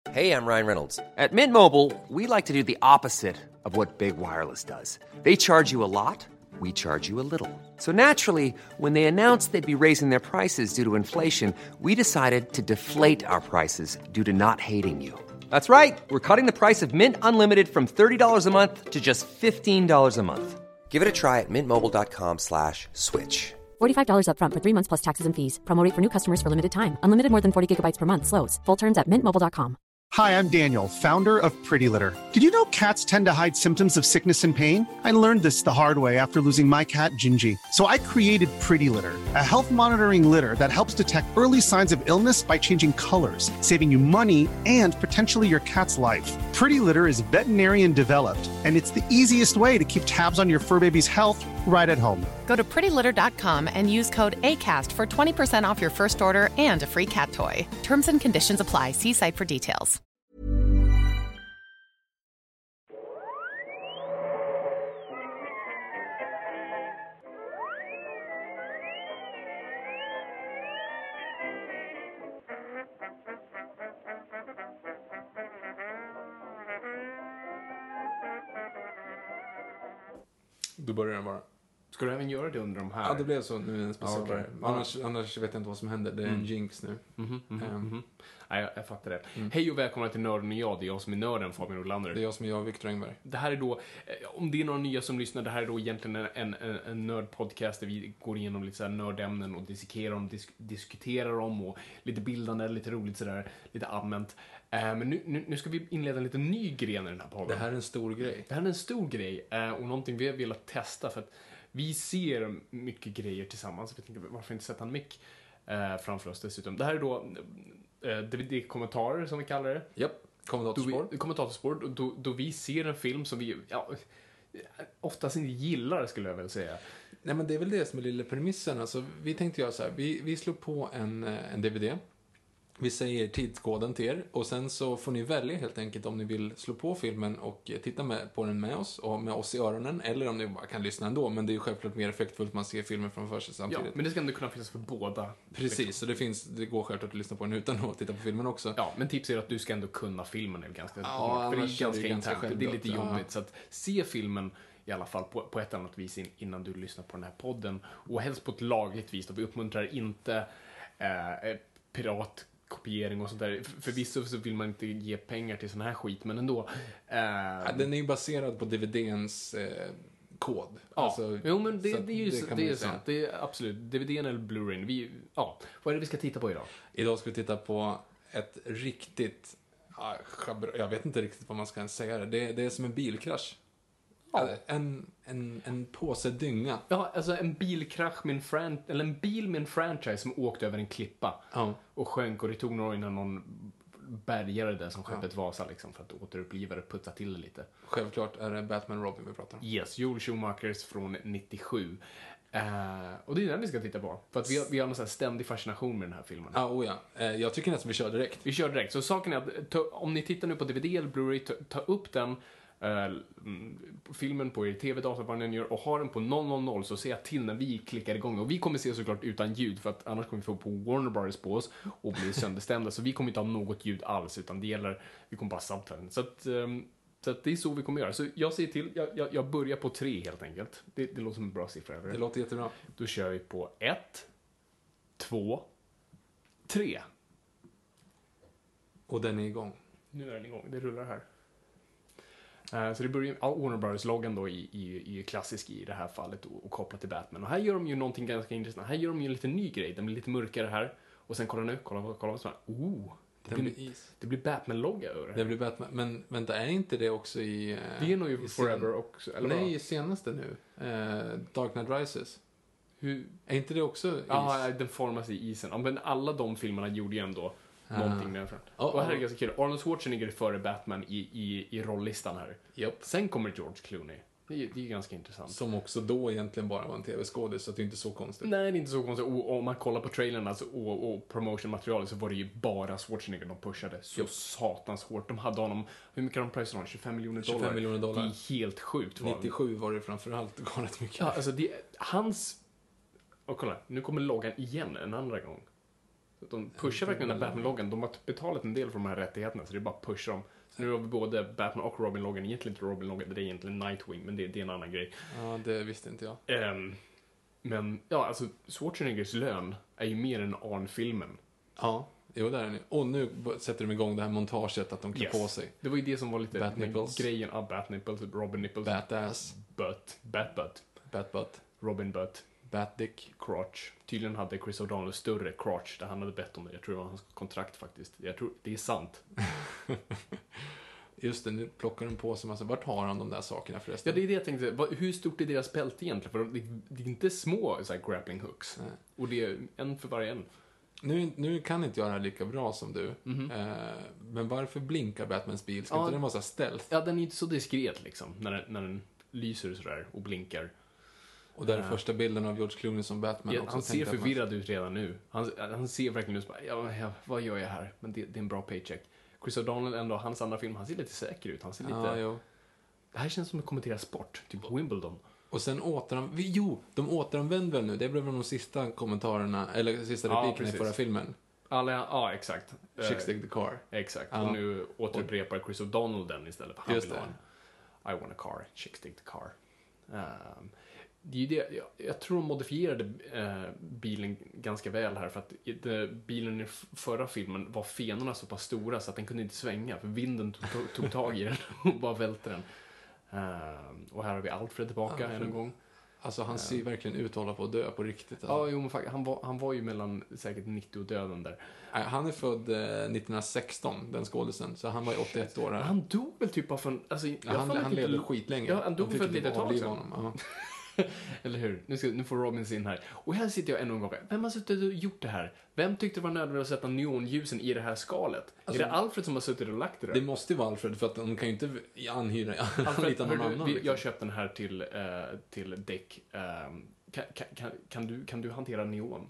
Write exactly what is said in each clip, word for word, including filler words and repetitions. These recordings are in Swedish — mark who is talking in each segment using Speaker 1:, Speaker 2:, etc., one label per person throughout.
Speaker 1: Hey, I'm Ryan Reynolds. At Mint Mobile, we like to do the opposite of what Big Wireless does. They charge you a lot, we charge you a little. So naturally, when they announced they'd be raising their prices due to inflation, we decided to deflate our prices due to not hating you. That's right. We're cutting the price of Mint Unlimited from thirty dollars a month to just fifteen dollars a month. Give it a try at mintmobile.com slash switch.
Speaker 2: forty-five dollars up front for three months plus taxes and fees. Promo rate for new customers for limited time. Unlimited more than forty gigabytes per month slows. Full terms at mint mobile dot com.
Speaker 3: Hi, I'm Daniel, founder of Pretty Litter. Did you know cats tend to hide symptoms of sickness and pain? I learned this the hard way after losing my cat, Gingy. So I created Pretty Litter, a health monitoring litter that helps detect early signs of illness by changing colors, saving you money and potentially your cat's life. Pretty Litter is veterinarian developed, and it's the easiest way to keep tabs on your fur baby's health right at home.
Speaker 4: Go to pretty litter dot com and use code ACAST for twenty percent off your first order and a free cat toy. Terms and conditions apply. See site for details.
Speaker 5: Då börjar den bara.
Speaker 6: Ska du även göra det under de här?
Speaker 5: Ja, det blev så nu en special.
Speaker 6: Ja, okay.
Speaker 5: annars, annars vet jag inte vad som händer. Det är
Speaker 6: Mm.
Speaker 5: en jinx nu.
Speaker 6: Mm-hmm, mm-hmm,
Speaker 5: um.
Speaker 6: mm-hmm. Nej, jag, jag fattar det.
Speaker 5: Mm.
Speaker 6: Hej och välkomna till Nörden och jag. Det är jag som är nörden, Fabian Olander.
Speaker 5: Det är jag som är jag, Victor Engberg.
Speaker 6: Det här är då, om det är några nya som lyssnar, det här är då egentligen en, en, en nördpodcast där vi går igenom lite så här nördämnen och dissekerar dem, disk, diskuterar dem och lite bildande, lite roligt sådär, lite allmänt. Uh, men nu, nu, nu ska vi inleda en liten ny gren i den här podden.
Speaker 5: Det här är en stor grej.
Speaker 6: Det här är en stor grej uh, och någonting vi har velat testa för att vi ser mycket grejer tillsammans. Vi tänker, varför inte sätta en mick uh, framför oss dessutom. Det här är då uh, D V D-kommentarer som vi kallar det.
Speaker 5: Japp, kommentatorspår.
Speaker 6: Då vi, kommentatorspår, då, då vi ser en film som vi ja, oftast inte gillar, skulle jag väl säga.
Speaker 5: Nej, men det är väl det som är lilla premissen. Alltså, vi tänkte göra så här. Vi, vi slår på en, en D V D. Vi säger tidskoden till er och sen så får ni välja helt enkelt om ni vill slå på filmen och titta med, på den med oss och med oss i öronen, eller om ni bara kan lyssna ändå, men det är ju självklart mer effektfullt man ser filmen framför sig samtidigt.
Speaker 6: Ja, men det ska ändå kunna finnas för båda.
Speaker 5: Precis, så det finns, det går självklart att lyssna på den utan att titta på filmen också.
Speaker 6: Ja, men tips är att du ska ändå kunna filmen är ganska
Speaker 5: ja,
Speaker 6: hårt, för det är ganska,
Speaker 5: det är ganska
Speaker 6: internt, det är lite jobbigt,
Speaker 5: ja.
Speaker 6: Så att se filmen i alla fall på, på ett annat vis in, innan du lyssnar på den här podden, och helst på ett lagligt vis, då vi uppmuntrar inte eh, pirat kopiering och sånt där. Förvisso så vill man inte ge pengar till sån här skit, men ändå. Eh...
Speaker 5: Ja, den är ju baserad på D V D:ns eh, kod.
Speaker 6: Ja,
Speaker 5: alltså,
Speaker 6: jo, men det, det är ju
Speaker 5: det,
Speaker 6: det, det är sant. Det är absolut D V D:n eller Blu-ray. Vi, ja, vad är det vi ska titta på idag?
Speaker 5: Idag ska vi titta på ett riktigt, ja, jag vet inte riktigt vad man ska säga det. Det, det är som en bilkrasch. Ja. En, en, en påse dynga.
Speaker 6: Ja, alltså en bilkrasch med en fran- eller en bil med en franchise som åkte över en klippa
Speaker 5: ja.
Speaker 6: och sjönk, och det tog några innan någon bärgare där som skeppet ja. Vasa liksom, för att återuppliva det, putsa till det lite.
Speaker 5: Självklart är det Batman Robin vi pratar om.
Speaker 6: Yes, Joel Schumachers från nittiosju. Uh, och det är den vi ska titta på. För att vi har, vi har en sån här ständig fascination med den här filmen.
Speaker 5: Ja, oh ja. Uh, jag tycker nästan vi kör direkt.
Speaker 6: Vi kör direkt. Så saken är att ta, om ni tittar nu på D V D eller Blu-ray, ta, ta upp den Uh, filmen på er tv-dator, vad ni gör, och har den på noll noll noll, så ser jag till när vi klickar igång. Och vi kommer se såklart utan ljud, för att annars kommer vi få på Warner Brothers på oss och bli sönderstämda. Så vi kommer inte ha något ljud alls, utan det gäller, vi kommer bara subtitlen. Så att, um, så att det är så vi kommer göra. Så jag säger till, jag, jag, jag börjar på tre helt enkelt. Det, det låter som en bra siffra. Eller?
Speaker 5: Det låter jättebra.
Speaker 6: Då kör vi på ett, två, tre.
Speaker 5: Och den är igång.
Speaker 6: Nu är den igång, det rullar här. Uh, så det börjar ja, Warner Brothers-loggan då i, i, i klassisk i det här fallet och, och kopplat till Batman. Och här gör de ju någonting ganska intressant. Här gör de ju en lite ny grej. Den blir lite mörkare här. Och sen kolla nu, kolla, kolla vad som är. Oh, det blir,
Speaker 5: blir is.
Speaker 6: Det blir Batman-logga över det.
Speaker 5: Det blir Batman. Men vänta, är inte det också i... Uh,
Speaker 6: det är nog ju Forever också. Eller
Speaker 5: nej,
Speaker 6: vad?
Speaker 5: senaste nu. Uh, Dark Knight Rises.
Speaker 6: Hur?
Speaker 5: Är inte det också is?
Speaker 6: Ja, den formas i isen. Ja, men alla de filmerna gjorde ju ändå någonting med den.
Speaker 5: Oh,
Speaker 6: och här är
Speaker 5: oh.
Speaker 6: ganska kul. Arnold Schwarzenegger är före Batman i, i, i rolllistan här.
Speaker 5: Yep.
Speaker 6: Sen kommer George Clooney. Det är, det är ganska intressant.
Speaker 5: Som också då egentligen bara var en tv-skådis, så det är inte så konstigt.
Speaker 6: Nej, det är inte så konstigt. Och om man kollar på trailern alltså, och, och promotionmaterialet, så var det ju bara Schwarzenegger de pushade. Så yep. satans hårt. De hade honom, hur mycket har de pröjsat honom? tjugofem miljoner dollar.
Speaker 5: tjugofem miljoner dollar.
Speaker 6: Det är helt sjukt.
Speaker 5: nittiosju var det framförallt galet mycket.
Speaker 6: Ja, alltså det, hans... Och kolla, nu kommer loggan igen en andra gång. Så de pushar verkligen den här Batman-loggan. De har betalat en del för de här rättigheterna, så det är bara att pusha dem. Så nu har vi både Batman och Robin-loggan. Egentligen inte Robin-loggan, det är egentligen Nightwing, men det, det är en annan grej.
Speaker 5: Ja, det visste inte jag.
Speaker 6: Um, men, ja, alltså, Schwarzeneggers lön är ju mer än Arn-filmen.
Speaker 5: Ja, jo, där är ni. Och nu sätter de igång det här montaget att de klär
Speaker 6: Yes.
Speaker 5: på sig.
Speaker 6: Det var ju det som var lite
Speaker 5: Bat nipples.
Speaker 6: grejen. Ja, Bat nipples, Robin nipples.
Speaker 5: Batass,
Speaker 6: Butt. Bat butt.
Speaker 5: Batbutt,
Speaker 6: Robin butt.
Speaker 5: Batdick.
Speaker 6: Crotch. Tydligen hade Chris O'Donnell större crotch där han hade bett om det. Jag tror det var hans kontrakt faktiskt. Jag tror det är sant.
Speaker 5: Just det, nu plockar de på sig massa. Vart har han de där sakerna förresten?
Speaker 6: Ja, det är det jag tänkte. Vad- Hur stort är deras bälte egentligen? För det, det är inte små så här, grappling hooks.
Speaker 5: Nej.
Speaker 6: Och det är en för varje en.
Speaker 5: Nu, nu kan inte jag det här lika bra som du.
Speaker 6: Mhm.
Speaker 5: Eh, men varför blinkar Batmans bil? Ska
Speaker 6: Ja.
Speaker 5: inte den vara så här stealth?
Speaker 6: Ja, den är inte så diskret liksom. När den, när den lyser sådär och blinkar.
Speaker 5: Och där är
Speaker 6: Ja.
Speaker 5: första bilden av George Clooney som Batman
Speaker 6: Ja,
Speaker 5: också.
Speaker 6: han ser
Speaker 5: Tänkte att man-
Speaker 6: förvirrad ut redan nu. Han, han ser verkligen ut som ja, ja, vad gör jag här? Men det, det är en bra paycheck. Chris O'Donnell ändå, hans andra film, han ser lite säker ut. Han ser lite...
Speaker 5: Ja, jo.
Speaker 6: Det här känns som att kommentera sport. Typ Wimbledon.
Speaker 5: Och sen återan... Jo, de återanvänder väl nu. Det blev väl de sista kommentarerna, eller sista
Speaker 6: Ja,
Speaker 5: replikerna i
Speaker 6: precis.
Speaker 5: förra filmen.
Speaker 6: Alla, ja, exakt. Eh,
Speaker 5: Chicks take the car.
Speaker 6: Exakt.
Speaker 5: Ja.
Speaker 6: Och nu återupprepar Chris O'Donnell den istället. För han
Speaker 5: Just
Speaker 6: vill ha
Speaker 5: det.
Speaker 6: en I want a car, chicks take the car. Um, det är ju det, jag, jag tror de modifierade eh, bilen ganska väl här. För att i- det, bilen i f- förra filmen var fenorna så pass stora så att den kunde inte svänga. För vinden tog, tog, tog tag i den och bara välte den. Um, och här har vi Alfred tillbaka
Speaker 5: Alfred.
Speaker 6: än en gång.
Speaker 5: Alltså han ser verkligen ut att hålla på att dö på riktigt.
Speaker 6: Ja,
Speaker 5: Alltså.
Speaker 6: jo, men fakt- han, var, han var ju mellan säkert nittio och döden där.
Speaker 5: Nej, Han är född eh, nittonhundrasexton, den skådisen. Så han var ju åttioett år här.
Speaker 6: Men han dog väl typ av från... Alltså, jag
Speaker 5: Ja, han
Speaker 6: har
Speaker 5: han
Speaker 6: lite-
Speaker 5: levde skitlänge.
Speaker 6: Ja, han dog
Speaker 5: De fick
Speaker 6: för ett
Speaker 5: typ
Speaker 6: litet tag
Speaker 5: avliva
Speaker 6: sedan.
Speaker 5: honom. Ja.
Speaker 6: Eller hur? Nu, ska, nu får Robin in här. Och här sitter jag ännu en gång. Vem har suttit och gjort det här? Vem tyckte det var nödvändigt att sätta neonljusen i det här skalet?
Speaker 5: Alltså,
Speaker 6: är det Alfred som har suttit och lagt det där?
Speaker 5: Det måste ju vara Alfred, för att de kan ju inte anhyra,
Speaker 6: Alfred,
Speaker 5: anlita någon
Speaker 6: hör du,
Speaker 5: annan.
Speaker 6: vi,
Speaker 5: liksom.
Speaker 6: jag köpte den här till, eh, till Dick. Um, kan, kan, kan, kan, du, kan du hantera neon?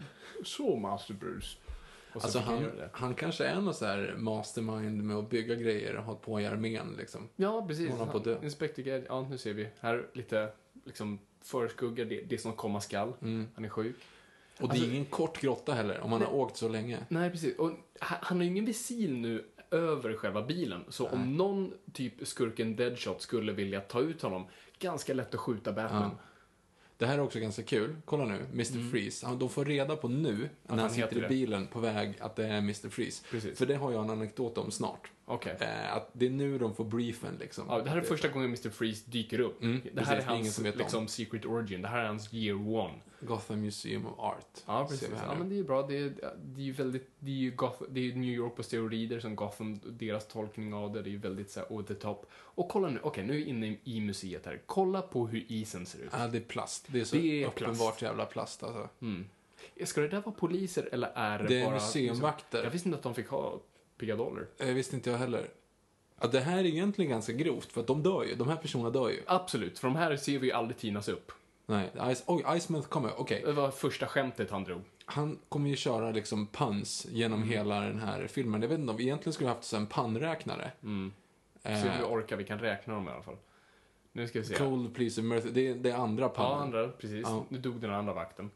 Speaker 6: Så, Master Bruce. Och så
Speaker 5: Alltså
Speaker 6: fick jag
Speaker 5: han,
Speaker 6: göra det.
Speaker 5: han kanske är någon så här mastermind med att bygga grejer och ha på i armén liksom.
Speaker 6: Ja, precis.
Speaker 5: Håller han på att dö?
Speaker 6: Inspector Gadget. Ja, nu ser vi. Här lite liksom förskuggar det, det som komma skall.
Speaker 5: Mm.
Speaker 6: Han är sjuk.
Speaker 5: Och det
Speaker 6: Alltså-
Speaker 5: är ingen kort grotta heller, om man har åkt så länge.
Speaker 6: Nej, precis. Och han han har ju ingen visir nu över själva bilen. Så om någon typ skurken Deadshot skulle vilja ta ut honom, ganska lätt att skjuta Batman.
Speaker 5: Ja. Det här är också ganska kul. Kolla nu, mister Freeze. Han- De får reda på nu, när
Speaker 6: han
Speaker 5: han
Speaker 6: heter
Speaker 5: sitter i
Speaker 6: det.
Speaker 5: bilen på väg, att det är mister Freeze.
Speaker 6: Precis.
Speaker 5: För det har jag en anekdot om snart.
Speaker 6: Okej.
Speaker 5: Eh, att det är nu de får briefen liksom.
Speaker 6: Ja, det här är första gången mister Freeze dyker upp.
Speaker 5: Mm,
Speaker 6: det
Speaker 5: precis,
Speaker 6: här
Speaker 5: det
Speaker 6: är
Speaker 5: är ingen
Speaker 6: hans
Speaker 5: som vet om.
Speaker 6: liksom, secret origin. Det här är hans year one.
Speaker 5: Gotham Museum of Art.
Speaker 6: Ja,
Speaker 5: ser
Speaker 6: precis.
Speaker 5: vi här
Speaker 6: Ja,
Speaker 5: nu.
Speaker 6: men det är bra. Det är, det är ju väldigt, det är ju Goth, det är ju New York på steroider som Gotham, deras tolkning av det. Det är ju väldigt så här over the top. Och kolla nu, okej, nu är vi inne i, i museet här. Kolla på hur isen ser ut.
Speaker 5: Ja, det är plast. Det är så
Speaker 6: Det är
Speaker 5: uppenbart
Speaker 6: plast.
Speaker 5: jävla plast alltså.
Speaker 6: Mm. Ska det där vara poliser eller är det,
Speaker 5: Det är
Speaker 6: bara...
Speaker 5: museumvakter.
Speaker 6: Jag visste inte att de fick ha pickadoller.
Speaker 5: Eh, visste inte jag heller. Ja, det här är egentligen ganska grovt, för att de dör ju. De här personerna dör ju.
Speaker 6: Absolut, för de här ser vi ju aldrig tinas upp.
Speaker 5: Nej, Ice, oj, Iceman kommer. Okej.
Speaker 6: Det var första skämtet han drog.
Speaker 5: Han kommer ju köra liksom puns genom
Speaker 6: Mm.
Speaker 5: hela den här filmen. Jag vet inte om vi egentligen skulle haft så en pannräknare.
Speaker 6: Mm.
Speaker 5: Eh,
Speaker 6: Så vi orkar, vi kan räkna dem i alla fall. Nu ska vi se.
Speaker 5: Cold, please, mirth. Det, är- det är andra
Speaker 6: Ja,
Speaker 5: pannen.
Speaker 6: andra, precis.
Speaker 5: Ja.
Speaker 6: Nu dog den andra vakten.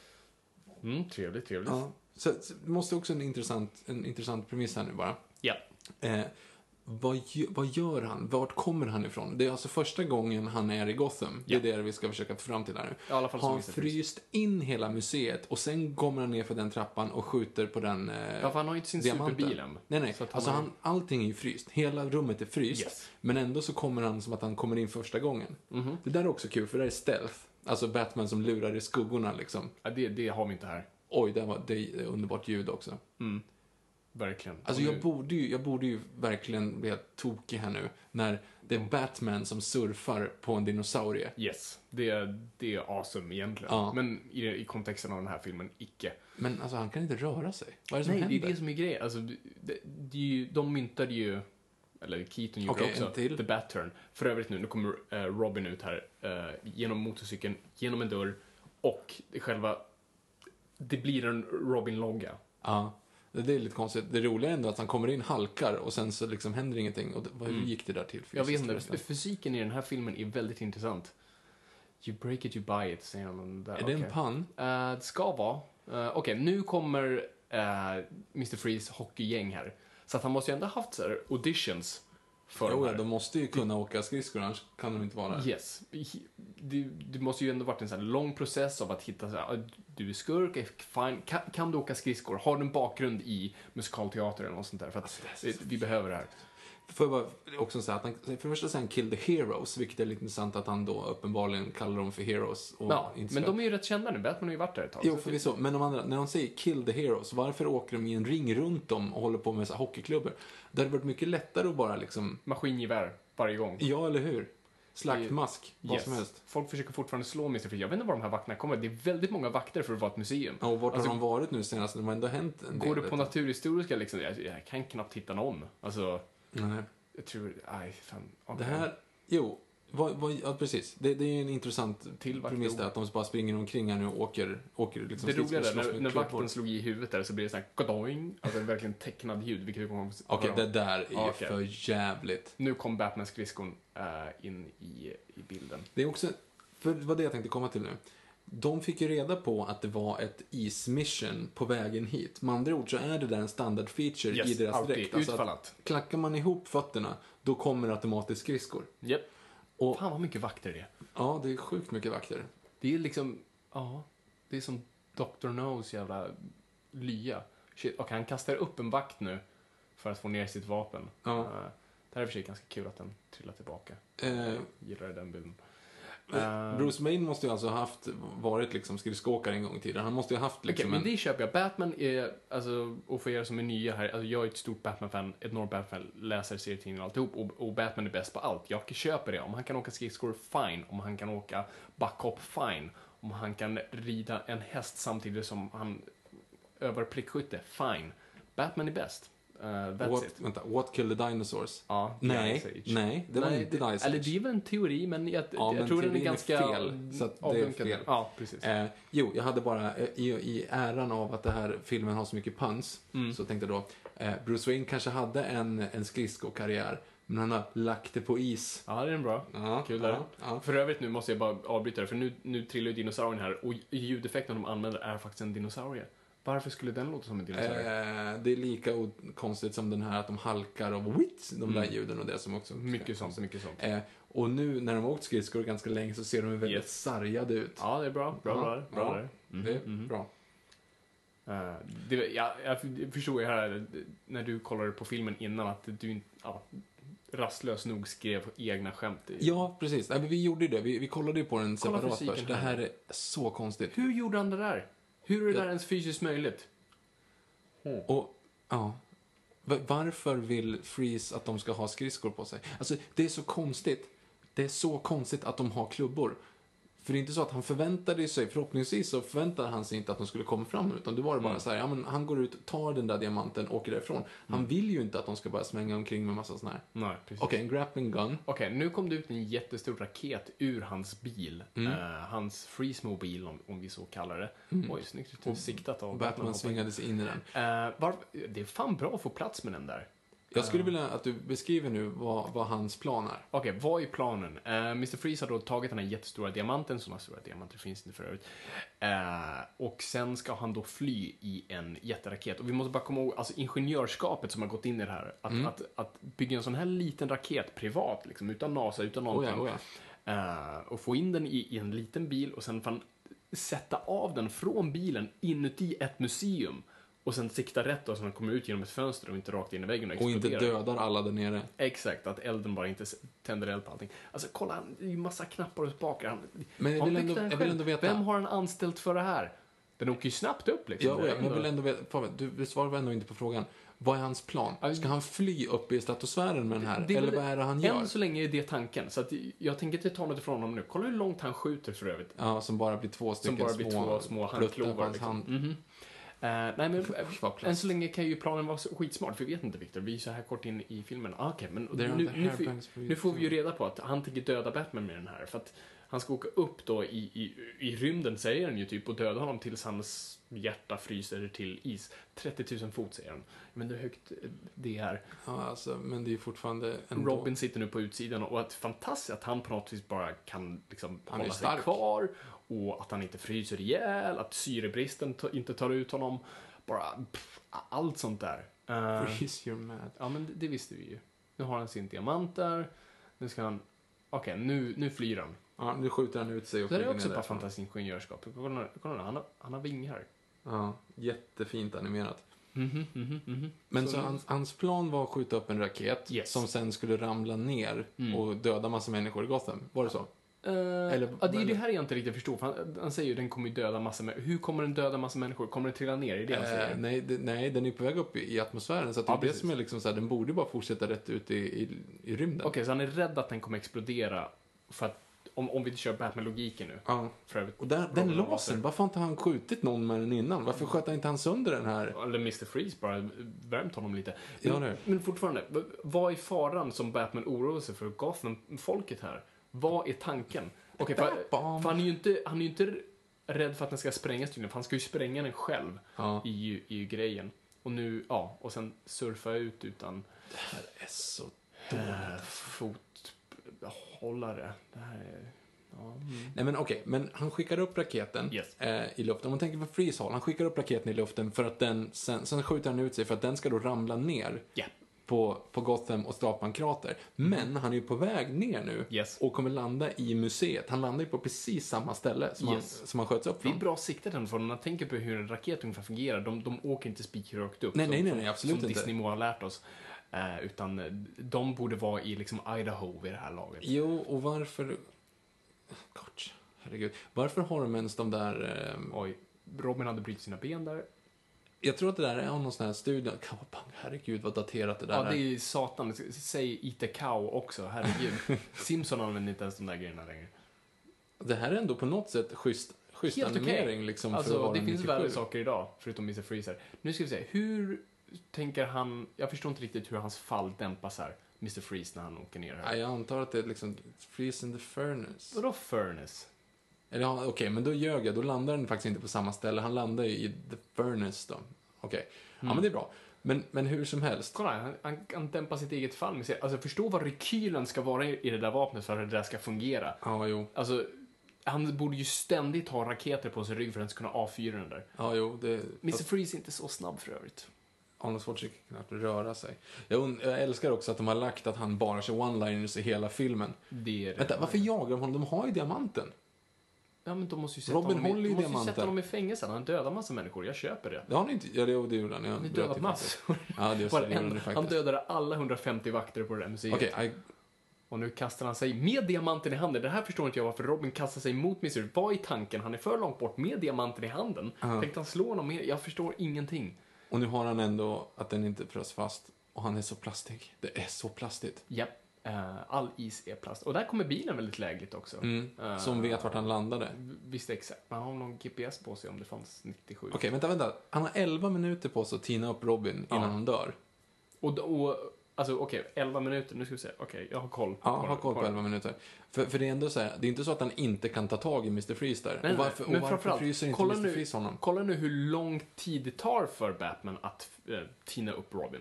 Speaker 6: Mm, trevligt, trevligt.
Speaker 5: Ja. Så, så det måste också en intressant, en intressant premiss här nu bara.
Speaker 6: Ja.
Speaker 5: Eh, vad, gö- vad gör han? Vart kommer han ifrån? Det är alltså första gången han är i Gotham. Det
Speaker 6: Ja.
Speaker 5: är det vi ska försöka få fram till här nu.
Speaker 6: I alla fall
Speaker 5: har
Speaker 6: som
Speaker 5: han
Speaker 6: mister Freeze.
Speaker 5: fryst in hela museet och sen kommer han ner för den trappan och skjuter på den eh,
Speaker 6: Ja, för han har ju inte sin
Speaker 5: diamanten.
Speaker 6: superbil än.
Speaker 5: Nej, nej.
Speaker 6: Så att han
Speaker 5: alltså
Speaker 6: har-
Speaker 5: han, allting är ju fryst. Hela rummet är fryst.
Speaker 6: Yes.
Speaker 5: Men ändå så kommer han som att han kommer in första gången.
Speaker 6: Mhm.
Speaker 5: Det där är också kul, för det där är stealth. Alltså Batman som lurar i skuggorna liksom.
Speaker 6: Ja, det, det har vi inte här.
Speaker 5: Oj, det var det är underbart ljud också.
Speaker 6: Mm. Verkligen.
Speaker 5: Alltså
Speaker 6: Och
Speaker 5: jag
Speaker 6: nu-
Speaker 5: borde, ju, jag borde ju verkligen bli helt tokig här nu. När det är Batman som surfar på en dinosaurie.
Speaker 6: Yes, det, är- det är awesome egentligen.
Speaker 5: Ja.
Speaker 6: Men i, i kontexten av den här filmen, icke.
Speaker 5: Men alltså han kan inte röra sig. Vad är det som
Speaker 6: Nej, det
Speaker 5: händer?
Speaker 6: är det som är grejen. Alltså, det, det, det är ju, de myntade ju, eller Keaton gjorde
Speaker 5: Okej,
Speaker 6: också,
Speaker 5: en till.
Speaker 6: The Bat Turn. För övrigt nu, nu kommer eh, Robin ut här eh, genom motorcykeln, genom en dörr och det själva, det blir en Robin-logga.
Speaker 5: Ja, det det är lite konstigt. Det roliga är ändå att han kommer in, halkar och sen så liksom händer ingenting. Och det, vad, hur gick det där till?
Speaker 6: Mm. Jag vet
Speaker 5: fysiskt
Speaker 6: inte,
Speaker 5: förresten?
Speaker 6: fysiken i den här filmen är väldigt intressant. You break it, you buy it, säger han där.
Speaker 5: Är det en
Speaker 6: Okej.
Speaker 5: pann?
Speaker 6: Eh, det ska vara. Uh, Okej, nu kommer uh, mister Freeze hockeygäng här. Så att han måste ju ändå ha haft så här auditions för
Speaker 5: Jo,
Speaker 6: de
Speaker 5: ja,
Speaker 6: här.
Speaker 5: de måste ju kunna åka skridskor, annars kan de inte vara där.
Speaker 6: Yes. Det, det måste ju ändå varit en sån här lång process av att hitta så här, du är skurk, fine. Kan, kan du åka skridskor? Har du en bakgrund i musikalteater eller något sånt där? För att
Speaker 5: Alltså, det är så
Speaker 6: vi behöver det här.
Speaker 5: Får jag bara också säga att han, för det första säger han Kill the Heroes, vilket är lite intressant att han då uppenbarligen kallar dem för Heroes. Och
Speaker 6: Ja,
Speaker 5: inte
Speaker 6: men
Speaker 5: ska-
Speaker 6: de är ju rätt kända nu. Batman har ju varit där ett tag.
Speaker 5: Jo,
Speaker 6: så
Speaker 5: förvisso. Men de andra, när de säger Kill the Heroes, varför åker de i en ring runt dem och håller på med så här hockeyklubbor? Det hade varit mycket lättare att bara liksom,
Speaker 6: Maskingevär varje gång.
Speaker 5: ja eller hur? Slaktmask, vad
Speaker 6: Yes.
Speaker 5: som helst.
Speaker 6: Folk försöker fortfarande slå mister Freeze. Jag vet inte var de här vakterna kommer. Det är väldigt många vakter för att vara ett museum.
Speaker 5: Ja, och vart
Speaker 6: Alltså,
Speaker 5: har de varit nu senast? Det har ändå hänt en del.
Speaker 6: går du på
Speaker 5: vet
Speaker 6: naturhistoriska liksom, jag, jag kan knappt hitta någon. Alltså,
Speaker 5: Nej.
Speaker 6: jag tror, nej fan.
Speaker 5: Det
Speaker 6: Okay.
Speaker 5: här, jo, vad, vad, ja, precis. Det, det är en intressant
Speaker 6: Tillvakt-
Speaker 5: premiss där, att de bara springer omkring här nu och åker, åker liksom
Speaker 6: Det roliga
Speaker 5: skridskor och
Speaker 6: är
Speaker 5: slåss
Speaker 6: när,
Speaker 5: med
Speaker 6: när
Speaker 5: klubbor.
Speaker 6: vakten slog i huvudet där så blir det sån här godoing, alltså en verkligen tecknad ljud, vilket vi kommer ihåg.
Speaker 5: Okej, det där är ju
Speaker 6: Okej.
Speaker 5: för jävligt.
Speaker 6: Nu kom Batman-skridskon uh, in i, i bilden.
Speaker 5: Det är också, för det var det jag tänkte komma till nu. De fick ju reda på att det var ett ismission på vägen hit. Med andra ord så är det där en standard feature
Speaker 6: Yes,
Speaker 5: i deras
Speaker 6: alltid.
Speaker 5: dräkt. Alltså
Speaker 6: Utfallat.
Speaker 5: att klackar man ihop fötterna, då kommer automatiskt skridskor.
Speaker 6: Yep.
Speaker 5: Och
Speaker 6: Fan vad mycket vakter det är.
Speaker 5: ja, det är sjukt mycket vakter.
Speaker 6: Det är liksom, ja, det är som doktor No's jävla lya. Shit, och han kastar upp en vakt nu för att få ner sitt vapen.
Speaker 5: Ja.
Speaker 6: Uh, det här är för sig ganska kul att den trillar tillbaka.
Speaker 5: Eh,
Speaker 6: Gillar den bilden.
Speaker 5: Bruce Wayne måste ju alltså ha haft, varit liksom skridskoåkare en gång i tiden. Han måste ju ha haft
Speaker 6: Okej,
Speaker 5: liksom
Speaker 6: men
Speaker 5: en...
Speaker 6: det köper jag. Batman är, alltså, och för er som är nya här, alltså jag är ett stort Batman-fan, ett enormt Batman-fan, läser serietidningar och alltihop, och, och Batman är bäst på allt. Jag köper det. Om han kan åka skridskor, fine. Om han kan åka backhopp, fine. Om han kan rida en häst samtidigt som han övar prickskytte, fine. Batman är bäst. Uh, that's
Speaker 5: What,
Speaker 6: it.
Speaker 5: vänta, what killed the dinosaurs?
Speaker 6: Ja,
Speaker 5: Nej,
Speaker 6: Ice Age.
Speaker 5: nej, det var
Speaker 6: Nej,
Speaker 5: inte
Speaker 6: det,
Speaker 5: Ice
Speaker 6: Eller
Speaker 5: Age.
Speaker 6: det är väl en teori, men jag,
Speaker 5: Ja,
Speaker 6: jag
Speaker 5: men
Speaker 6: tror den är
Speaker 5: teorin är
Speaker 6: ganska
Speaker 5: fel, så att det är
Speaker 6: avdunkad.
Speaker 5: fel.
Speaker 6: Ja, precis.
Speaker 5: Eh, jo, jag hade bara, eh, i, i äran av att det här filmen har så mycket puns,
Speaker 6: Mm.
Speaker 5: så tänkte jag då, eh, Bruce Wayne kanske hade en, en skridskokarriär, men han har lagt det på is.
Speaker 6: Ja, det är en bra.
Speaker 5: Ja,
Speaker 6: Kul
Speaker 5: ja,
Speaker 6: där.
Speaker 5: ja.
Speaker 6: För övrigt nu måste jag bara avbryta det, för nu, nu trillar ju dinosaurien här och ljudeffekten de använder är faktiskt en dinosaurie. Varför skulle den låta som en dinosaurie?
Speaker 5: Eh, det är lika o- konstigt som den här att de halkar och wits, de där
Speaker 6: Mm.
Speaker 5: ljuden och det som också...
Speaker 6: Mycket sånt, mycket sånt.
Speaker 5: Eh, och nu när de har åkt skridskor ganska länge så ser de väldigt
Speaker 6: Yes.
Speaker 5: sargade ut.
Speaker 6: Ja, det är bra. Bra
Speaker 5: Ja,
Speaker 6: där. Bra
Speaker 5: ja.
Speaker 6: där. Mhm,
Speaker 5: Det är
Speaker 6: mhm.
Speaker 5: bra.
Speaker 6: Eh, det, ja, jag förstår ju här när du kollade på filmen innan att du inte, ja, rastlös nog skrev egna skämt. I.
Speaker 5: Ja, precis. Nej, men vi gjorde ju det. Vi, vi kollade ju på den
Speaker 6: Kolla
Speaker 5: separat
Speaker 6: fysiken
Speaker 5: först. Det
Speaker 6: här.
Speaker 5: här är så konstigt.
Speaker 6: Hur gjorde han det där? Hur är det
Speaker 5: Ja.
Speaker 6: där ens fysiskt möjligt?
Speaker 5: Och, ja. Va- Varför vill Freeze att de ska ha skridskor på sig? Alltså, det är så konstigt. Det är så konstigt att de har klubbor. För det är inte så att han förväntade sig, förhoppningsvis så förväntade han sig inte att de skulle komma fram, utan det var det bara
Speaker 6: Mm.
Speaker 5: så här, ja men han går ut, tar den där diamanten, åker därifrån. Han vill ju inte att de ska bara smänga omkring med massa sån här.
Speaker 6: Nej, precis.
Speaker 5: Okej, en grappling gun.
Speaker 6: Okej, nu kom det ut en jättestor raket ur hans bil.
Speaker 5: Mm.
Speaker 6: Eh, hans Freeze-mobil, om, om vi så kallar det. Oj, snyggt
Speaker 5: Och
Speaker 6: siktat av
Speaker 5: Och Batman
Speaker 6: hoppar.
Speaker 5: svingade sig in i den.
Speaker 6: Eh, var, det är fan bra att få plats med den där.
Speaker 5: Jag skulle vilja att du beskriver nu vad, vad hans plan är.
Speaker 6: Okej, vad är planen? Uh, mister Freeze har då tagit den här jättestora diamanten, sådana stora diamanter finns inte för övrigt. Uh, och sen ska han då fly i en jätteraket. Och vi måste bara komma ihåg, alltså ingenjörskapet som har gått in i det här. Att,
Speaker 5: Mm.
Speaker 6: att, att bygga en sån här liten raket privat, liksom, utan NASA, utan någonting.
Speaker 5: Oh ja, oh
Speaker 6: Uh, och få in den i, i en liten bil och sen fan sätta av den från bilen inuti ett museum. Och sen sikta rätt och så den kommer ut genom ett fönster och inte rakt in i väggen och
Speaker 5: Och inte
Speaker 6: exploderar.
Speaker 5: dödar alla där nere.
Speaker 6: Exakt, att elden bara inte s- tänder eld på allting. Alltså kolla, det är ju massa knappar och spakar. Han,
Speaker 5: Men jag
Speaker 6: har
Speaker 5: vill
Speaker 6: han byggt
Speaker 5: ändå-
Speaker 6: den
Speaker 5: jag
Speaker 6: själv?
Speaker 5: vill ändå veta-
Speaker 6: Vem har han anställt för det här? Den åker ju snabbt upp liksom.
Speaker 5: Ja,
Speaker 6: Det är
Speaker 5: ja, men jag
Speaker 6: ändå-
Speaker 5: vill ändå veta, fan, du svarar ändå inte på frågan. Vad är hans plan? Ska han fly upp i stratosfären med den här?
Speaker 6: Det är
Speaker 5: Eller
Speaker 6: väl-
Speaker 5: vad är det han gör?
Speaker 6: Än så länge är det tanken. Så att jag tänker inte ta något ifrån honom nu. Kolla hur långt han skjuter för övrigt.
Speaker 5: Ja, som bara blir två stycken
Speaker 6: Som bara blir
Speaker 5: små,
Speaker 6: två små
Speaker 5: pluttar
Speaker 6: handklovar.
Speaker 5: på hans
Speaker 6: Liksom.
Speaker 5: hand.
Speaker 6: Mhm. Eh, nej, men
Speaker 5: Usch, vad plast.
Speaker 6: än så länge kan ju planen vara så skitsmart. För vi vet inte, Victor. Vi är så här kort in i filmen. Ah, Okej, men
Speaker 5: There are
Speaker 6: nu,
Speaker 5: the
Speaker 6: nu, får-
Speaker 5: hairbands for you
Speaker 6: nu får vi ju
Speaker 5: too.
Speaker 6: reda på att han tänker döda Batman med den här. För att han ska åka upp då i, i, i rymden, säger han ju typ, och döda honom tills hans hjärta fryser till is. trettio tusen fot, säger han. Men hur högt det är.
Speaker 5: Ja, alltså, men det är ju fortfarande ändå...
Speaker 6: Robin sitter nu på utsidan och att fantastiskt att han på något vis bara kan liksom
Speaker 5: Han är
Speaker 6: hålla sig
Speaker 5: stark.
Speaker 6: kvar och att han inte fryser ihjäl, att syrebristen ta, inte tar ut honom. bara pff, allt sånt där. Uh,
Speaker 5: Freeze you're mad.
Speaker 6: Ja, men det, det visste vi ju. Nu har han sin diamant där. Nu ska han... Okej, okay, nu, nu flyr han.
Speaker 5: Ja, nu skjuter han ut sig och
Speaker 6: det är
Speaker 5: flyger
Speaker 6: också
Speaker 5: ner
Speaker 6: bara
Speaker 5: därifrån.
Speaker 6: fantasingenjörskap. Kolla, kolla han, har, han har vingar.
Speaker 5: Ja, jättefint animerat.
Speaker 6: Mhm, mhm, mhm.
Speaker 5: Men så,
Speaker 6: Så-
Speaker 5: hans, hans plan var att skjuta upp en raket
Speaker 6: Yes.
Speaker 5: som sen skulle ramla ner
Speaker 6: Mm.
Speaker 5: och döda massa människor i Gotham. Var det så?
Speaker 6: Uh,
Speaker 5: Eller-
Speaker 6: ja, det är
Speaker 5: men-
Speaker 6: det här jag inte riktigt förstår. För han, han säger ju den kommer ju döda massa människor. Hur kommer den döda massa människor? Kommer den trilla ner? Är det han säger?
Speaker 5: Eh, nej, det, nej, den är på väg upp i, i atmosfären. Så att det
Speaker 6: Ja,
Speaker 5: är det
Speaker 6: precis.
Speaker 5: som är liksom så här, den borde ju bara fortsätta rätt ut i, i, i rymden.
Speaker 6: Okej, så han är rädd att den kommer explodera. För att, om, om vi kör Batman-logiken nu.
Speaker 5: Ja.
Speaker 6: För övrigt,
Speaker 5: Och där, den
Speaker 6: Robin
Speaker 5: låsen,
Speaker 6: Laser.
Speaker 5: varför har inte han skjutit någon med den innan? Varför sköt han inte han sönder den här?
Speaker 6: Eller mister Freeze bara värmt honom lite.
Speaker 5: Ja,
Speaker 6: Men,
Speaker 5: det är.
Speaker 6: men fortfarande, v- vad är faran som Batman oroar sig för Gotham-folket här? Vad är tanken? Okej, för,
Speaker 5: Bam.
Speaker 6: för han är ju inte, han är ju inte rädd för att den ska sprängas tydligen, för han ska ju spränga den själv
Speaker 5: Ja.
Speaker 6: i, ju- i ju grejen. Och nu, ja, och sen surfa ut utan
Speaker 5: Det är så...
Speaker 6: äh, fothållare. Det här är... Ja, mm.
Speaker 5: Nej men okej, men han skickar upp raketen
Speaker 6: Yes.
Speaker 5: eh, i luften. Om man tänker på Freeze Hall, han skickar upp raketen i luften för att den, sen, sen skjuter han ut sig för att den ska då ramla ner
Speaker 6: Ja.
Speaker 5: på, på Gotham och skapa en krater. Men han är ju på väg ner nu
Speaker 6: Yes.
Speaker 5: och kommer landa i museet. Han landar ju på precis samma ställe som,
Speaker 6: Yes.
Speaker 5: han, som han sköts upp
Speaker 6: Det är
Speaker 5: från.
Speaker 6: bra siktat ändå, för när man tänker på hur en raket ungefär fungerar, de, de åker inte spikrakt upp.
Speaker 5: Nej,
Speaker 6: som,
Speaker 5: nej, nej,
Speaker 6: som-
Speaker 5: nej, absolut
Speaker 6: som
Speaker 5: inte.
Speaker 6: Disney må ha lärt oss. Eh, utan eh, de borde vara i liksom Idaho vid det här laget.
Speaker 5: Jo, och varför... Gott, herregud. Varför har de ens de där... Eh,
Speaker 6: Oj, Robin hade brutit sina ben där.
Speaker 5: jag tror att det där är någon sån här studie. Herregud, vad daterat det där
Speaker 6: Ja, det är ju satan. Säg Eat a cow också, herregud. Simpson använder inte ens de där grejerna längre.
Speaker 5: Det här är ändå på något sätt schysst, schysst
Speaker 6: Helt okej.
Speaker 5: animering liksom, för att
Speaker 6: Alltså,
Speaker 5: vara
Speaker 6: det finns
Speaker 5: nittiosju.
Speaker 6: värre saker idag, förutom mister Freezer. Nu ska vi se, hur tänker han... Jag förstår inte riktigt hur hans fall dämpas här. mister Freeze när han åker ner här.
Speaker 5: Ja, jag antar att det är liksom freeze in the furnace.
Speaker 6: Vadå furnace?
Speaker 5: Eller ja, okej, men då ljög jag. Då landar den faktiskt inte på samma ställe. Han landar ju i the furnace då. Okej, ja men det är bra. Men, men hur som helst.
Speaker 6: Kolla, han, han kan dämpa sitt eget fall. Med sig. Alltså, förstå vad rekylen ska vara i, i det där vapnet för att det där ska fungera.
Speaker 5: Ja, jo.
Speaker 6: Alltså, han borde ju ständigt ha raketer på sin rygg för att ens kunna avfyra den där.
Speaker 5: Ja, jo. Det,
Speaker 6: mister Freeze är inte så snabb för övrigt.
Speaker 5: Arnold Schwarzenegger kan knappt röra sig. Jag, und- jag älskar också att de har lagt att han bara kör one-liners i hela filmen.
Speaker 6: Det är
Speaker 5: Vänta, varför jagar de honom? De har ju diamanten.
Speaker 6: Ja, men de måste ju sätta,
Speaker 5: Robin
Speaker 6: honom, i,
Speaker 5: håller
Speaker 6: de
Speaker 5: ju
Speaker 6: måste ju
Speaker 5: diamanten.
Speaker 6: sätta honom i fängelsen. Han dödar massa människor. Jag köper det.
Speaker 5: Det har ni inte... Ja, det, det gjorde han. Jag
Speaker 6: Han har
Speaker 5: bröt
Speaker 6: dödat
Speaker 5: ju faktiskt.
Speaker 6: massor.
Speaker 5: Ja, det, är så, det gjorde
Speaker 6: Varenda-
Speaker 5: han
Speaker 6: han
Speaker 5: faktiskt.
Speaker 6: dödade alla hundrafemtio vakter på det där museet.
Speaker 5: Okej, I-
Speaker 6: Och nu kastar han sig med diamanten i handen. Det här förstår inte jag varför Robin kastar sig mot mister Freeze. Vad är tanken? Han är för långt bort med diamanten i handen.
Speaker 5: Ja.
Speaker 6: Tänkte han slå honom med? Jag förstår ingenting.
Speaker 5: och nu har han ändå att den inte frös fast. Och han är så plastig. Det är så plastigt.
Speaker 6: Japp. Eh, all is är plast. Och där kommer bilen väldigt lägligt också.
Speaker 5: Mm.
Speaker 6: Eh,
Speaker 5: Som vet vart han landade.
Speaker 6: Visst exakt. Man har någon G P S på sig om det fanns nittiosju.
Speaker 5: Okej, vänta, vänta. Han har elva minuter på sig att tina upp Robin innan
Speaker 6: Ja.
Speaker 5: han dör.
Speaker 6: Och, och alltså okej, elva minuter. Nu ska vi se. Okej, jag har koll.
Speaker 5: Ja, ha koll på elva minuter. För, för det är ändå så här, det är inte så att han inte kan ta tag i mister Freeze där.
Speaker 6: Nej,
Speaker 5: och varför,
Speaker 6: nej, men
Speaker 5: och varför
Speaker 6: framförallt,
Speaker 5: fryser inte
Speaker 6: kolla
Speaker 5: mister
Speaker 6: nu-
Speaker 5: Freeze honom?
Speaker 6: Kolla nu hur lång tid det tar för Batman att äh, tina upp Robin.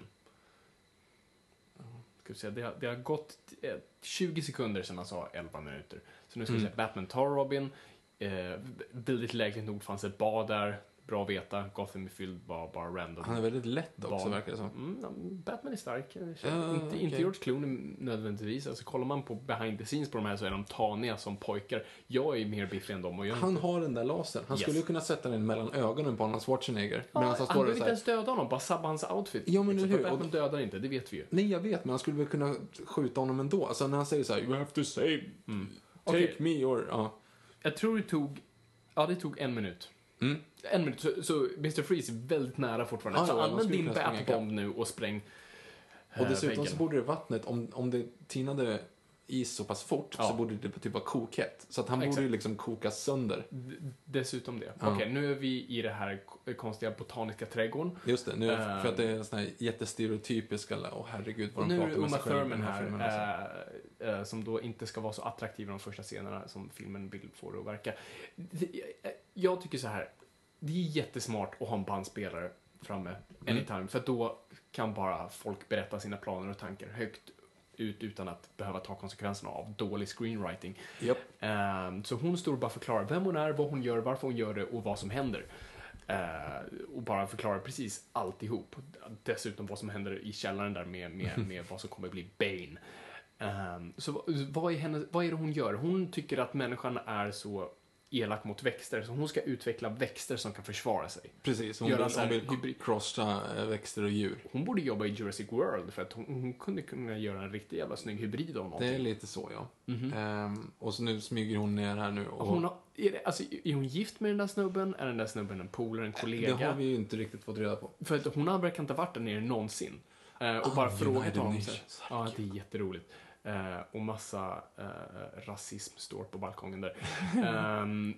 Speaker 6: Ska vi se, det, har, det har gått eh, tjugo sekunder sedan han sa elva minuter. Så nu ska vi
Speaker 5: Mm.
Speaker 6: se, Batman tar Robin. Eh, väldigt lägligt nog fanns ett bad där. Bra att veta. Gotham är fylld bara, bara random.
Speaker 5: Han är väldigt lätt också,
Speaker 6: barn.
Speaker 5: verkar det som.
Speaker 6: Mm, ja, Batman är stark.
Speaker 5: Ja,
Speaker 6: inte,
Speaker 5: okej.
Speaker 6: inte George Clooney nödvändigtvis. Alltså, kollar man på behind the scenes på de här så är de taniga som pojkar. Jag är mer biffig än dem. Och jag
Speaker 5: Han
Speaker 6: inte...
Speaker 5: har den där lasern. Han
Speaker 6: Yes.
Speaker 5: skulle ju kunna sätta den mellan ögonen på Arnold Schwarzenegger.
Speaker 6: Ja,
Speaker 5: medan
Speaker 6: han
Speaker 5: han står
Speaker 6: behöver
Speaker 5: där så
Speaker 6: inte
Speaker 5: här.
Speaker 6: ens döda honom, bara sabba hans outfit.
Speaker 5: Ja, men
Speaker 6: Exakt,
Speaker 5: hur?
Speaker 6: för Batman
Speaker 5: Och-
Speaker 6: dödar inte, det vet vi ju.
Speaker 5: Nej, jag vet, men han skulle väl kunna skjuta honom ändå. Alltså när han säger så här, you have to save, take
Speaker 6: Okej.
Speaker 5: me or... Ja.
Speaker 6: Jag tror det tog, ja det tog en minut.
Speaker 5: Mm.
Speaker 6: En minut, så, så mister Freeze är väldigt nära fortfarande.
Speaker 5: Ja,
Speaker 6: så
Speaker 5: ja, man
Speaker 6: använd
Speaker 5: skulle
Speaker 6: din
Speaker 5: kunna spränga
Speaker 6: Batbomb nu och spräng
Speaker 5: Och
Speaker 6: eh,
Speaker 5: dessutom
Speaker 6: väggen.
Speaker 5: så borde det vattnet, om, om det tinade is så pass fort
Speaker 6: Ja.
Speaker 5: så borde det typ vara kokhett. Så att han
Speaker 6: Exakt.
Speaker 5: borde ju liksom kokas sönder.
Speaker 6: D- Dessutom det.
Speaker 5: Ja.
Speaker 6: Okej, nu är vi i det här k- konstiga botaniska trädgården.
Speaker 5: Just det, nu,
Speaker 6: Ehm.
Speaker 5: för att det är såna här jättestereotypiska, åh herregud vad de
Speaker 6: Nu är
Speaker 5: pratar
Speaker 6: det
Speaker 5: med
Speaker 6: Uma
Speaker 5: sig själva i
Speaker 6: Thurman
Speaker 5: den här
Speaker 6: här,
Speaker 5: filmen. Alltså.
Speaker 6: eh, eh, som då inte ska vara så attraktiv i de första scenerna som filmen vill få det att verka. Det- eh, Jag tycker så här, det är jättesmart att ha en bandspelare framme anytime, för då kan bara folk berätta sina planer och tankar högt ut utan att behöva ta konsekvenserna av dålig screenwriting.
Speaker 5: Japp.
Speaker 6: Ehm, så hon står och bara förklarar vem hon är, vad hon gör, varför hon gör det och vad som händer. Eh, och bara förklarar precis alltihop. Dessutom vad som händer i källaren där med, med, med vad som kommer bli Bane. Um, så vad är, henne, vad är det hon gör? Hon tycker att människan är så elak mot växter, så hon ska utveckla växter som kan försvara sig.
Speaker 5: Precis, hon
Speaker 6: Göra
Speaker 5: vill,
Speaker 6: så här
Speaker 5: hon vill
Speaker 6: hybrid-
Speaker 5: krossa äh, växter och djur.
Speaker 6: Hon borde jobba i Jurassic World, för att hon, hon kunde kunna göra en riktigt jävla snygg hybrid av någonting.
Speaker 5: Det är lite så, ja. Ehm, och så nu smyger hon ner här nu. Och
Speaker 6: Hon har, är, det, alltså, är hon gift med den där snubben? Är den där snubben en polare, en kollega?
Speaker 5: det har vi ju inte riktigt fått reda på.
Speaker 6: För att hon har verkar inte varit där nere någonsin. Eh, och bara
Speaker 5: Ah,
Speaker 6: frågat
Speaker 5: United
Speaker 6: honom.
Speaker 5: Nations.
Speaker 6: Så, ja, det är jätteroligt. Eh, och massa eh, rasism står på balkongen där. Ehm,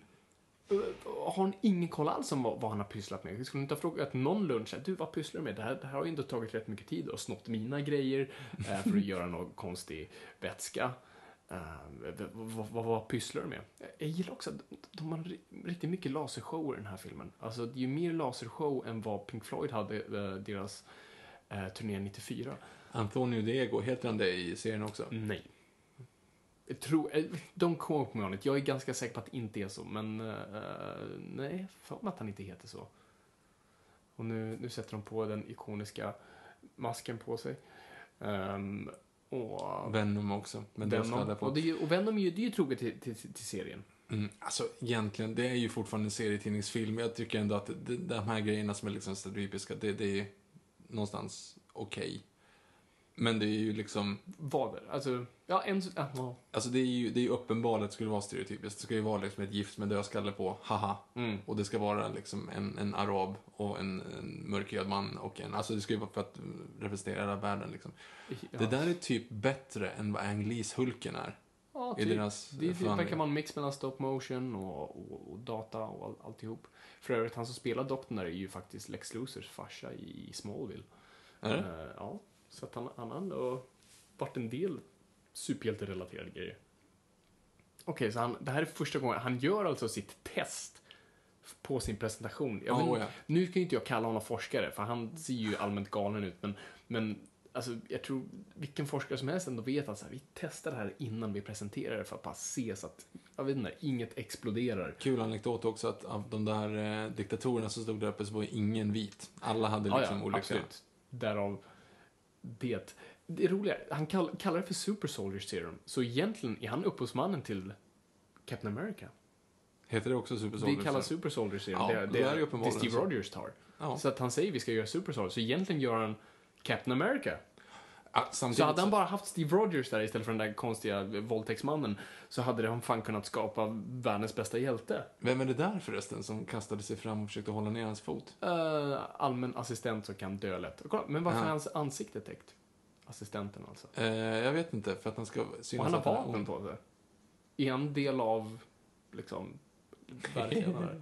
Speaker 6: har hon ingen koll alls om vad, vad han har pysslat med? Jag skulle inte ha frågat någon lunch. Du, vad pysslar du med? Det här, det här har ju inte tagit rätt mycket tid och snott mina grejer eh, för att göra någon konstig vätska. Uh, vad, vad, vad pysslar du med? Jag gillar också att de har riktigt mycket lasershower i den här filmen. Alltså det är ju mer lasershow än vad Pink Floyd hade uh, deras uh, turné nittiofyra.
Speaker 5: Antonio Diego, heter han det i serien också?
Speaker 6: Nej. Jag tror, don't quote me on it. Jag är ganska säker på att det inte är så, men uh, nej, för mig att han inte heter så. Och nu, nu sätter de på den ikoniska masken på sig. Um, Och
Speaker 5: Venom också. Men det
Speaker 6: Venom,
Speaker 5: på.
Speaker 6: och, det, och Venom är ju, det är ju troget till, till, till serien.
Speaker 5: Mm, alltså egentligen, det är ju fortfarande en serietidningsfilm. Jag tycker ändå att det, de här grejerna som är liksom stereotypiska, det, det är någonstans okej. Okay. Men det är ju liksom...
Speaker 6: Vad? Alltså, ja, en... Ja.
Speaker 5: Alltså det är ju det är ju uppenbart att det skulle vara stereotypiskt. Det ska ju vara liksom ett gift med dödskalle på, haha.
Speaker 6: Mm.
Speaker 5: Och det ska vara liksom en, en arab och en, en mörkhyad man och en... Alltså det ska ju vara för att representera hela världen liksom.
Speaker 6: Ja.
Speaker 5: Det där är typ bättre än vad Ang Lees Hulken är.
Speaker 6: Ja,
Speaker 5: I
Speaker 6: typ.
Speaker 5: deras
Speaker 6: Det, det
Speaker 5: förhandling.
Speaker 6: verkar vara en mix mellan stop motion och, och, och data och all, alltihop. För övrigt, han som spelar doktorn där är ju faktiskt Lex Luthers farsa i, i Smallville.
Speaker 5: Är det?
Speaker 6: Uh, ja, så att han, han har ändå varit en del superhjälterelaterade grejer. Okej, okay, så han, det här är första gången. Han gör alltså sitt test på sin presentation. Jag
Speaker 5: Oh,
Speaker 6: vet,
Speaker 5: ja.
Speaker 6: Nu kan ju inte jag kalla honom forskare, för han ser ju allmänt galen ut. Men, men alltså, jag tror vilken forskare som helst ändå vet att så här, vi testar det här innan vi presenterar det för att bara se så att, jag vet inte, inget exploderar.
Speaker 5: Kul anekdot också att av de där eh, diktatorerna som stod där uppe så var ingen vit. Alla hade
Speaker 6: Ja,
Speaker 5: liksom
Speaker 6: ja,
Speaker 5: olika...
Speaker 6: absolut. Därav det. Det är roligare. Han kall, kallar det för Super Soldier Serum. Så egentligen är han upphovsmannen till Captain America.
Speaker 5: Heter det också Super Soldier?
Speaker 6: Det kallas Super Soldier Serum.
Speaker 5: Ja,
Speaker 6: det,
Speaker 5: det
Speaker 6: det,
Speaker 5: är ju
Speaker 6: det
Speaker 5: uppenbarligen
Speaker 6: Steve
Speaker 5: så.
Speaker 6: Rogers tar.
Speaker 5: Ja.
Speaker 6: Så att han säger vi ska göra Super Soldier. Så egentligen gör han Captain America.
Speaker 5: Ja, samtidigt
Speaker 6: Så hade han bara haft Steve Rogers där istället för den där konstiga våldtäktsmannen, så hade han fan kunnat skapa världens bästa hjälte.
Speaker 5: Vem är det där förresten som kastade sig fram och försökte hålla ner hans fot?
Speaker 6: Uh, allmän assistent som kan dö lätt. Kolla, men varför
Speaker 5: Ja.
Speaker 6: är hans ansikte täckt? Assistenten alltså.
Speaker 5: Eh, jag vet inte, för att han ska synas
Speaker 6: Och han har
Speaker 5: att är
Speaker 6: vapen
Speaker 5: ond.
Speaker 6: på sig. Är han del av, liksom, världsledare?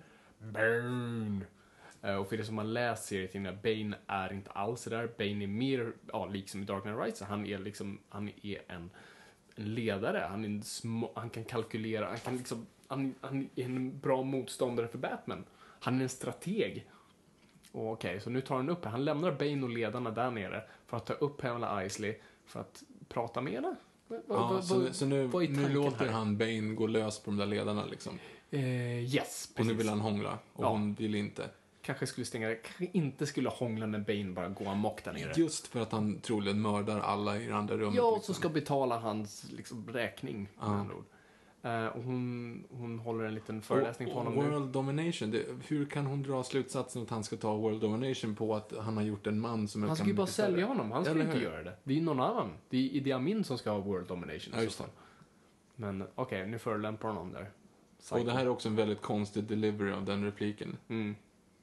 Speaker 6: Burn! Uh, och för det som man läser serietidningar, Bane är inte alls det där. Bane är mer, ja, liksom i Dark Knight Rises. Han är liksom, han är en, en ledare. Han är en små, han kan kalkylera, han kan liksom, han, han är en bra motståndare för Batman. Han är en strateg. Och okej, okay, så nu tar han upp, han lämnar Bane och ledarna där nere för att ta upp Pamela Isley för att prata med henne. Vad,
Speaker 5: Ja,
Speaker 6: vad,
Speaker 5: så,
Speaker 6: vad,
Speaker 5: så nu,
Speaker 6: vad är
Speaker 5: nu
Speaker 6: tanken
Speaker 5: låter
Speaker 6: här?
Speaker 5: han Bane gå lös på de där ledarna liksom.
Speaker 6: Eh, yes,
Speaker 5: Och nu
Speaker 6: precis.
Speaker 5: vill han hångla. Och
Speaker 6: Ja.
Speaker 5: hon vill inte.
Speaker 6: Kanske skulle stänga, kanske inte skulle hångla när Bane bara går amok där nere.
Speaker 5: Just för att han troligen mördar alla i det andra rummet.
Speaker 6: Ja,
Speaker 5: liksom.
Speaker 6: som ska betala hans liksom, räkning.
Speaker 5: Ja.
Speaker 6: Med andra ord. Eh, och hon, hon håller en liten föreläsning
Speaker 5: och,
Speaker 6: på
Speaker 5: och
Speaker 6: honom nu.
Speaker 5: World Domination, det, hur kan hon dra slutsatsen att han ska ta World Domination på att han har gjort en man som
Speaker 6: Han ska
Speaker 5: kan
Speaker 6: ju bara
Speaker 5: mycket större?
Speaker 6: sälja honom, han ska
Speaker 5: Eller
Speaker 6: inte
Speaker 5: hur?
Speaker 6: göra det. Det är ju någon annan. Det är Idi Amin som ska ha World Domination.
Speaker 5: Ja, just det.
Speaker 6: Men okej, okay, nu förolämpar honom där.
Speaker 5: Och det här är också en väldigt konstig delivery av den repliken.
Speaker 6: Mm.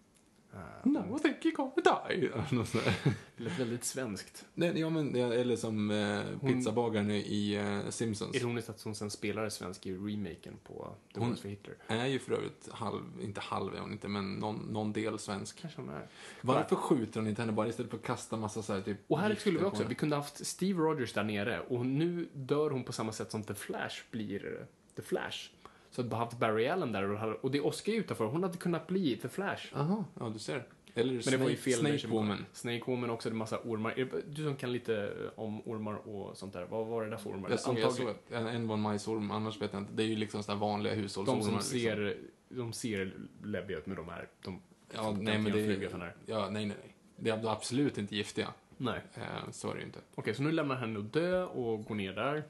Speaker 5: No, I think you're gonna die. Något sånt där.
Speaker 6: Det lät väldigt svenskt.
Speaker 5: Nej, ja, men, eller som eh,
Speaker 6: Hon-
Speaker 5: pizzabagaren i eh, Simpsons.
Speaker 6: Ironiskt att hon sen spelar svensk i remaken på The
Speaker 5: Hon-
Speaker 6: Wars for Hitler.
Speaker 5: Är ju för övrigt halv, inte halv är hon inte, men någon, någon del svensk.
Speaker 6: Kanske hon är.
Speaker 5: Varför skjuter hon inte henne bara istället för att kasta massa så här typ...
Speaker 6: Och här
Speaker 5: gifter
Speaker 6: skulle vi
Speaker 5: på
Speaker 6: också,
Speaker 5: henne?
Speaker 6: vi kunde haft Steve Rogers där nere och nu dör hon på samma sätt som The Flash blir The Flash. Så att vi haft Barry Allen där och, hade- och det är Oscar utanför, hon hade kunnat bli The Flash.
Speaker 5: Aha, ja du ser. Eller
Speaker 6: Men det var ju
Speaker 5: Snake,
Speaker 6: fel.
Speaker 5: Snake Woman.
Speaker 6: Snake Woman också, det är massa ormar. Är det- Du som kan lite om ormar och sånt där, vad var det där för ormar?
Speaker 5: Jag såg, jag
Speaker 6: Antagligen-
Speaker 5: såg en, en var en majsorm, annars vet jag inte. Det är ju liksom sådana vanliga
Speaker 6: De
Speaker 5: hushållsormar.
Speaker 6: som
Speaker 5: liksom.
Speaker 6: ser, de ser läbbiga ut med de här, de
Speaker 5: Ja,
Speaker 6: Som
Speaker 5: nej,
Speaker 6: kan
Speaker 5: men det
Speaker 6: flyga
Speaker 5: är...
Speaker 6: för när.
Speaker 5: Ja, nej, nej, nej. Det är absolut inte giftiga.
Speaker 6: Nej.
Speaker 5: Eh, så är det ju inte.
Speaker 6: Okej, så nu lämnar henne att dö och går ner där.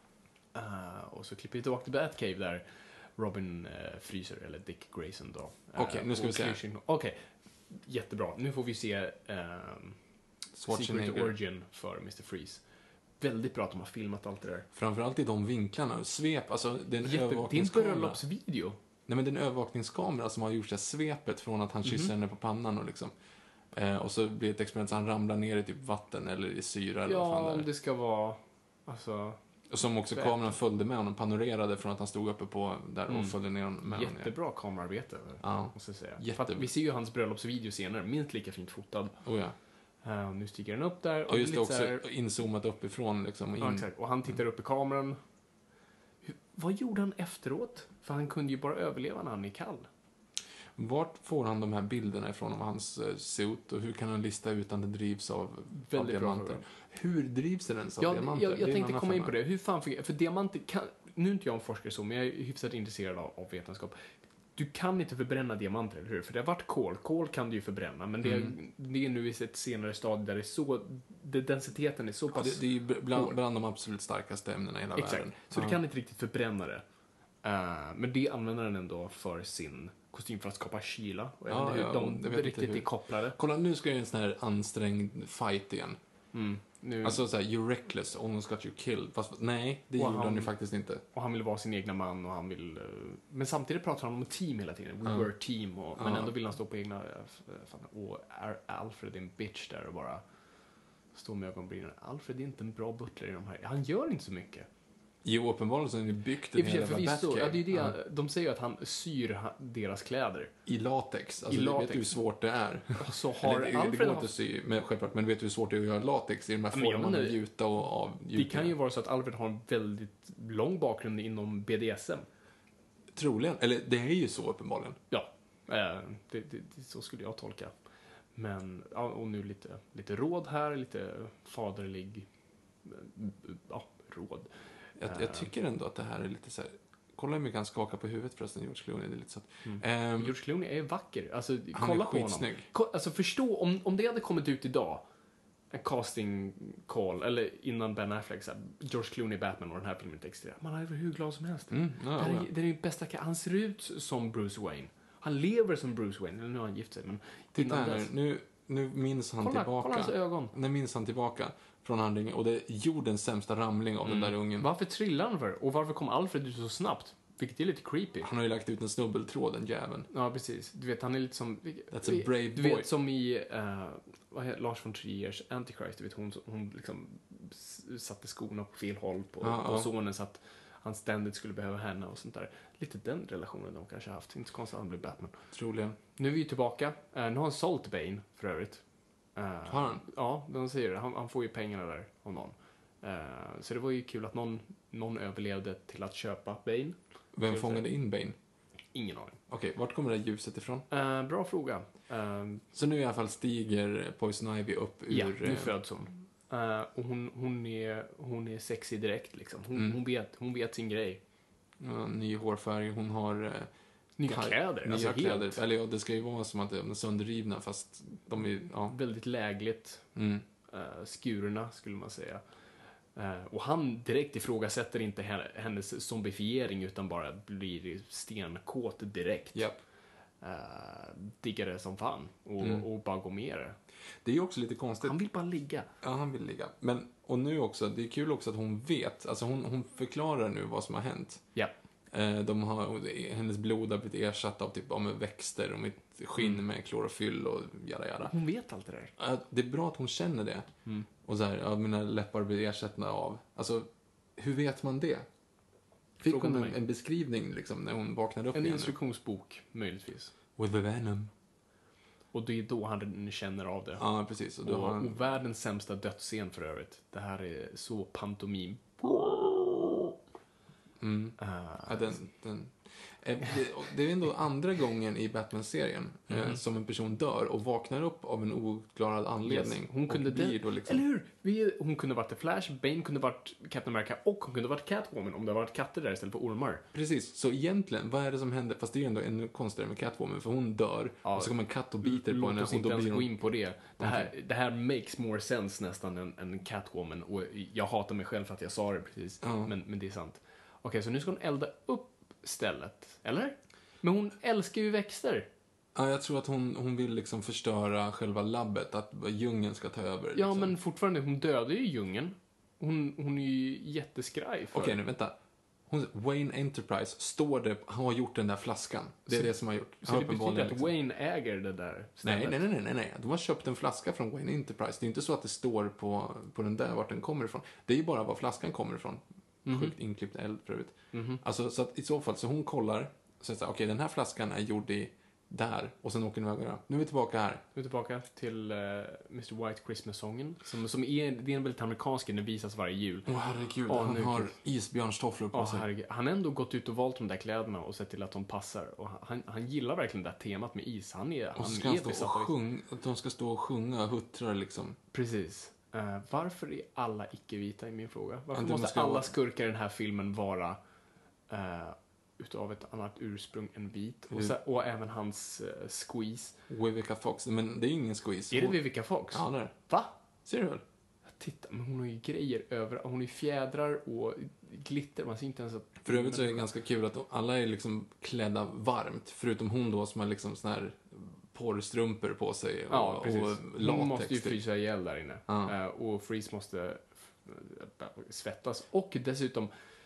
Speaker 6: Uh, och så klipper vi tillbaka till Batcave där Robin uh, fryser, eller Dick Grayson då. Uh,
Speaker 5: Okej, nu ska vi se.
Speaker 6: Okej, okay. Jättebra. Nu får vi se uh, Secret
Speaker 5: Schwarzenegger.
Speaker 6: Origin för mister Freeze. Väldigt bra att de har filmat allt det där.
Speaker 5: Framförallt i de vinklarna. Svep, alltså det är en
Speaker 6: Jätte... Det är en
Speaker 5: övervakningskamera.
Speaker 6: bröllopsvideo.
Speaker 5: Nej, men det är en övervakningskamera som har gjort det här svepet från att han kysser
Speaker 6: Mhm.
Speaker 5: henne på pannan och liksom. Eh, och så blir det ett experiment så han ramlar ner i typ vatten eller i syra eller vad
Speaker 6: Ja,
Speaker 5: fan det
Speaker 6: om
Speaker 5: är.
Speaker 6: det ska vara... Alltså...
Speaker 5: Och som också
Speaker 6: Väl.
Speaker 5: kameran följde med honom, panorerade från att han stod uppe på där och
Speaker 6: Mm.
Speaker 5: följde ner honom med honom ner.
Speaker 6: Jättebra kamerarbete,
Speaker 5: Ja.
Speaker 6: måste jag säga.
Speaker 5: Jätte-
Speaker 6: För att vi ser ju hans bröllopsvideo senare, minst lika fint fotad.
Speaker 5: Oh, ja.
Speaker 6: Uh, nu stiger den upp där.
Speaker 5: Och just det,
Speaker 6: lite
Speaker 5: också
Speaker 6: så här-
Speaker 5: inzoomat uppifrån liksom. Och in.
Speaker 6: Ja, exakt. Och han tittar upp i kameran. Hur, vad gjorde han efteråt? För han kunde ju bara överleva när han är kall.
Speaker 5: Vart får han de här bilderna ifrån av hans uh, suit och hur kan han lista ut att det drivs av, av
Speaker 6: Väldigt bra
Speaker 5: diamanter?
Speaker 6: fråga.
Speaker 5: Hur drivs det ens av
Speaker 6: Ja,
Speaker 5: diamanter?
Speaker 6: jag,
Speaker 5: Det är
Speaker 6: jag
Speaker 5: en
Speaker 6: tänkte
Speaker 5: annan
Speaker 6: komma in på
Speaker 5: femma.
Speaker 6: det. Hur fan fungerar... För diamanter kan... Nu är inte jag en forskare så, men jag är hyfsat intresserad av, av vetenskap. Du kan inte förbränna diamanter, eller hur? För det har varit kol. Kol kan du ju förbränna, men det,
Speaker 5: Mm.
Speaker 6: det är nu i ett senare stadie där det är så... Det, densiteten är så
Speaker 5: Ja,
Speaker 6: pass...
Speaker 5: det, det är ju bland,
Speaker 6: hård.
Speaker 5: bland de absolut starkaste ämnena i hela
Speaker 6: Exakt.
Speaker 5: världen.
Speaker 6: Så
Speaker 5: Ja.
Speaker 6: du kan inte riktigt förbränna det. Uh, men det använder den ändå för sin kostym för att skapa kyla. Och jag
Speaker 5: Ja,
Speaker 6: vet inte
Speaker 5: ja,
Speaker 6: hur
Speaker 5: och
Speaker 6: de
Speaker 5: jag vet inte
Speaker 6: riktigt
Speaker 5: hur.
Speaker 6: är kopplade.
Speaker 5: Kolla, nu ska jag göra en sån här ansträngd fight igen.
Speaker 6: Mm. Nu,
Speaker 5: Alltså såhär, you're reckless, almost got you killed. Fast nej, det
Speaker 6: Och
Speaker 5: gjorde han,
Speaker 6: han-
Speaker 5: ju faktiskt inte.
Speaker 6: och han vill vara sin egna man och han vill... eh, men samtidigt pratar han om ett team hela tiden. We
Speaker 5: Ja.
Speaker 6: were a team. Och, men
Speaker 5: Ja.
Speaker 6: ändå vill han stå på egna... eh, f- fan, och är Alfred är en bitch där och bara står med ögonbrynen. Alfred är inte en bra butler i de här. Han gör inte så mycket.
Speaker 5: Jo, uppenbarligen så är det byggt
Speaker 6: I
Speaker 5: en
Speaker 6: och för sig,
Speaker 5: hel jävla
Speaker 6: förvisso,
Speaker 5: Batcave.
Speaker 6: ja, det är ju det,
Speaker 5: Ja.
Speaker 6: de säger ju att han syr ha- deras kläder.
Speaker 5: I latex. Alltså,
Speaker 6: I
Speaker 5: du
Speaker 6: latex.
Speaker 5: vet hur svårt det är.
Speaker 6: Och så
Speaker 5: Eller,
Speaker 6: har
Speaker 5: det, det
Speaker 6: Alfred
Speaker 5: går inte
Speaker 6: haft...
Speaker 5: att sy, men, självklart, men du vet hur svårt det är att göra latex i de här
Speaker 6: Men jag
Speaker 5: formerna,
Speaker 6: menar,
Speaker 5: gjuta och avgjuta.
Speaker 6: Det kan ju vara så att Alfred har en väldigt lång bakgrund inom B D S M.
Speaker 5: Troligen. Eller det är ju så uppenbarligen.
Speaker 6: Ja, eh, det, det, det, så skulle jag tolka. Men, ja, och nu lite, lite råd här, lite faderlig, eh, ja, råd.
Speaker 5: Jag,
Speaker 6: Eh.
Speaker 5: jag tycker ändå att det här är lite så här. Kolla hur mycket han skakar på huvudet förresten, George Clooney. Det är lite så att,
Speaker 6: Mm.
Speaker 5: ehm,
Speaker 6: George Clooney är vacker. Alltså,
Speaker 5: han
Speaker 6: kolla
Speaker 5: är
Speaker 6: på honom.
Speaker 5: skitsnygg.
Speaker 6: Ko- Alltså förstå, om, om det hade kommit ut idag, en casting call, eller innan Ben Affleck, så här, George Clooney, Batman och den här filmen inte existerar. Man hade varit hur glad som helst.
Speaker 5: Mm, ja,
Speaker 6: det, här
Speaker 5: ja.
Speaker 6: är, det är ju bästa, han ser ut som Bruce Wayne. Han lever som Bruce Wayne, eller nu har han gift sig, men
Speaker 5: Titta
Speaker 6: innan
Speaker 5: här nu,
Speaker 6: dess.
Speaker 5: nu, nu minns han
Speaker 6: Kolla,
Speaker 5: tillbaka.
Speaker 6: kolla hans ögon.
Speaker 5: Nu minns han tillbaka från handlingen och det är jordens sämsta ramling av den där ungen.
Speaker 6: Varför trillar han för? Och varför kom Alfred ut så snabbt? Vilket är lite creepy.
Speaker 5: Han har ju lagt ut en snubbeltråd, den jäveln.
Speaker 6: Ja, precis. Du vet, han är lite som...
Speaker 5: That's a brave
Speaker 6: Du
Speaker 5: boy.
Speaker 6: vet, som i uh, vad heter, Lars von Triers Antichrist. Du vet, hon, hon liksom s- satte skorna på fel håll på,
Speaker 5: Ja,
Speaker 6: på
Speaker 5: ja.
Speaker 6: sonen så att han ständigt skulle behöva henne och sånt där. Lite den relationen de kanske har haft. Inte så konstigt att han blev Batman.
Speaker 5: Troligen.
Speaker 6: Nu är vi tillbaka. Uh, nu har han sålt Bane, för övrigt. Uh,
Speaker 5: Har han?
Speaker 6: Ja, de säger det. Han, han får ju pengarna där av någon. Uh, så det var ju kul att någon, någon överlevde till att köpa Bane.
Speaker 5: Vem
Speaker 6: Ska
Speaker 5: fångade in Bane?
Speaker 6: Ingen aning.
Speaker 5: Okej, vart kommer det här ljuset ifrån?
Speaker 6: Uh, bra fråga. Uh,
Speaker 5: Så nu i alla fall stiger Poison Ivy upp ur...
Speaker 6: ja, nu
Speaker 5: eh,
Speaker 6: föds hon. Uh, och hon, hon, är, hon är sexig direkt liksom. Hon,
Speaker 5: Mm.
Speaker 6: hon, vet, hon vet sin grej.
Speaker 5: ja, ny hårfärg, hon har... eh,
Speaker 6: Nya
Speaker 5: kaj-
Speaker 6: kläder.
Speaker 5: Nya
Speaker 6: alltså
Speaker 5: kläder.
Speaker 6: Helt,
Speaker 5: Eller ja, det ska ju vara som att de är sönderrivna fast de är... Ja.
Speaker 6: väldigt lägligt.
Speaker 5: Mm.
Speaker 6: Uh, skurna skulle man säga. Uh, och han direkt ifrågasätter inte henne- hennes zombifiering utan bara blir stenkåt direkt.
Speaker 5: Japp.
Speaker 6: Uh, diggar det som fan och,
Speaker 5: Mm.
Speaker 6: och bara går med det.
Speaker 5: Det är ju också lite konstigt.
Speaker 6: Han vill bara ligga.
Speaker 5: Ja, han vill ligga. Men, och nu också, det är kul också att hon vet, alltså hon, hon förklarar nu vad som har hänt.
Speaker 6: Ja.
Speaker 5: Eh, de har, hennes blod har blivit ersatt av typ, ja, med växter och med skinn
Speaker 6: Mm.
Speaker 5: med klorofyll och jada jada.
Speaker 6: Hon vet allt det där.
Speaker 5: Ja, det är bra att hon känner det.
Speaker 6: Mm.
Speaker 5: Och så här, ja, mina läppar blir ersatta av. Alltså, hur vet man det? Fick
Speaker 6: Fråga
Speaker 5: hon en,
Speaker 6: mig.
Speaker 5: en beskrivning liksom när hon vaknade upp
Speaker 6: En
Speaker 5: igen?
Speaker 6: instruktionsbok, möjligtvis.
Speaker 5: With the venom.
Speaker 6: Och det är då han känner av det.
Speaker 5: Ja, precis. Och då
Speaker 6: Och,
Speaker 5: har han...
Speaker 6: och världens sämsta dödsscen för övrigt. Det här är så pantomim.
Speaker 5: Mm.
Speaker 6: Uh,
Speaker 5: ja, den, den, eh, det, det är ändå andra gången i Batman-serien
Speaker 6: Mm.
Speaker 5: eh, som en person dör och vaknar upp av en oklarad anledning.
Speaker 6: Yes. Hon kunde
Speaker 5: och blir
Speaker 6: det,
Speaker 5: då liksom...
Speaker 6: eller hur? Vi, hon kunde varit The Flash, Bane kunde varit Captain America och hon kunde varit Catwoman om det varit katter där istället för ormar.
Speaker 5: Precis, så egentligen, vad är det som händer? Fast det är ju ändå ännu konstigare med Catwoman, för hon dör
Speaker 6: Ja,
Speaker 5: och så kommer en katt och biter på
Speaker 6: Låt
Speaker 5: henne
Speaker 6: oss
Speaker 5: och
Speaker 6: inte
Speaker 5: då
Speaker 6: ens
Speaker 5: blir
Speaker 6: gå
Speaker 5: hon...
Speaker 6: in på det. Det här, det här makes more sense nästan än, än Catwoman. Och jag hatar mig själv för att jag sa det precis.
Speaker 5: Ja.
Speaker 6: Men, men det är sant. Okej, så nu ska hon elda upp stället. Eller? Men hon älskar ju växter.
Speaker 5: Ja, jag tror att hon, hon vill liksom förstöra själva labbet, att djungeln ska ta över.
Speaker 6: Ja,
Speaker 5: Liksom.
Speaker 6: men fortfarande, hon dödar ju djungeln. Hon, hon är ju jätteskraj för...
Speaker 5: Okej, nu vänta. Hon, Wayne Enterprise, står det, han har gjort den där flaskan. Det är
Speaker 6: Så-
Speaker 5: det som har gjort.
Speaker 6: Så
Speaker 5: Han
Speaker 6: det betyder
Speaker 5: uppenbarligen
Speaker 6: att
Speaker 5: liksom-
Speaker 6: Wayne äger det där stället?
Speaker 5: Nej, nej, nej, nej, nej. De har köpt en flaska från Wayne Enterprise. Det är inte så att det står på, på den där vart den kommer ifrån. Det är ju bara var flaskan kommer ifrån.
Speaker 6: Mhm.
Speaker 5: Sjukt inklippt eld för övrigt. Alltså, så att i så fall, så hon kollar, så att okej, den här flaskan är gjord i där, och sen åker den iväg. Nu är vi tillbaka här.
Speaker 6: Nu är vi tillbaka till uh, mister White Christmas-sången. Som, som är, det är en väldigt amerikansk, den visas varje jul.
Speaker 5: Åh, herregud,
Speaker 6: Åh,
Speaker 5: han
Speaker 6: nu-
Speaker 5: har isbjörnstofflor på
Speaker 6: Åh,
Speaker 5: sig.
Speaker 6: herregud. Han har ändå gått ut och valt de där kläderna och sett till att de passar. Och han, han gillar verkligen det där temat med is. Han är,
Speaker 5: Och
Speaker 6: han
Speaker 5: så ska
Speaker 6: är
Speaker 5: han stå
Speaker 6: besatt
Speaker 5: och
Speaker 6: av is.
Speaker 5: sjunga, att de ska stå och sjunga och huttra liksom.
Speaker 6: Precis. Uh, varför är alla icke-vita i min fråga? Varför
Speaker 5: Ja, det
Speaker 6: måste
Speaker 5: måste
Speaker 6: alla
Speaker 5: vara-
Speaker 6: skurkar i den här filmen vara uh, utav ett annat ursprung än vit? Och,
Speaker 5: Hur?
Speaker 6: så, och även hans uh, squeeze.
Speaker 5: Vivica Fox, men det är ju ingen squeeze.
Speaker 6: Är det
Speaker 5: Hon-
Speaker 6: Vivica Fox?
Speaker 5: Ja, det är det.
Speaker 6: Va?
Speaker 5: Ser du väl?
Speaker 6: Titta, men hon har ju grejer över. Hon har ju fjädrar och glitter. Man ser inte ens att...
Speaker 5: För övrigt så är det ganska kul att de, alla är liksom klädda varmt, förutom hon då som har liksom såna här porrstrumpor på sig och,
Speaker 6: Ja, precis.
Speaker 5: och
Speaker 6: Hon
Speaker 5: latex.
Speaker 6: måste ju
Speaker 5: typ.
Speaker 6: frysa ihjäl där inne.
Speaker 5: Ja.
Speaker 6: Eh, och Freeze måste eh, svettas. Och dessutom,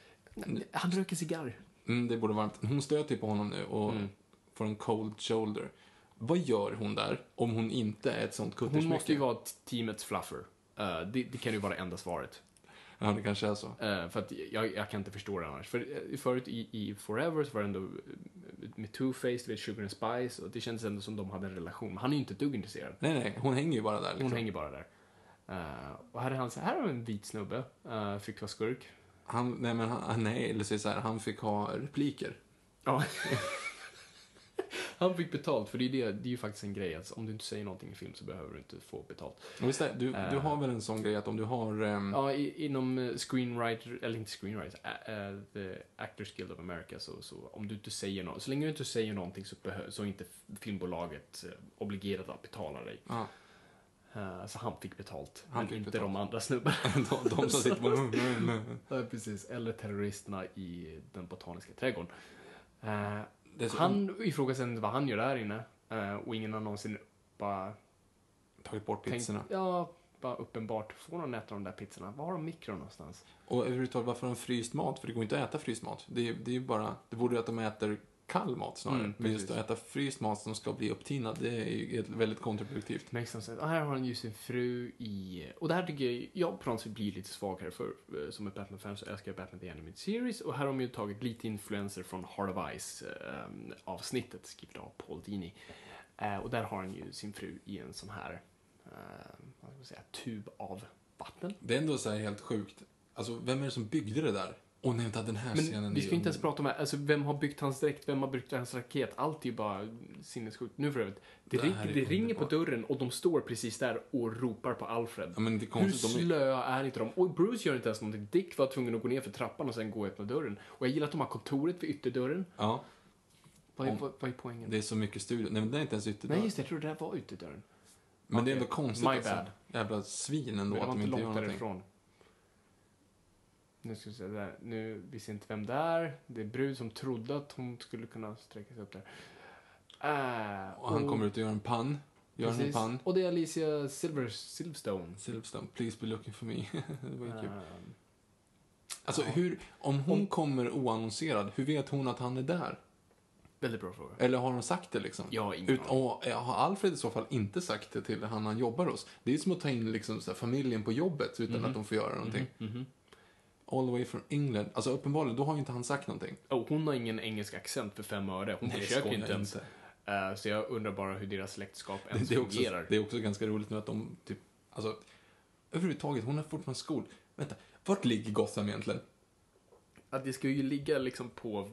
Speaker 6: han röker cigarr.
Speaker 5: Mm, det borde varmt. Hon stöter ju på honom nu och
Speaker 6: Mm.
Speaker 5: får en cold shoulder. Vad gör hon där om hon inte är ett sånt
Speaker 6: Hon
Speaker 5: kuttersmycke?
Speaker 6: måste ju vara t- teamets fluffer. Eh, det, det kan ju vara det enda svaret.
Speaker 5: Ja, det kanske är så.
Speaker 6: Eh, för att jag, jag kan inte förstå det annars. För eh, förut i, i Forever så var det ändå eh, med Two-Face, vet, Sugar and Spice. Och det kändes ändå som de hade en relation. Men han är ju inte ett dugg intresserad.
Speaker 5: Nej, nej, hon hänger ju bara där. Liksom.
Speaker 6: Hon hänger bara där. Eh, och här är han så här har en vit snubbe. Uh, fick vara skurk.
Speaker 5: Han, nej, men han, nej, eller så är det så här, han fick ha repliker.
Speaker 6: Ja. Han fick betalt, för det är, det, det är ju faktiskt en grej att om du inte säger någonting i film så behöver du inte få betalt.
Speaker 5: Och visst är, du,
Speaker 6: Eh.
Speaker 5: du har väl en sån grej att om du har... ehm,
Speaker 6: Ja, i, inom eh, screenwriter, eller inte screenwriter, ä, äh, the Actors Guild of America, så, så om du inte säger något, så länge du inte säger någonting så, behö, så är inte filmbolaget eh, obligerat att betala dig.
Speaker 5: ja,
Speaker 6: Eh, så han fick betalt,
Speaker 5: Han
Speaker 6: men
Speaker 5: fick
Speaker 6: inte
Speaker 5: betalt.
Speaker 6: de andra snubbarna.
Speaker 5: de, de som sitter på...
Speaker 6: Ja, precis. Eller terroristerna i den botaniska trädgården. Eh,
Speaker 5: Det är så-
Speaker 6: han ifrågasätter inte vad han gör där inne. eh, och ingen har någonsin bara
Speaker 5: tagit bort
Speaker 6: tänkt,
Speaker 5: pizzorna.
Speaker 6: ja, bara uppenbart, får någon äta de där pizzorna? Var har de mikron någonstans?
Speaker 5: Och överhuvudtaget, varför har de fryst mat? För det går inte att äta fryst mat. Det är, det är ju bara... Det borde ju att de äter kall mat snarare.
Speaker 6: Mm,
Speaker 5: Men just
Speaker 6: precis.
Speaker 5: att äta fryst mat som ska bli upptinad, det är ju ett väldigt kontraproduktivt.
Speaker 6: Makes some sense. Ah, här har han ju sin fru i... Och det här tycker jag, jag på något sätt blir lite svagare för. eh, Som ett Batman-fan så älskar jag Batman The Animated Series. Och här har de ju tagit lite influenser från Heart of Ice eh, avsnittet, skrivet av Paul Dini. Eh, och där har han ju sin fru i en sån här, eh, vad ska man säga, tub av vatten.
Speaker 5: Det är ändå så här helt sjukt. Alltså, vem är det som byggde det där? Åh nej, vänta, den här scenen
Speaker 6: Men vi
Speaker 5: är
Speaker 6: ska
Speaker 5: ju
Speaker 6: inte ens prata om, alltså, vem har byggt hans dräkt, vem har byggt hans raket. Allt är ju bara sinnessjukt. Nu för övrigt, det,
Speaker 5: Det
Speaker 6: ring,
Speaker 5: här är
Speaker 6: det ringer på
Speaker 5: underbart.
Speaker 6: dörren och de står precis där och ropar på Alfred.
Speaker 5: Ja, men det är
Speaker 6: Hur
Speaker 5: konstigt. De är...
Speaker 6: slöa är inte de? Och Bruce gör inte ens någonting. Dick var tvungen att gå ner för trappan och sen gå och öppna dörren. Och jag gillar att de har kontoret vid ytterdörren.
Speaker 5: Ja,
Speaker 6: Vad är,
Speaker 5: Om-
Speaker 6: vad, vad är poängen?
Speaker 5: det är så mycket studio. Nej, men det är inte ens ytterdörr.
Speaker 6: Nej, just det. Jag tror det där var ytterdörren.
Speaker 5: Men det är
Speaker 6: Okej.
Speaker 5: ändå konstigt.
Speaker 6: My
Speaker 5: alltså.
Speaker 6: bad.
Speaker 5: Jävla svin ändå
Speaker 6: Men det
Speaker 5: att
Speaker 6: var
Speaker 5: de
Speaker 6: inte
Speaker 5: inte gör
Speaker 6: långt
Speaker 5: någonting.
Speaker 6: därifrån. Nu ska vi se där. Nu, vi ser inte vem det är. Det är brud som trodde att hon skulle kunna sträcka sig upp där. Äh,
Speaker 5: Och han kommer ut och gör en pann. Gör en
Speaker 6: precis.
Speaker 5: pann.
Speaker 6: Och det är Alicia Silver, Silverstone.
Speaker 5: Silverstone, please be looking for me. det var ju kul.
Speaker 6: Äh,
Speaker 5: Alltså, hur, om hon kommer oannonserad, hur vet hon att han är där?
Speaker 6: väldigt bra fråga.
Speaker 5: Eller har hon sagt det liksom?
Speaker 6: Jag har ingen
Speaker 5: Ut,
Speaker 6: aning.
Speaker 5: och, har Alfred i så fall inte sagt det till han han jobbar hos? Det är som att ta in liksom, så här, familjen på jobbet utan att de får göra någonting.
Speaker 6: Mhm.
Speaker 5: All the way from England. Alltså uppenbarligen, då har ju inte han sagt någonting.
Speaker 6: Oh, hon har ingen engelsk accent för fem öre. Hon
Speaker 5: Nej,
Speaker 6: försöker
Speaker 5: skojar
Speaker 6: inte ens.
Speaker 5: inte.
Speaker 6: Eh, så jag undrar bara hur deras släktskap ens
Speaker 5: Det är, också,
Speaker 6: fungerar.
Speaker 5: det är också ganska roligt nu att de typ, alltså, överhuvudtaget, hon är fortfarande skol. Vänta, vart ligger Gotham egentligen?
Speaker 6: att det ska ju ligga liksom på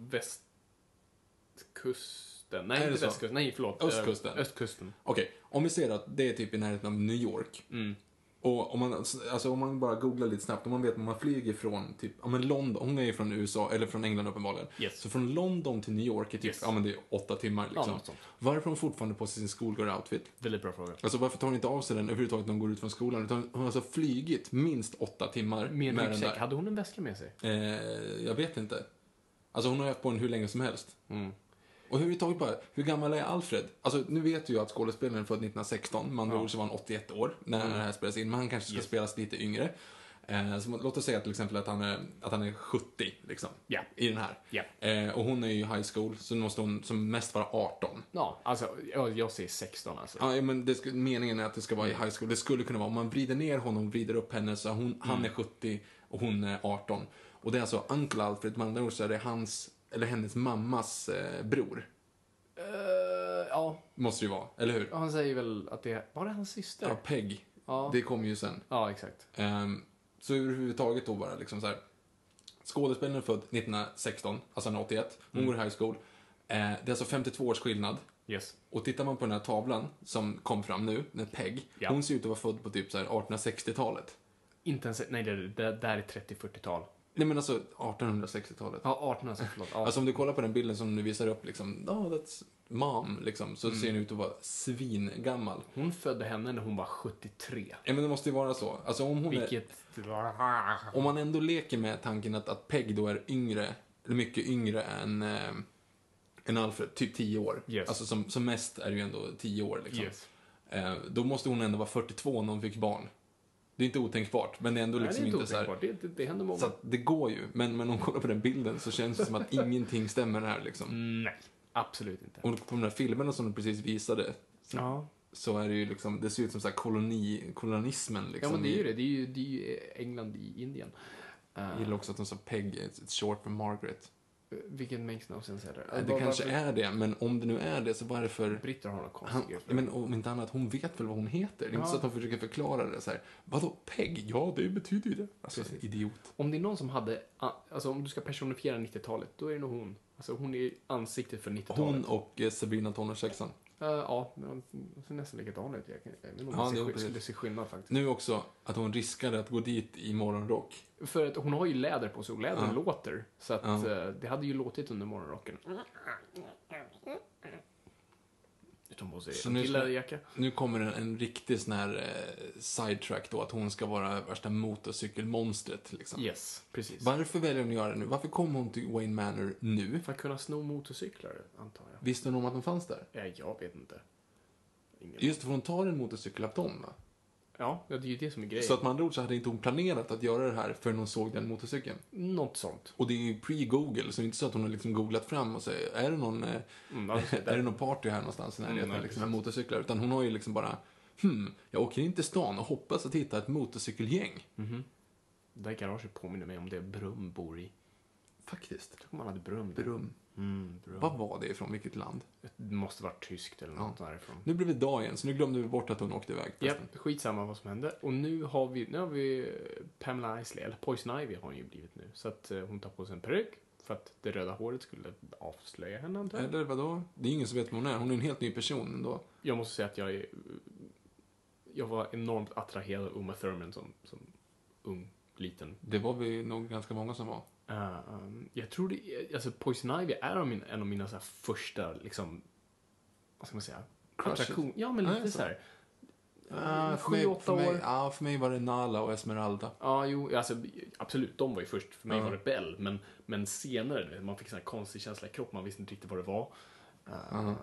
Speaker 6: västkusten. Nej,
Speaker 5: Är det
Speaker 6: inte
Speaker 5: så?
Speaker 6: västkusten. Nej, förlåt.
Speaker 5: Östkusten.
Speaker 6: Ö, östkusten.
Speaker 5: Okej, om vi ser att det är typ i närheten av New York.
Speaker 6: Mm.
Speaker 5: Och om man, alltså om man bara googlar lite snabbt, om man vet om man flyger från typ, ja men London, hon är ju från U S A, eller från England uppenbarligen.
Speaker 6: Yes.
Speaker 5: Så från London till New York är typ,
Speaker 6: Yes.
Speaker 5: ja men det är åtta timmar liksom.
Speaker 6: Ja, något sånt.
Speaker 5: Varför har hon fortfarande på sig sin schoolgirl-outfit?
Speaker 6: Väldigt bra fråga.
Speaker 5: Alltså varför tar hon inte av sig den överhuvudtaget när hon går ut från skolan? Utan hon har alltså flygit minst åtta timmar
Speaker 6: Med en
Speaker 5: med den
Speaker 6: ryggsäck.
Speaker 5: där.
Speaker 6: Hade hon en väska med sig?
Speaker 5: Eh, jag vet inte. Alltså hon har haft på den hur länge som helst.
Speaker 6: Mm.
Speaker 5: Och överhuvudtaget bara, hur gammal är Alfred? Alltså nu vet du ju att skådespelaren är född nittonhundrasexton, man ja. så var han åttioett år när
Speaker 6: Mm.
Speaker 5: det här spelas in, men han kanske ska
Speaker 6: Yes.
Speaker 5: spelas lite yngre. Eh, så låt oss säga till exempel att han är, att han är sjuttio, liksom,
Speaker 6: Ja.
Speaker 5: i den här.
Speaker 6: Ja.
Speaker 5: Eh, och hon är ju high school, så nu måste hon som mest vara arton.
Speaker 6: Ja, alltså, jag, jag säger sexton alltså.
Speaker 5: Ja, men det, ska- meningen är att det ska vara i high school. Det skulle kunna vara, om man vrider ner honom och vrider upp henne så hon, han är sjuttio och hon är arton. Och det är alltså Uncle Alfred, med andra ord så är det hans, eller hennes mammas eh, bror.
Speaker 6: Uh, ja,
Speaker 5: Måste det ju vara, eller hur?
Speaker 6: han säger väl att det var det hans syster?
Speaker 5: Ja, Peg.
Speaker 6: Ja.
Speaker 5: Det kommer ju sen.
Speaker 6: Ja, exakt.
Speaker 5: Um, så överhuvudtaget då bara liksom så här. Skådespelaren är född nittonhundrasexton, alltså han är åttioett. Hon
Speaker 6: Mm.
Speaker 5: går i high school. Uh, det är alltså femtiotvå års skillnad.
Speaker 6: Yes.
Speaker 5: Och tittar man på den här tavlan som kom fram nu, den Peg.
Speaker 6: Ja.
Speaker 5: Hon ser ut att vara född på typ så här artonhundrasextiotalet.
Speaker 6: Inte ens, nej, det, det där är trettio-fyrtiotal.
Speaker 5: Nej men alltså artonhundrasextiotalet.
Speaker 6: Ja, arton alltså, förlåt. Ja.
Speaker 5: Alltså om du kollar på den bilden som du visar upp liksom, oh that's mom, liksom, så ser den ut att vara svingammal.
Speaker 6: Hon födde henne när hon var sjuttiotre.
Speaker 5: Ja men det måste ju vara så. Alltså om hon är...
Speaker 6: Vilket...
Speaker 5: Om man ändå leker med tanken att, att Peg då är yngre, eller mycket yngre än, eh, än Alfred, typ tio år.
Speaker 6: Yes.
Speaker 5: Alltså som, som mest är det ju ändå tio år liksom.
Speaker 6: Yes.
Speaker 5: Eh, då måste hon ändå vara fyrtiotvå när hon fick barn. Det är inte otänkbart, men det är ändå
Speaker 6: Nej,
Speaker 5: liksom
Speaker 6: det är inte
Speaker 5: inte så här...
Speaker 6: otänkbart. Det, det, det händer många.
Speaker 5: Så att det går ju, men, men om man kollar på den bilden så känns det som att ingenting stämmer här liksom.
Speaker 6: Nej, absolut inte.
Speaker 5: Och på de där filmerna som du precis visade, så,
Speaker 6: Ja.
Speaker 5: så är det ju liksom, det ser ut som så här koloni, kolonismen liksom.
Speaker 6: Ja, men det är ju
Speaker 5: i-
Speaker 6: det. Det är ju, det är ju England i Indien. Uh,
Speaker 5: Jag gillar också att de sa Peg, it's it's short for Margaret.
Speaker 6: vilket makes no sense heller.
Speaker 5: Det
Speaker 6: Var-
Speaker 5: kanske
Speaker 6: varför-
Speaker 5: är det, men om det nu är det så varför...
Speaker 6: Britter har något
Speaker 5: Han,
Speaker 6: konstigt.
Speaker 5: men om inte annat, hon vet väl vad hon heter? Det är inte
Speaker 6: Ja.
Speaker 5: så att hon försöker förklara det så här. Vadå, Peg? Ja, det betyder ju det. Alltså,
Speaker 6: Precis.
Speaker 5: idiot.
Speaker 6: Om det är någon som hade, alltså om du ska personifiera nittiotalet, då är det nog hon. Alltså hon är ansiktet för nittiotalet.
Speaker 5: Hon och eh, Sabrina tonårssexan.
Speaker 6: Uh, ja, men hon ser nästan likadan ut. Jag, kan- jag vet inte om
Speaker 5: Ja,
Speaker 6: jag
Speaker 5: det är
Speaker 6: ser,
Speaker 5: precis.
Speaker 6: skulle se skillnad faktiskt.
Speaker 5: Nu också att hon riskade att gå dit i morgonrock.
Speaker 6: För att hon har ju läder på sig och läder
Speaker 5: Ja.
Speaker 6: låter. Så att
Speaker 5: Ja.
Speaker 6: eh, det hade ju låtit under morgonrocken. Utom på sig
Speaker 5: Så
Speaker 6: en
Speaker 5: nu
Speaker 6: till
Speaker 5: ska-
Speaker 6: läderjacka.
Speaker 5: Nu kommer en, en riktig sån här eh, sidetrack då, att hon ska vara värsta motorcykelmonstret liksom.
Speaker 6: Yes, precis.
Speaker 5: Varför väljer hon att göra det nu? Varför kom hon till Wayne Manor nu?
Speaker 6: För att kunna sno motorcyklar, antar jag.
Speaker 5: Visste hon om att de fanns där?
Speaker 6: Ja, jag vet inte. Ingen.
Speaker 5: Just det, för hon tar en motorcykel av dem, va?
Speaker 6: Ja, det är ju det som är grejen.
Speaker 5: Så att med andra ord så hade inte hon planerat att göra det här förrän hon såg den motorcykeln.
Speaker 6: Något sånt.
Speaker 5: Och det är ju pre-Google, så det är inte så att hon har liksom googlat fram och säger, är det någon, eh,
Speaker 6: Mm, alltså,
Speaker 5: är det någon party här någonstans när det
Speaker 6: Mm,
Speaker 5: är
Speaker 6: nej,
Speaker 5: liksom med
Speaker 6: precis.
Speaker 5: motorcyklar? Utan hon har ju liksom bara, hmm, jag åker in till stan och hoppas att hitta ett motorcykelgäng.
Speaker 6: Mhm. Det här garaget påminner mig om det Brum bor i.
Speaker 5: Faktiskt.
Speaker 6: Tänk om man hade Brum där.
Speaker 5: Brum.
Speaker 6: Mm, Brum.
Speaker 5: Vad var det ifrån? Vilket land?
Speaker 6: Det måste vara tyskt eller något därifrån.
Speaker 5: Nu blev det dag igen, så nu glömde vi bort att hon åkte iväg.
Speaker 6: Ja,
Speaker 5: förresten.
Speaker 6: skitsamma vad som hände. Och nu har vi, nu har vi Pamela Isley, eller Poison Ivy har hon ju blivit nu. Så att eh, hon tar på sig en peruk för att det röda håret skulle avslöja henne, antar jag.
Speaker 5: Eller vadå? Det är ingen som vet vem hon är. Hon är en helt ny person ändå.
Speaker 6: Jag måste säga att jag är, jag var enormt attraherad av Uma Thurman som, som ung, liten.
Speaker 5: Det var vi nog ganska många som var.
Speaker 6: Uh, um, jag tror det, alltså Poison Ivy är av min, en av mina så här första, liksom, vad ska man säga?
Speaker 5: Crushes?
Speaker 6: Attraktion. Ja, men lite
Speaker 5: Nej,
Speaker 6: så här.
Speaker 5: Ah, för
Speaker 6: sju,
Speaker 5: mig,
Speaker 6: åtta
Speaker 5: för mig,
Speaker 6: år.
Speaker 5: ja, för mig var det Nala och Esmeralda.
Speaker 6: Ja, jo, alltså absolut, de var ju först. För mig
Speaker 5: Ja.
Speaker 6: var det Bell, men, men senare, du vet, man fick sån här konstig känsla i kroppen, man visste inte riktigt vad det var. Uh,
Speaker 5: Ja.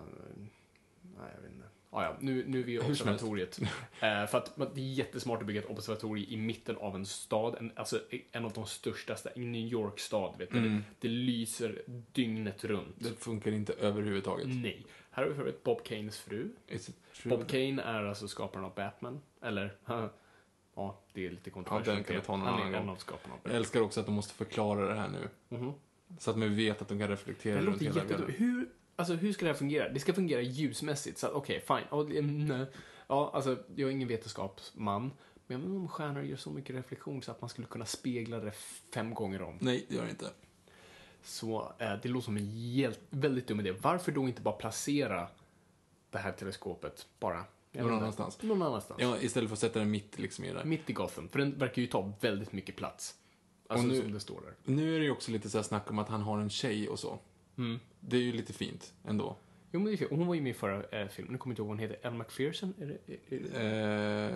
Speaker 6: Nej, jag vet inte. Ah, ja, nu, nu är vi i
Speaker 5: Hur som helst.
Speaker 6: observatoriet. Eh, för att men det är jättesmart att bygga ett observatorium i mitten av en stad, en, alltså en av de största, stä- i New York stad, vet du.
Speaker 5: Mm.
Speaker 6: Det, det lyser dygnet runt.
Speaker 5: Det funkar inte överhuvudtaget.
Speaker 6: Nej. Här har vi för övrigt Bob Kanes fru.
Speaker 5: Is it true?
Speaker 6: Bob Kane är alltså skaparen av Batman. Eller, ja, det är lite kontroversiellt.
Speaker 5: Ja, den kan vi ta någon
Speaker 6: Han
Speaker 5: annan
Speaker 6: är en
Speaker 5: gång.
Speaker 6: av skaparna av
Speaker 5: Jag
Speaker 6: Batman.
Speaker 5: älskar också att de måste förklara det här nu.
Speaker 6: Mhm.
Speaker 5: Så att man vet att de kan reflektera
Speaker 6: Det
Speaker 5: runt
Speaker 6: låter
Speaker 5: hela
Speaker 6: jättedåligt.
Speaker 5: världen.
Speaker 6: Hur, alltså, hur ska det här fungera? Det ska fungera ljusmässigt. Så att, okej, fine. Ja, det- mm, ja, alltså, jag är ingen vetenskapsman. Men jag undrar om stjärnor gör så mycket reflektion så att man skulle kunna spegla det fem gånger om.
Speaker 5: Nej, det gör det inte.
Speaker 6: Så eh, det låter som en helt, väldigt dum idé. Varför då inte bara placera det här teleskopet bara
Speaker 5: någon annanstans?
Speaker 6: Någon annanstans.
Speaker 5: Ja, istället för att sätta den mitt liksom i det.
Speaker 6: Mitt i Gotham. För den verkar ju ta väldigt mycket plats. Alltså
Speaker 5: nu,
Speaker 6: som det står där.
Speaker 5: Nu är det ju också lite så här snack om att han har en tjej och så.
Speaker 6: Mm.
Speaker 5: Det är ju lite fint ändå.
Speaker 6: Jo, men det är, hon var ju med i förra äh, filmen. Nu kommer jag inte ihåg vad hon heter. Elle McPherson? Är det, är, är det?
Speaker 5: Eh,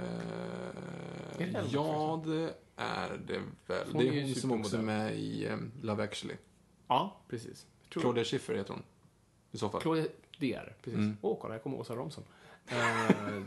Speaker 6: Är det
Speaker 5: ja, det är det väl.
Speaker 6: Hon
Speaker 5: det
Speaker 6: är
Speaker 5: är
Speaker 6: ju
Speaker 5: hon som också är
Speaker 6: supermodell.
Speaker 5: med i um, Love Actually.
Speaker 6: Ja, precis. Jag tror-
Speaker 5: Claudia Schiffer heter hon. I så fall.
Speaker 6: Claudia, det är det, precis. Åh,
Speaker 5: Mm.
Speaker 6: oh, kolla, här kommer Åsa Romson. Uh,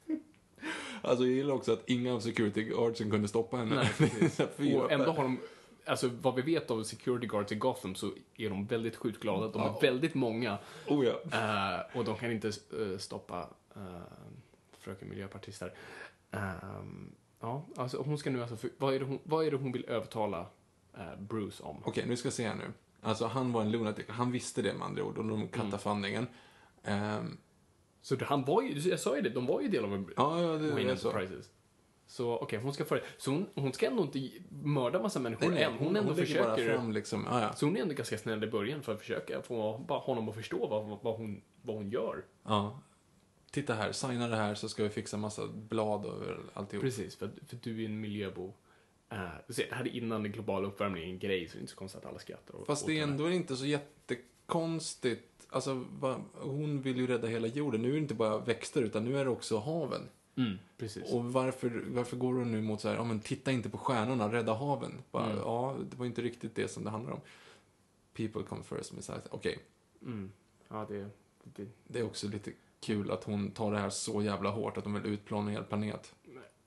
Speaker 5: Alltså jag gillar också att inga av security guardsen kunde stoppa henne.
Speaker 6: Nej, precis.
Speaker 5: Fyra
Speaker 6: och ändå
Speaker 5: per-
Speaker 6: har de, alltså vad vi vet av security guards i Gotham så är de väldigt sjukt glada. De är
Speaker 5: Ja.
Speaker 6: väldigt många.
Speaker 5: Oh ja.
Speaker 6: Eh, och de kan inte eh, stoppa uh, fröken miljöpartist här. Ehm, ja, alltså hon ska nu alltså, för, vad, är det hon, vad är det hon vill övertala eh, Bruce om?
Speaker 5: Okej, nu ska jag se här nu. Alltså han var en lunatic. Han visste det med andra ord. Och de kattafandingen. Ehm,
Speaker 6: Så det, han var ju, jag sa ju det, de var ju del av en
Speaker 5: ja, ja, det
Speaker 6: Wayne
Speaker 5: är så.
Speaker 6: Enterprises. Så okej, hon ska föra, så hon, hon ska ändå inte mörda massa människor
Speaker 5: Nej, nej,
Speaker 6: än. Hon, ändå
Speaker 5: lägger bara
Speaker 6: försöker.
Speaker 5: fram liksom. Ja, ja.
Speaker 6: Så hon är ändå ganska snäll i början för att försöka få bara honom att förstå vad, vad, hon, vad hon gör.
Speaker 5: Ja. Titta här, signa det här så ska vi fixa massa blad över alltihop.
Speaker 6: Precis, för, för du är en miljöbov. Uh, det här är innan den globala uppvärmningen är en grej, så det är inte så konstigt att alla skrattar. Och,
Speaker 5: Fast det är
Speaker 6: och-
Speaker 5: ändå inte så jättekonstigt. Alltså, va, hon vill ju rädda hela jorden. Nu är det inte bara växter, utan nu är det också haven.
Speaker 6: Mm, precis.
Speaker 5: Och varför, varför går hon nu mot så här, ja men titta inte på stjärnorna, rädda haven. Bara,
Speaker 6: Mm.
Speaker 5: Ja, det var inte riktigt det som det handlar om. People come first, men så här, okej.
Speaker 6: Mm. Ja, det, det,
Speaker 5: Det är också lite kul att hon tar det här så jävla hårt att de vill utplåna en hel planet.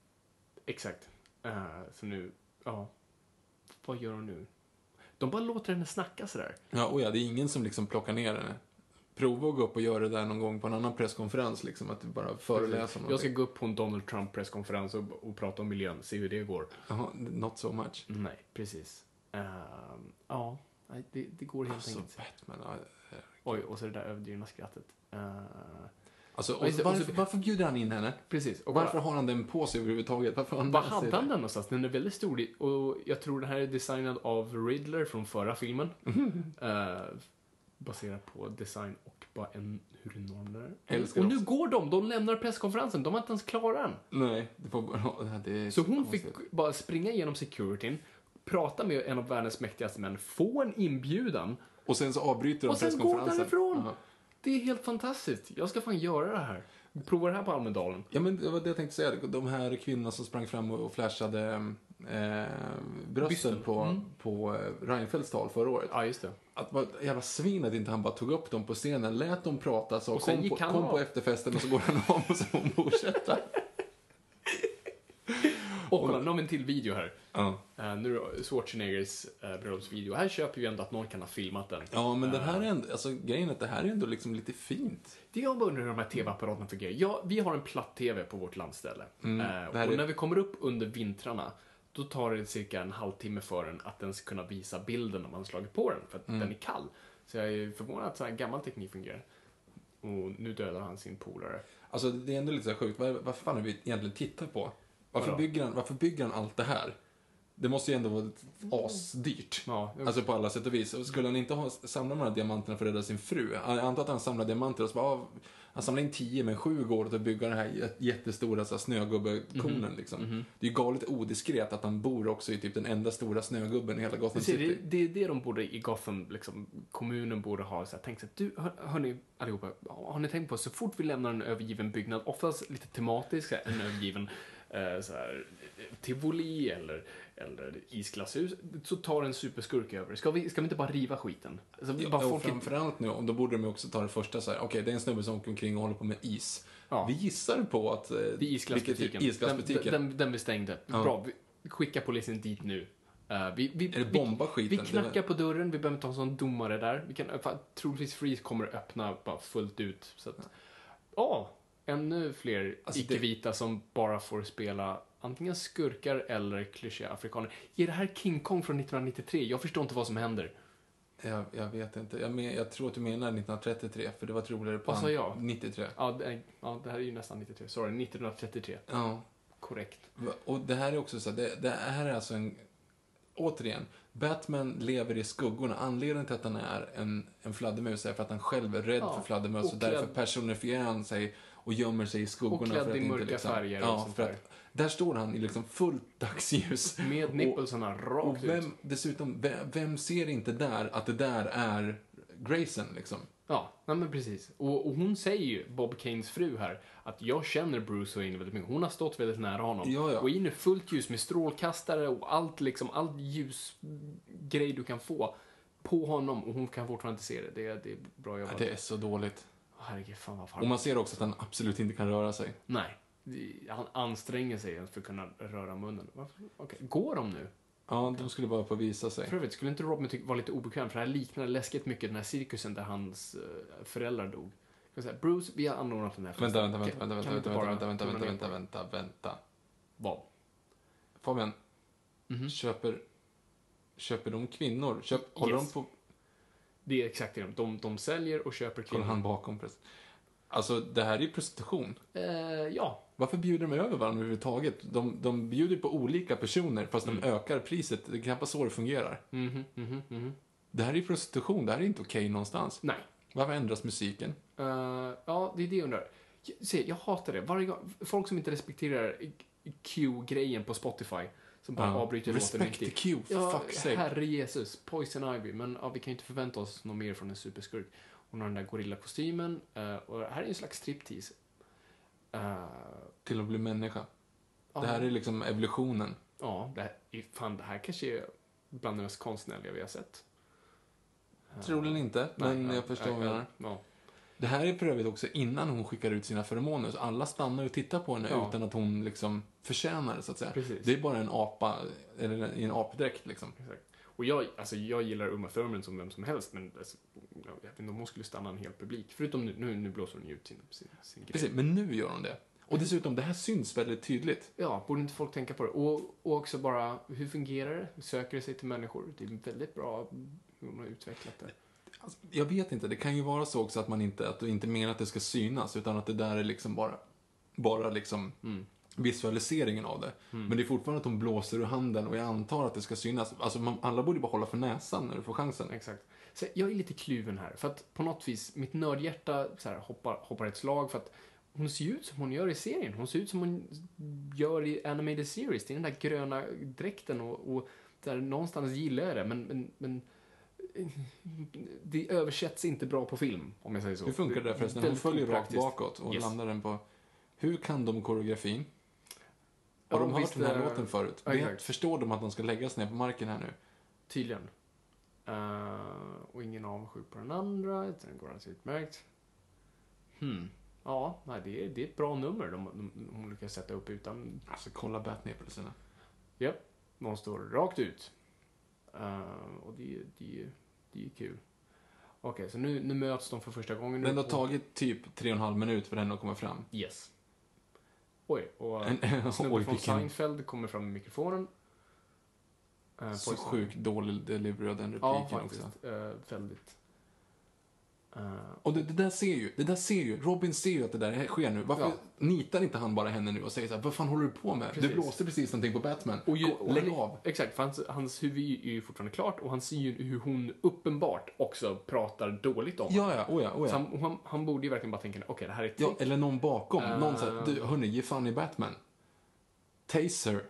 Speaker 6: exakt. Uh, så nu, ja. Vad gör hon nu? De bara låter henne snacka sådär.
Speaker 5: Ja, och ja, det är ingen som liksom plockar ner henne. Prova att gå upp och göra det där någon gång på en annan presskonferens, liksom, att du bara föreläser om
Speaker 6: Jag ska gå upp på en Donald Trump-presskonferens och, och prata om miljön, se hur det går.
Speaker 5: Jaha, not so much.
Speaker 6: Nej, precis. Uh, ja, nej, det, det går helt
Speaker 5: Alltså,
Speaker 6: enkelt.
Speaker 5: Batman, ja, eh.
Speaker 6: Oj, och så det där överdrivna skrattet. Uh,
Speaker 5: Alltså, och
Speaker 6: Ja, just det, och
Speaker 5: varför,
Speaker 6: så-
Speaker 5: varför bjuder han in henne?
Speaker 6: precis. Och
Speaker 5: Varför
Speaker 6: bara-
Speaker 5: har han den på sig överhuvudtaget? Varför har han
Speaker 6: Vad
Speaker 5: den
Speaker 6: hade
Speaker 5: sig
Speaker 6: han
Speaker 5: där?
Speaker 6: den någonstans? Den är väldigt stor. Och jag tror den här är designad av Riddler från förra filmen. Eh, baserat på design och bara en, hur enorm den är.
Speaker 5: Älskar
Speaker 6: Och nu
Speaker 5: också.
Speaker 6: går de, de lämnar presskonferensen. De var inte ens klara än.
Speaker 5: Nej, det, får bara, det är
Speaker 6: Så hon
Speaker 5: konstigt.
Speaker 6: fick bara springa igenom securityn, prata med en av världens mäktigaste män, få en inbjudan
Speaker 5: Och sen så avbryter de
Speaker 6: och sen gå
Speaker 5: presskonferensen.
Speaker 6: därifrån.
Speaker 5: Jaha.
Speaker 6: Det är helt fantastiskt. Jag ska fan göra det här. Prova det här på Almedalen.
Speaker 5: Ja, men det var det jag tänkte säga. De här kvinnorna som sprang fram och flashade eh, brösten
Speaker 6: Bysten.
Speaker 5: på,
Speaker 6: Mm.
Speaker 5: på eh, Reinfeldts tal förra året.
Speaker 6: Ja, just det.
Speaker 5: Att vad jävla svin att inte han bara tog upp dem på scenen, lät dem prata, så
Speaker 6: Och sen
Speaker 5: kom,
Speaker 6: gick
Speaker 5: på,
Speaker 6: han
Speaker 5: kom
Speaker 6: av.
Speaker 5: på efterfesten och så går han av och så får hon fortsätta.
Speaker 6: Och kolla, nu har vi en till video här.
Speaker 5: Ja.
Speaker 6: Uh, nu är det Schwarzeneggers uh, bröllopsvideo. Här köper vi ändå att någon kan ha filmat den.
Speaker 5: Ja, men den här är ändå, alltså grejen är att det här är ändå liksom lite fint.
Speaker 6: Det jag bara undrar hur de här tv-apparaterna fungerar. Ja, vi har en platt-tv på vårt landställe.
Speaker 5: Mm,
Speaker 6: Eh,
Speaker 5: det här
Speaker 6: och
Speaker 5: är-
Speaker 6: när vi kommer upp under vintrarna, då tar det cirka en halvtimme för den att den ska kunna visa bilden när man har slagit på den, för att
Speaker 5: Mm.
Speaker 6: den är kall. Så jag är förvånad att så här gammal teknik fungerar. Och nu dödar han sin polare.
Speaker 5: Alltså det är ändå lite så här sjukt. Vad, vad fan är vi egentligen tittar på? Varför
Speaker 6: Vadå?
Speaker 5: bygger, han, varför bygger han allt det här? Det måste ju ändå vara asdyrt.
Speaker 6: Ja,
Speaker 5: Alltså på alla sätt och vis. Och skulle han inte ha samlat de här diamanterna för att rädda sin fru? Jag antar att han samlar diamanter och så bara, ah, han samlar in tio, men sju går åt att bygga den här jä- jättestora så här, snögubbekonen liksom. Det är ju galet odiskret att han bor också i typ den enda stora snögubben i hela Gotham
Speaker 6: Du ser, det,
Speaker 5: City.
Speaker 6: det är det de borde i Gotham, liksom, kommunen borde ha så här, tänkt sig att du, hör, hörni allihopa, har ni tänkt på så fort vi lämnar en övergiven byggnad, oftast lite tematisk, så här, en övergiven eh, så här, tivoli eller, eller isglasshus, så tar en superskurk över. Ska vi, ska vi inte bara riva skiten? Alltså,
Speaker 5: Ja,
Speaker 6: bara
Speaker 5: och
Speaker 6: folk
Speaker 5: framförallt nu, och då borde de ju också ta det första så här. Okej, det är en snubbe som åker omkring och håller på med is.
Speaker 6: Ja.
Speaker 5: Vi gissar på att... eh,
Speaker 6: Det är isglassbutiken.
Speaker 5: vilket- Isglassbutiken.
Speaker 6: Den, den, den vi stängde.
Speaker 5: Ja.
Speaker 6: Bra, vi skickar polisen dit nu. Uh, vi, vi,
Speaker 5: Är det
Speaker 6: vi-
Speaker 5: bomba skiten?
Speaker 6: Vi
Speaker 5: Det är
Speaker 6: knackar
Speaker 5: väl-
Speaker 6: på dörren, vi behöver inte ha en sån domare där. Vi kan, för, troligtvis Freeze kommer öppna bara fullt ut. Så att, ja, ännu fler
Speaker 5: Alltså, det-
Speaker 6: icke-vita som bara får spela antingen skurkar eller klyschiga afrikaner. Är det här King Kong från nittonhundranittiotre? Jag förstår inte vad som händer.
Speaker 5: Jag, jag vet inte. Jag, men, jag tror att du menar nittonhundratrettiotre, för det var troligare på
Speaker 6: Vad sa
Speaker 5: an-
Speaker 6: jag?
Speaker 5: nittiotre.
Speaker 6: Ja det, ja, det här är ju nästan nittiotre. Sorry, nittonhundratrettiotre.
Speaker 5: Ja.
Speaker 6: Korrekt.
Speaker 5: Va- Och det här är också så här, det, det här är alltså en... återigen, Batman lever i skuggorna. Anledningen till att han är en, en fladdermus är för att han själv är rädd
Speaker 6: Ja,
Speaker 5: för fladdermus. Och,
Speaker 6: och
Speaker 5: därför
Speaker 6: klädd-
Speaker 5: personifierar han sig och gömmer sig i skuggorna.
Speaker 6: Och klädd
Speaker 5: för att
Speaker 6: i
Speaker 5: inte,
Speaker 6: mörka
Speaker 5: liksom,
Speaker 6: färger och
Speaker 5: ja,
Speaker 6: sånt
Speaker 5: för
Speaker 6: där.
Speaker 5: att, där står han i liksom fullt dagsljus.
Speaker 6: Med nipplesarna
Speaker 5: Och
Speaker 6: rakt ut.
Speaker 5: vem, dessutom, vem, vem ser inte där att det där är Grayson, liksom?
Speaker 6: Ja, nej men precis. Och, och hon säger ju, Bob Kanes fru här, att jag känner Bruce Wayne väldigt mycket. Hon har stått väldigt nära honom.
Speaker 5: Ja, ja.
Speaker 6: Och in i fullt ljus med strålkastare och allt liksom, allt ljusgrej du kan få på honom. Och hon kan fortfarande inte se det. Det är, det är bra jobbat.
Speaker 5: Ja, det är så dåligt.
Speaker 6: Åh, herregud, fan vad
Speaker 5: Och
Speaker 6: farligt.
Speaker 5: man ser också att han absolut inte kan röra sig.
Speaker 6: Nej, det- han anstränger sig för att kunna röra munnen. Varför? Okej, går de nu?
Speaker 5: Ja, de skulle bara få visa sig.
Speaker 6: För övrigt, skulle inte Robin tycka- vara lite obekväm? För det här liknar läskigt mycket den här cirkusen där hans uh, föräldrar dog. Jag säga, Bruce, vi har anordnat den här
Speaker 5: Vänta, vänta,
Speaker 6: festen.
Speaker 5: vänta, vänta,
Speaker 6: Kan-
Speaker 5: vänta,
Speaker 6: kan vi
Speaker 5: vänta,
Speaker 6: inte
Speaker 5: vänta,
Speaker 6: bara
Speaker 5: vänta, vänta,
Speaker 6: tumma ner
Speaker 5: vänta,
Speaker 6: på det?
Speaker 5: vänta, vänta.
Speaker 6: Vad?
Speaker 5: Fabian,
Speaker 6: Mhm.
Speaker 5: köper, köper de kvinnor? Köp, håller
Speaker 6: Yes.
Speaker 5: de på...
Speaker 6: Det är exakt det. De, de säljer och köper
Speaker 5: Kolla
Speaker 6: kvinnor.
Speaker 5: han bakom. Precis. Alltså, det här är ju prostitution.
Speaker 6: Eh, ja.
Speaker 5: Varför bjuder de över varandra överhuvudtaget? De, de bjuder på olika personer, fast de
Speaker 6: Mm.
Speaker 5: ökar priset. Det är knappast så det fungerar.
Speaker 6: Mhm, mhm, mhm.
Speaker 5: Det här är ju prostitution. Det här är inte okej någonstans.
Speaker 6: Nej.
Speaker 5: Varför ändras musiken?
Speaker 6: Eh, ja, det är det jag undrar. Se, jag hatar det. Varje gång, folk som inte respekterar Q-grejen på Spotify, som bara
Speaker 5: Ja.
Speaker 6: avbryter låten
Speaker 5: Respect
Speaker 6: mitt i.
Speaker 5: the Q, for
Speaker 6: Ja,
Speaker 5: fuck's sake.
Speaker 6: herre Jesus. Poison Ivy. Men ja, vi kan ju inte förvänta oss något mer från en superskurk. Hon har den där gorillakostymen. Uh, och det här är en slags striptease. Uh,
Speaker 5: Till att bli människa.
Speaker 6: ja,
Speaker 5: Det här är liksom evolutionen.
Speaker 6: Ja, det här, är- fan, det här kanske är bland det mest konstnärliga vi har sett.
Speaker 5: Troligen inte, men
Speaker 6: Nej,
Speaker 5: jag
Speaker 6: ja,
Speaker 5: förstår vad
Speaker 6: ja,
Speaker 5: du menar.
Speaker 6: ja.
Speaker 5: Det här är för övrigt också innan hon skickar ut sina feromoner. Så alla stannar och tittar på henne
Speaker 6: Ja.
Speaker 5: utan att hon liksom förtjänar det, så att säga.
Speaker 6: Precis.
Speaker 5: Det är bara en apa, eller i en apdräkt liksom.
Speaker 6: Exakt. Och jag, alltså, jag gillar Uma Thurman som vem som helst, men alltså, jag vet inte om hon skulle stanna en hel publik. Förutom nu, nu, nu blåser hon ju ut sin, sin, sin grej.
Speaker 5: Precis, men nu gör hon det. Och dessutom, det här syns väldigt tydligt.
Speaker 6: Ja, borde inte folk tänka på det? Och, och också bara, hur fungerar det? Söker det sig till människor? Det är väldigt bra hur hon har utvecklat det.
Speaker 5: Alltså, jag vet inte, det kan ju vara så också att man inte, att du inte menar att det ska synas, utan att det där är liksom bara, bara liksom
Speaker 6: Mm.
Speaker 5: visualiseringen av det. Men det är fortfarande att de blåser ur handen och jag antar att det ska synas. Alltså, man, alla borde bara hålla för näsan när du får chansen.
Speaker 6: Exakt. Så jag är lite kluven här, för att på något vis, mitt nördhjärta så här, hoppar, hoppar ett slag, för att hon ser ut som hon gör i serien. Hon ser ut som hon gör i Animated Series. Det är den där gröna dräkten och, och där någonstans gillar jag det, men, men, men det översätts inte bra på film, om jag säger så.
Speaker 5: Hur funkar det förresten? Hon
Speaker 6: Väldigt
Speaker 5: följer rakt
Speaker 6: opraktiskt.
Speaker 5: bakåt och
Speaker 6: Yes.
Speaker 5: landar den på... Hur kan de koreografin? Har
Speaker 6: Ja,
Speaker 5: de hört
Speaker 6: visst,
Speaker 5: den här
Speaker 6: eh,
Speaker 5: låten förut?
Speaker 6: ja,
Speaker 5: Vet,
Speaker 6: exakt.
Speaker 5: förstår de att de ska läggas ner på marken här nu?
Speaker 6: Tydligen. Uh, och ingen avundsjuk på den andra, utan den går alltså utmärkt. Hmm. Ja, nej, det, är, det är ett bra nummer de, de, de lyckas sätta upp utan...
Speaker 5: Alltså, kolla Batnipplesarna.
Speaker 6: Japp, de står rakt ut. Uh, och det, är- det, är- det är kul. Okej, så nu, nu möts de för första gången.
Speaker 5: Den har
Speaker 6: och-
Speaker 5: tagit typ tre och en halv minut för den att komma fram.
Speaker 6: Yes. Oj, och
Speaker 5: En-
Speaker 6: snubben
Speaker 5: oj,
Speaker 6: från
Speaker 5: vilken-
Speaker 6: Seinfeld kommer fram med mikrofonen. Uh,
Speaker 5: Så
Speaker 6: Poison-
Speaker 5: sjukt dålig delivery av den
Speaker 6: Ja,
Speaker 5: repliken
Speaker 6: faktiskt.
Speaker 5: också.
Speaker 6: Uh, väldigt. Uh,
Speaker 5: Och det, det där ser ju, det där ser ju, Robin ser ju att det där sker nu. Varför
Speaker 6: Ja.
Speaker 5: nitar inte han bara henne nu och säger så här, vad fan håller du på med?
Speaker 6: Precis.
Speaker 5: Det blåste precis någonting på Batman.
Speaker 6: Och ju,
Speaker 5: Gå-
Speaker 6: och
Speaker 5: Lägg
Speaker 6: han,
Speaker 5: av.
Speaker 6: Exakt, för hans, hans huvud är ju fortfarande klart och han ser ju hur hon uppenbart också pratar dåligt om honom.
Speaker 5: Ja, ja, oh ja, oh
Speaker 6: Så
Speaker 5: ja.
Speaker 6: han, han, han borde ju verkligen bara tänka, okej, det här är ett
Speaker 5: Ja,
Speaker 6: trick.
Speaker 5: eller någon bakom.
Speaker 6: Eh.
Speaker 5: Någon säger, du, hörni, ge fan i Batman. Taser.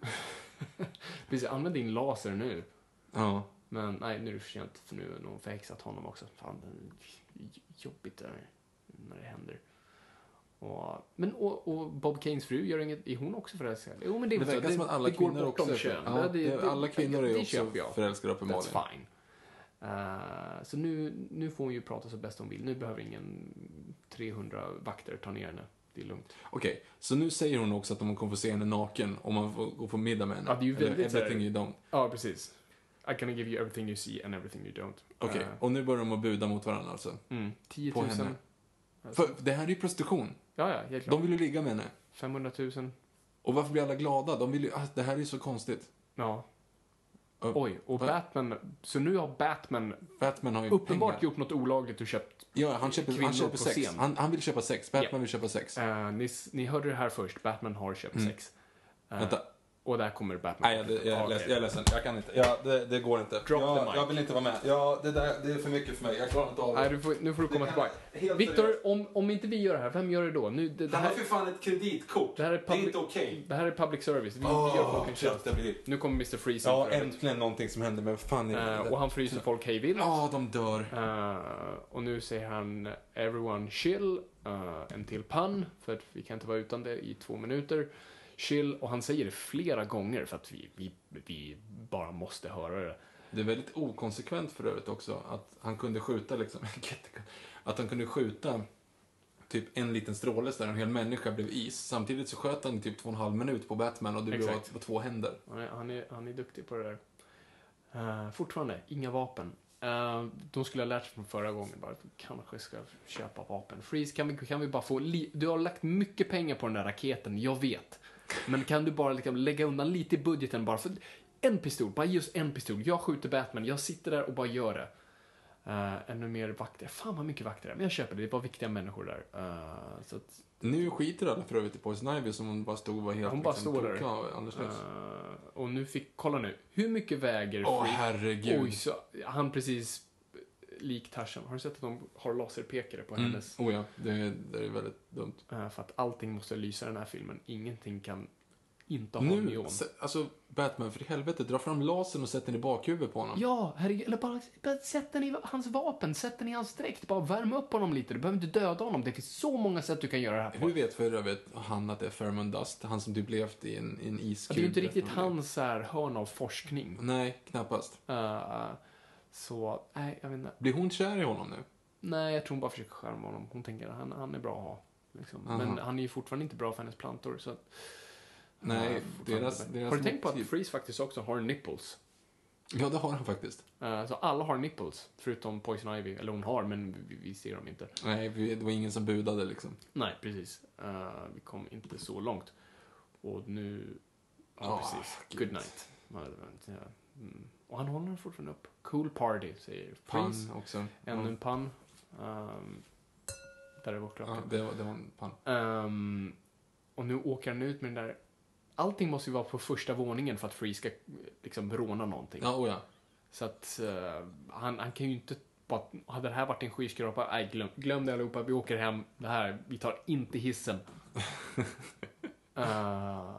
Speaker 6: Precis, använd din laser nu.
Speaker 5: Ja.
Speaker 6: Men nej, nu är det för sent, för nu har någon förhäxat honom också. Fan, det är jobbigt där när det händer. Och, men, och, och Bob Kanes fru gör inget, är hon också förälskad? Jo, men det, är
Speaker 5: Det
Speaker 6: väl så,
Speaker 5: verkar som att alla
Speaker 6: det går
Speaker 5: kvinnor
Speaker 6: bortom
Speaker 5: också är
Speaker 6: kön.
Speaker 5: ja,
Speaker 6: det, det,
Speaker 5: det, alla kvinnor är
Speaker 6: det
Speaker 5: också
Speaker 6: köper jag.
Speaker 5: förälskade uppenbarligen.
Speaker 6: That's fine. Uh, så nu, nu får hon ju prata så bäst hon vill. Nu behöver ingen trehundra vakter ta ner henne. Det är lugnt.
Speaker 5: Okej, så nu säger hon också att de kommer få se henne naken om man får gå på middag med henne.
Speaker 6: Ja, det är ju
Speaker 5: Eller
Speaker 6: väldigt så här-
Speaker 5: everything you don't.
Speaker 6: Ja, precis. I can give you everything you see and everything you don't.
Speaker 5: Okej,
Speaker 6: Eh,
Speaker 5: och nu börjar de att buda mot varandra alltså.
Speaker 6: mm, tio
Speaker 5: på
Speaker 6: tusen.
Speaker 5: henne.
Speaker 6: Alltså,
Speaker 5: För det här är ju prostitution.
Speaker 6: ja, ja, helt klart.
Speaker 5: De vill ju ligga med henne.
Speaker 6: femhundratusen.
Speaker 5: Och varför blir alla glada? De vill ju, ah, det här är ju så konstigt.
Speaker 6: Ja.
Speaker 5: Ö-
Speaker 6: Oj, och
Speaker 5: va?
Speaker 6: Batman. Så nu har Batman
Speaker 5: Batman har ju
Speaker 6: uppenbart
Speaker 5: pengar.
Speaker 6: gjort något olagligt och köpt.
Speaker 5: Ja, han köper,
Speaker 6: kvinnor
Speaker 5: han köper
Speaker 6: på
Speaker 5: sex.
Speaker 6: scen.
Speaker 5: Han, han vill köpa sex. Batman
Speaker 6: Ja.
Speaker 5: vill köpa sex.
Speaker 6: Eh, ni, ni hörde det här först. Batman har köpt
Speaker 5: Mm.
Speaker 6: sex. Eh,
Speaker 5: Vänta.
Speaker 6: Och där kommer Batman.
Speaker 5: Nej, jag, jag, jag,
Speaker 6: okay.
Speaker 5: jag är ledsen. Jag kan inte. Ja, det, det går inte.
Speaker 6: Drop
Speaker 5: jag,
Speaker 6: the mic.
Speaker 5: jag vill inte vara med. Ja, det, där, det är för mycket för mig. Jag klarar inte av det.
Speaker 6: Nej, du får, nu får du komma tillbaka. Viktor, om, om inte vi gör det här, vem gör det då? Nu, det, det
Speaker 5: Han
Speaker 6: här,
Speaker 5: har för fan ett kreditkort.
Speaker 6: det här är, public,
Speaker 5: det är inte okej. Okay.
Speaker 6: Det här är public service. Vi,
Speaker 5: Oh,
Speaker 6: vi gör folk en tjänst.
Speaker 5: det blir...
Speaker 6: Nu kommer mister Freeze.
Speaker 5: Ja, äntligen någonting som händer. Men fan är det?
Speaker 6: Uh, och han fryser folk hej vilt.
Speaker 5: Ja, oh, de dör.
Speaker 6: Uh, och nu säger han everyone chill. Uh, en till pann. För att vi kan inte vara utan det i två minuter. Chill. Och han säger det flera gånger för att vi, vi, vi bara måste höra det.
Speaker 5: Det är väldigt okonsekvent för övrigt också. Att han kunde skjuta liksom. Att han kunde skjuta typ en liten stråle där en hel människa blev is. Samtidigt så sköt han i typ två och en halv minut på Batman och det blev på två händer.
Speaker 6: Han är, han, är, han är duktig på det där. Uh, fortfarande, inga vapen. Uh, de skulle ha lärt sig från förra gången. Bara, kanske ska köpa vapen. Freeze, kan vi, kan vi bara få... Li- du har lagt mycket pengar på den där raketen, jag vet. Men kan du bara liksom lägga undan lite i budgeten bara för... En pistol, bara just en pistol. Jag skjuter Batman, jag sitter där och bara gör det. Uh, ännu mer vakter. Fan vad mycket vakter. Men jag köper det, det var viktiga människor där. Uh, så att... Nu
Speaker 5: skiter alla för övrigt i Poison Ivy som hon bara stod och var helt...
Speaker 6: Hon bara
Speaker 5: liksom,
Speaker 6: stod där. Uh, och nu fick, kolla nu. Hur mycket väger...
Speaker 5: Åh oh, herregud.
Speaker 6: Oj, så, han precis lik Tarzan. Har du sett att de har laserpekare på
Speaker 5: mm.
Speaker 6: hennes...
Speaker 5: Oh ja, det, det är väldigt dumt.
Speaker 6: Uh, för att allting måste lysa i den här filmen. Ingenting kan inte ha
Speaker 5: nu,
Speaker 6: neon.
Speaker 5: Alltså, Batman, för i helvete, dra fram lasern och sätt den i bakhuvudet på honom.
Speaker 6: Ja, herregud. Eller bara, bara sätt den i hans vapen, sätt den i hans dräkt. Bara värm upp honom lite. Du behöver inte döda honom. Det finns så många sätt du kan göra det här på.
Speaker 5: Hur vet för övrigt han att det är Fairmont Dust? Han som typ levt i en, i en iskub.
Speaker 6: Det är ju inte riktigt hans här hörn av forskning.
Speaker 5: Nej, knappast.
Speaker 6: Uh, så, nej, jag vet inte.
Speaker 5: Blir hon kär i honom nu?
Speaker 6: Nej, jag tror hon bara försöker skärma honom. Hon tänker att han, han är bra att ha. Liksom. Men han är ju fortfarande inte bra för hennes plantor. Så att,
Speaker 5: nej, deras, deras
Speaker 6: har du tänkt på att Freeze faktiskt också har nipples?
Speaker 5: Ja, det har han faktiskt.
Speaker 6: Uh, så alla har nipples, förutom Poison Ivy. Eller hon har, men vi, vi ser dem inte.
Speaker 5: Nej, vi, det var ingen som budade liksom.
Speaker 6: Nej, precis. Uh, vi kom inte så långt. Och nu... Ja,
Speaker 5: oh,
Speaker 6: precis. Good night. Mm. Och han håller fortfarande upp. Cool party, säger Freeze.
Speaker 5: Pann också.
Speaker 6: Ännu
Speaker 5: ja.
Speaker 6: en pann. Um, där är vår klocka.
Speaker 5: Ja, det var, det var en pann.
Speaker 6: Um, och nu åker han ut med den där... Allting måste ju vara på första våningen för att Freeze ska liksom råna någonting.
Speaker 5: Ja, oh ja.
Speaker 6: Så att uh, han, han kan ju inte... Bara, hade det här varit en skyskrapa, nej, glöm, glöm det allihopa, vi åker hem. Det här, vi tar inte hissen. uh,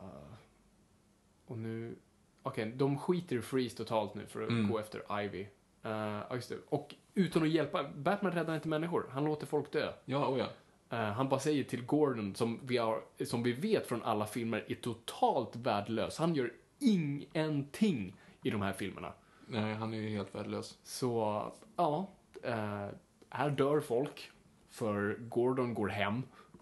Speaker 6: och nu... Okej, okay, de skiter i Freeze totalt nu för att mm. gå efter Ivy. Uh, just det. Och utan att hjälpa, Batman räddar inte människor. Han låter folk dö.
Speaker 5: Ja, oh ja.
Speaker 6: Uh, han bara säger till Gordon, som vi, har, som vi vet från alla filmer, är totalt värdelös. Han gör ingenting i de här filmerna.
Speaker 5: Nej, han är ju helt värdelös.
Speaker 6: Så, ja. Uh, här dör folk. För Gordon går hem.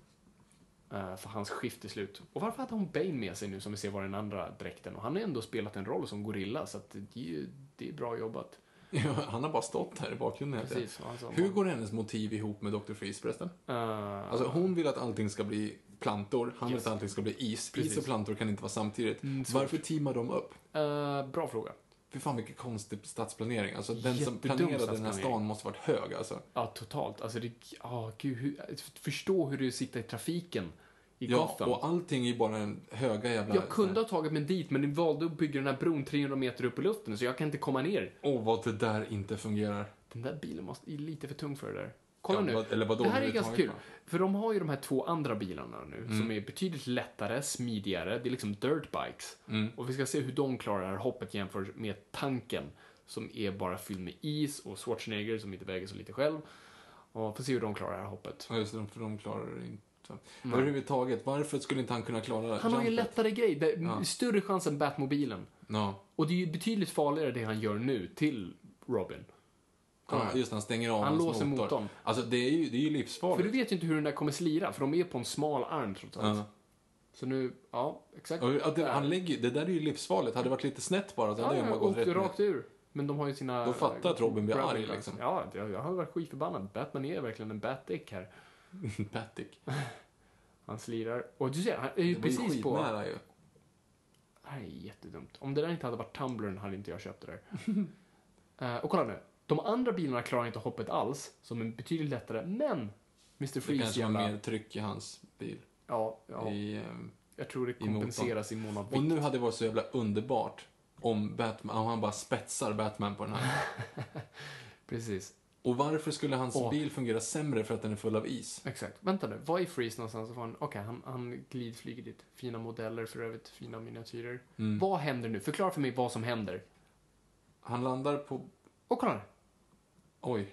Speaker 6: Uh, för hans skift är slut. Och varför hade hon Bane med sig nu, som vi ser var den andra dräkten? Och han har ändå spelat en roll som gorilla, så att det, är, det är bra jobbat.
Speaker 5: Ja, han har bara stått här i bakgrunden.
Speaker 6: Precis, alltså,
Speaker 5: hur går hennes motiv ihop med doktor Freeze förresten?
Speaker 6: Uh,
Speaker 5: alltså hon vill att allting ska bli plantor, han
Speaker 6: yes.
Speaker 5: vill att allting ska bli is.
Speaker 6: Precis.
Speaker 5: Is och plantor kan inte vara samtidigt. Mm,
Speaker 6: Varför
Speaker 5: teamar de upp?
Speaker 6: Uh, bra fråga.
Speaker 5: För fan vilken konstig stadsplanering. Alltså den som planerade den här stan måste varit hög alltså.
Speaker 6: Ja, totalt. Alltså det, oh, gud, hur, förstå hur det sitter i trafiken i
Speaker 5: ja,
Speaker 6: Gotham.
Speaker 5: Och allting är ju bara en höga jävla...
Speaker 6: Jag kunde ha tagit mig dit, men ni valde att bygga den här bron trehundra meter upp i luften, så jag kan inte komma ner.
Speaker 5: Åh, oh, vad det där inte fungerar.
Speaker 6: Den där bilen måste, är lite för tung för det där. Kolla
Speaker 5: ja,
Speaker 6: nu.
Speaker 5: Vad, eller vadå,
Speaker 6: det här är ganska kul.
Speaker 5: På?
Speaker 6: För de har ju de här två andra bilarna nu,
Speaker 5: mm.
Speaker 6: som är betydligt lättare, smidigare. Det är liksom dirt bikes.
Speaker 5: Mm.
Speaker 6: Och vi ska se hur de klarar det här hoppet jämfört med tanken, som är bara fylld med is, och Schwarzenegger som inte väger så lite själv. Och får se hur de klarar det här hoppet.
Speaker 5: Ja, just det, för de klarar det inte. Mm. Överhuvudtaget, varför skulle inte han kunna klara det?
Speaker 6: Han jumpet? Har ju lättare grej. Det är ja. Större chans än Batmobilen.
Speaker 5: Ja.
Speaker 6: Och det är ju betydligt farligare det han gör nu till Robin.
Speaker 5: Ja, just han stänger av
Speaker 6: han
Speaker 5: hans
Speaker 6: låser
Speaker 5: motor.
Speaker 6: motorn.
Speaker 5: Alltså det är ju, det är ju livsfarligt.
Speaker 6: För du vet ju inte hur den där kommer slira, för de är på en smal arm trots allt. Ja. Så nu, ja, exakt.
Speaker 5: Och, ja, det, han lägger, det där är ju livsfarligt. Hade det varit lite snett bara så hade
Speaker 6: ja,
Speaker 5: jag
Speaker 6: bara
Speaker 5: gått rätt
Speaker 6: rakt ur. Men de har ju sina...
Speaker 5: Då fattar att Robin blir arg liksom.
Speaker 6: Ja, jag, jag har varit skitförbannad. Batman är verkligen en batdick här.
Speaker 5: Batdick.
Speaker 6: Han slirar. Och du ser, han är ju
Speaker 5: det
Speaker 6: precis
Speaker 5: ju
Speaker 6: på...
Speaker 5: Nära, ju.
Speaker 6: Det här är jättedumt. Om det där inte hade varit Tumblern hade inte jag köpt det där. uh, och kolla nu. De andra bilarna klarar inte hoppet alls, som är betydligt lättare, men mister Freeze
Speaker 5: det kanske
Speaker 6: jävla...
Speaker 5: var mer tryck i hans bil.
Speaker 6: Ja, ja.
Speaker 5: I, um,
Speaker 6: Jag tror det kompenseras i mån av vikt.
Speaker 5: Och nu hade det varit så jävla underbart om Batman, om han bara spetsar Batman på den här.
Speaker 6: Precis.
Speaker 5: Och varför skulle hans
Speaker 6: Åh.
Speaker 5: bil fungera sämre för att den är full av is?
Speaker 6: Exakt. Vänta nu, vad är Freeze någonstans? Okej, okay, han, han glidflyger dit. Fina modeller för övrigt, fina miniatyrer.
Speaker 5: Mm.
Speaker 6: Vad händer nu? Förklara för mig vad som händer.
Speaker 5: Han landar på...
Speaker 6: Och kolla här.
Speaker 5: Oj.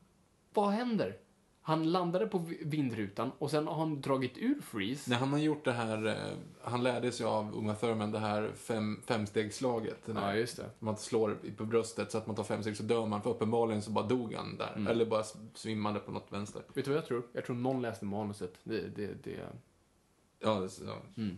Speaker 6: Vad händer? Han landade på vindrutan och sen har han dragit ur Freeze.
Speaker 5: När han har gjort det här, eh, han lärde sig av Uma Thurman det här fem, femstegsslaget. Den här,
Speaker 6: Ja, just det.
Speaker 5: man slår på bröstet så att man tar fem steg så dör man. För uppenbarligen så bara dog han där. Mm. Eller bara svimmade på något vänster.
Speaker 6: Vet du vad jag tror? Jag tror någon läste manuset. Det, det, det...
Speaker 5: Ja, det, ja.
Speaker 6: Mm.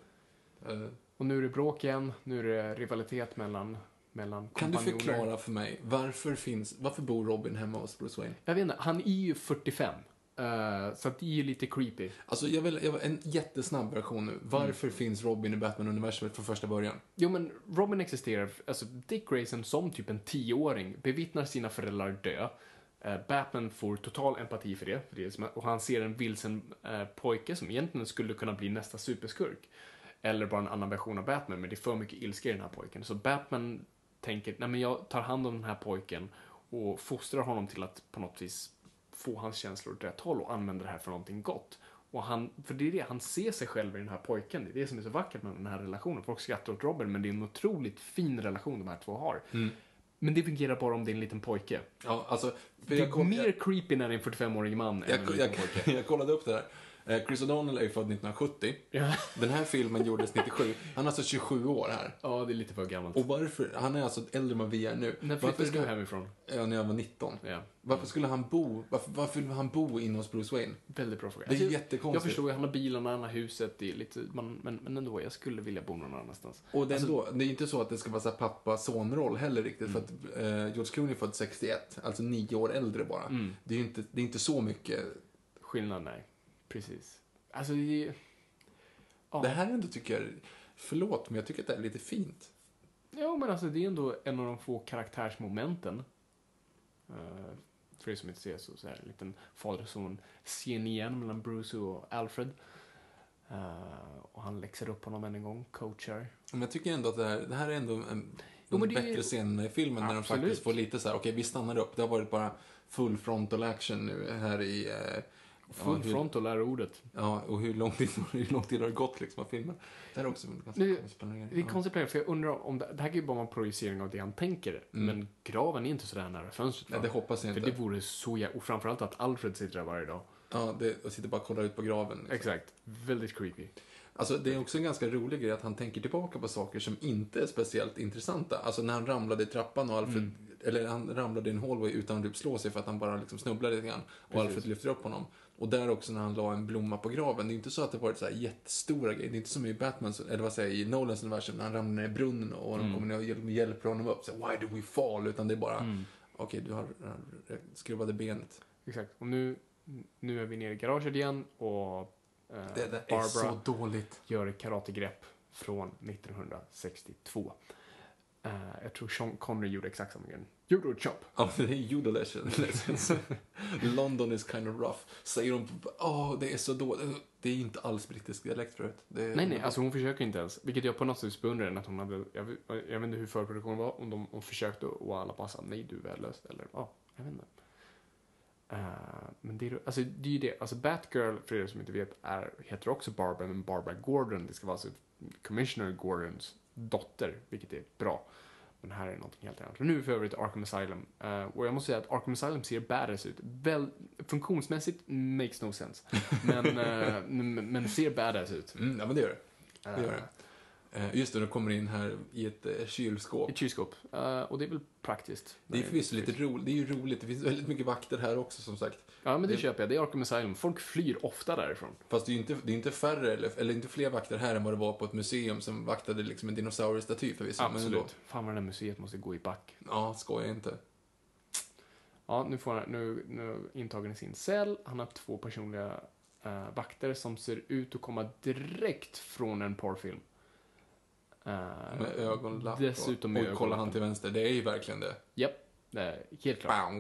Speaker 5: Uh, uh.
Speaker 6: Och nu är det bråk igen. Nu är det rivalitet mellan, mellan
Speaker 5: Kan du
Speaker 6: kompanjoner.
Speaker 5: förklara för mig, varför finns, varför bor Robin hemma hos Bruce Wayne?
Speaker 6: Jag vet inte, han är ju fyrtiofem. Uh, så att det är ju lite creepy.
Speaker 5: Alltså, jag vill, jag vill en jättesnabb version nu. Varför mm. finns Robin i Batman-universumet från första början?
Speaker 6: Jo, men Robin existerar, alltså Dick Grayson som typ en tioåring bevittnar sina föräldrar dö. Uh, Batman får total empati för det, för det som, och han ser en vilsen uh, pojke som egentligen skulle kunna bli nästa superskurk. Eller bara en annan version av Batman, men det är för mycket ilska i den här pojken. Så Batman tänker, nej men jag tar hand om den här pojken och fostrar honom till att på något vis få hans känslor åt rätt håll och använda det här för någonting gott. Och han, för det är det, han ser sig själv i den här pojken. Det är det som är så vackert med den här relationen. Folk skrattar åt Robin, men det är en otroligt fin relation de här två har. Mm. Men det fungerar bara om det är en liten pojke.
Speaker 5: Ja, alltså,
Speaker 6: det är koll, mer jag, creepy när det är en fyrtiofem-årig man
Speaker 5: jag,
Speaker 6: än en liten
Speaker 5: jag,
Speaker 6: pojke.
Speaker 5: Jag kollade upp det där. Chris O'Donnell är ju född nittonhundrasjuttio. Ja. Den här filmen gjordes nittiosju. Han är alltså tjugosju år här.
Speaker 6: Ja, det är lite för gammalt.
Speaker 5: Och varför? Han är alltså äldre än vad vi är nu.
Speaker 6: När flyttade du hemifrån?
Speaker 5: Ja, när jag var nitton.
Speaker 6: Ja.
Speaker 5: Varför skulle han bo? Varför, varför vill han bo inne hos Bruce Wayne?
Speaker 6: Väldigt bra fråga.
Speaker 5: Det är
Speaker 6: alltså,
Speaker 5: jättekonstigt.
Speaker 6: Jag förstår ju, han har bilarna, han har huset. Det är lite, man, men, men ändå, jag skulle vilja bo någon annanstans.
Speaker 5: Och det,
Speaker 6: alltså,
Speaker 5: ändå, det är inte så att det ska vara så pappa-son-roll heller riktigt. Mm. För att eh, George Clooney är född sextioett. Alltså nio år äldre bara. Mm. Det är ju inte, det är inte så mycket...
Speaker 6: Skillnad, nej. Precis. Alltså, det,
Speaker 5: ja. Det här ändå tycker jag, förlåt, men jag tycker att det är lite fint.
Speaker 6: Ja, men alltså det är ändå en av de få karaktärsmomenten. Uh, för er som inte ser så, så här en liten fader-son-scen igen mellan Bruce och Alfred. Uh, och han läxar upp honom än en gång, coachar.
Speaker 5: Men jag tycker ändå att det här, det här är ändå en,
Speaker 6: jo,
Speaker 5: en bättre är... scen i filmen. Absolut. När de faktiskt får lite så här, okej, okay, vi stannar upp. Det har varit bara full frontal action nu här i... Uh,
Speaker 6: Full ja, hur, frontal är ordet.
Speaker 5: Ja, och hur lång tid, hur lång tid har det gått liksom av filmen? Det är också ganska
Speaker 6: nu, spännande. Det är konstigt, för jag undrar om det, det här kan ju bara vara en projicering av det han tänker. Mm. Men graven är inte så där nära fönstret.
Speaker 5: Nej, det hoppas jag
Speaker 6: för
Speaker 5: inte.
Speaker 6: För det vore så jä... Och framförallt att Alfred sitter där varje dag.
Speaker 5: Ja, det, och sitter bara och kollar ut på graven. Liksom.
Speaker 6: Exakt. Väldigt creepy.
Speaker 5: Alltså, det är också en ganska rolig grej att han tänker tillbaka på saker som inte är speciellt intressanta. Alltså, när han ramlade i trappan och Alfred... Mm. Eller han ramlade i en hallway utan att typ slå sig för att han bara liksom snubblade lite grann. Och precis. Alfred lyfter upp honom. Och där också när han la en blomma på graven. Det är inte så att det varit så här jättestora grejer. Det är inte som i Batman, eller vad säger i Nolans universum när han ramlar ner i brunnen och mm. de kommer ner och hjälper honom upp. Så why do we fall? Utan det är bara, mm. okej, okay, du har skruvade benet.
Speaker 6: Exakt. Och nu, nu är vi nere i garaget igen och eh,
Speaker 5: det, det
Speaker 6: Barbara
Speaker 5: är så dåligt.
Speaker 6: Gör karategrepp från nittonhundrasextiotvå. Uh, jag tror Sean Connery gjorde exakt samma grej. Judo chop.
Speaker 5: Ja, det är judo lessons. London is kind of rough. Säger de, åh, oh, det är så dåligt. Det är inte alls brittisk dialekt förut.
Speaker 6: Nej, nej, alltså hon försöker inte ens. Vilket jag på något sätt beundrar att hon hade, jag, jag vet inte hur förproduktionen var, om de om försökte och alla bara sa, nej, du är värdelös. Eller, ja, oh, jag vet inte. Uh, men det är, alltså, det är ju det. Alltså Batgirl, för er som inte vet, är, heter också Barbara, men Barbara Gordon. Det ska vara alltså Commissioner Gordons dotter, vilket är bra. Men här är någonting helt annat. Och nu är vi för övrigt Arkham Asylum. Uh, och jag måste säga att Arkham Asylum ser badass ut. Väl, funktionsmässigt makes no sense. Men, uh, men ser badass ut.
Speaker 5: Mm, ja, men det gör det. det, gör det. Uh, just det, de kommer in här i ett uh, kylskåp.
Speaker 6: Ett kylskåp. Uh, och det är väl praktiskt.
Speaker 5: Det är förvisso lite roligt. Det är ju roligt. Det finns väldigt mycket vakter här också, som sagt.
Speaker 6: Ja, men det, det köper jag. Det är Arkham Asylum. Folk flyr ofta därifrån.
Speaker 5: Fast det är ju inte, det är inte färre, eller, eller inte fler vakter här än vad det var på ett museum som vaktade liksom en dinosauriestaty förvisso.
Speaker 6: Absolut.
Speaker 5: Men ändå.
Speaker 6: Fan vad det här museet måste gå i back.
Speaker 5: Ja, skojar inte.
Speaker 6: Ja, nu får han, nu, nu intagen i sin cell. Han har två personliga uh, vakter som ser ut att komma direkt från en porrfilm. Uh,
Speaker 5: med ögonlapp
Speaker 6: dessutom
Speaker 5: och, och kollar han till vänster. Det är ju verkligen det.
Speaker 6: Japp, det är helt klart.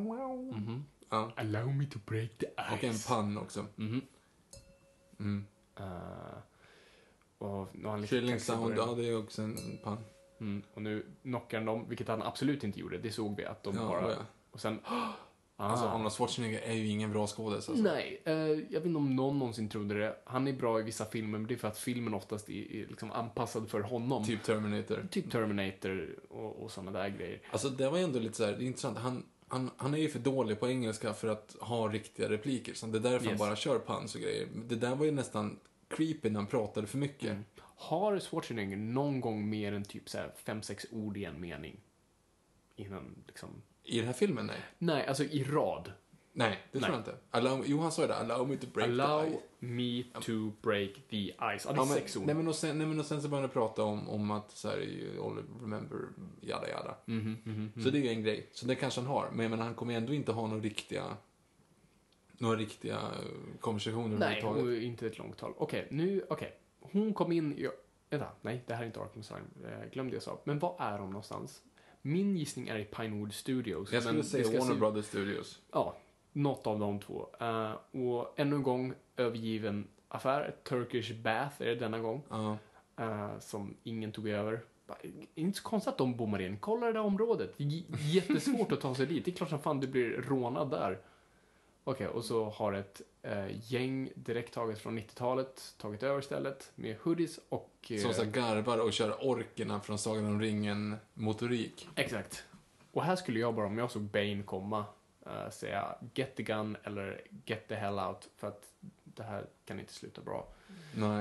Speaker 6: Mm-hmm.
Speaker 5: Ja.
Speaker 6: Allow me to break the ice.
Speaker 5: Och en pann också.
Speaker 6: Mm-hmm.
Speaker 5: Mm.
Speaker 6: Uh, och nu har han lite
Speaker 5: Trilling
Speaker 6: kaxig på
Speaker 5: Sound,
Speaker 6: den.
Speaker 5: ja det är också en pan.
Speaker 6: Mm, och nu knockar han dem, vilket han absolut inte gjorde. Det såg vi att de
Speaker 5: Ja,
Speaker 6: bara...
Speaker 5: ja.
Speaker 6: Och sen... Ah,
Speaker 5: Alltså Arnold Schwarzenegger är ju ingen bra skådis. Alltså.
Speaker 6: Nej, eh, jag vet inte om någon någonsin trodde det. Han är bra i vissa filmer, men det är för att filmen oftast är, är liksom anpassad för honom.
Speaker 5: Typ Terminator.
Speaker 6: Typ Terminator och, och sådana där grejer.
Speaker 5: Alltså det var ändå lite så här, det är intressant. Han, han, han är ju för dålig på engelska för att ha riktiga repliker. Så det är därför
Speaker 6: Yes.
Speaker 5: han bara kör pans och grejer. Det där var ju nästan creepy när han pratade för mycket.
Speaker 6: Mm. Har Schwarzenegger någon gång mer än typ så här fem, sex ord i en mening? Innan liksom...
Speaker 5: I den här filmen, nej.
Speaker 6: Nej, alltså i rad.
Speaker 5: Nej, det tror
Speaker 6: Nej.
Speaker 5: jag inte. Allow, jo, han sa ju det. Allow me to break
Speaker 6: Allow
Speaker 5: the ice.
Speaker 6: me to break the ice. Ja, det är
Speaker 5: Ja, men,
Speaker 6: sex ord.
Speaker 5: nej, men och sen, nej, men och sen så började han prata om, om att så här, all remember, jada jada.
Speaker 6: Mhm, mhm,
Speaker 5: Så det är ju en grej. Så det kanske han har. Men jag menar, han kommer ändå inte ha några riktiga några riktiga eh, konversationer
Speaker 6: Nej,
Speaker 5: överhuvudtaget.
Speaker 6: och inte ett långt tal. Okej, nu, okej. Hon kom in i... Vänta, nej, det här är inte Arkham Asylum. Jag glömde jag sa. Men var är de någonstans? Min gissning är i Pinewood Studios.
Speaker 5: Jag skulle
Speaker 6: men det
Speaker 5: säga
Speaker 6: ska
Speaker 5: Warner
Speaker 6: se-
Speaker 5: Brothers Studios.
Speaker 6: Ja, något av de två. Uh, och ännu en gång övergiven affär. Turkish Bath är det denna gång.
Speaker 5: Ja.
Speaker 6: Uh, som ingen tog över. Inte så konstigt att de bommar in. Kolla det där området. J- jättesvårt att ta sig dit. Det är klart som fan du blir rånad där. Okej, och så har ett eh, gäng direkt taget från nittiotalet tagit över stället med hoodies och... Eh,
Speaker 5: Som så här garvar och kör orkerna från Sagan om ringen-motorik.
Speaker 6: Exakt. Och här skulle jag bara, om jag såg Bane komma, eh, säga get the gun eller get the hell out. För att det här kan inte sluta bra.
Speaker 5: Nej.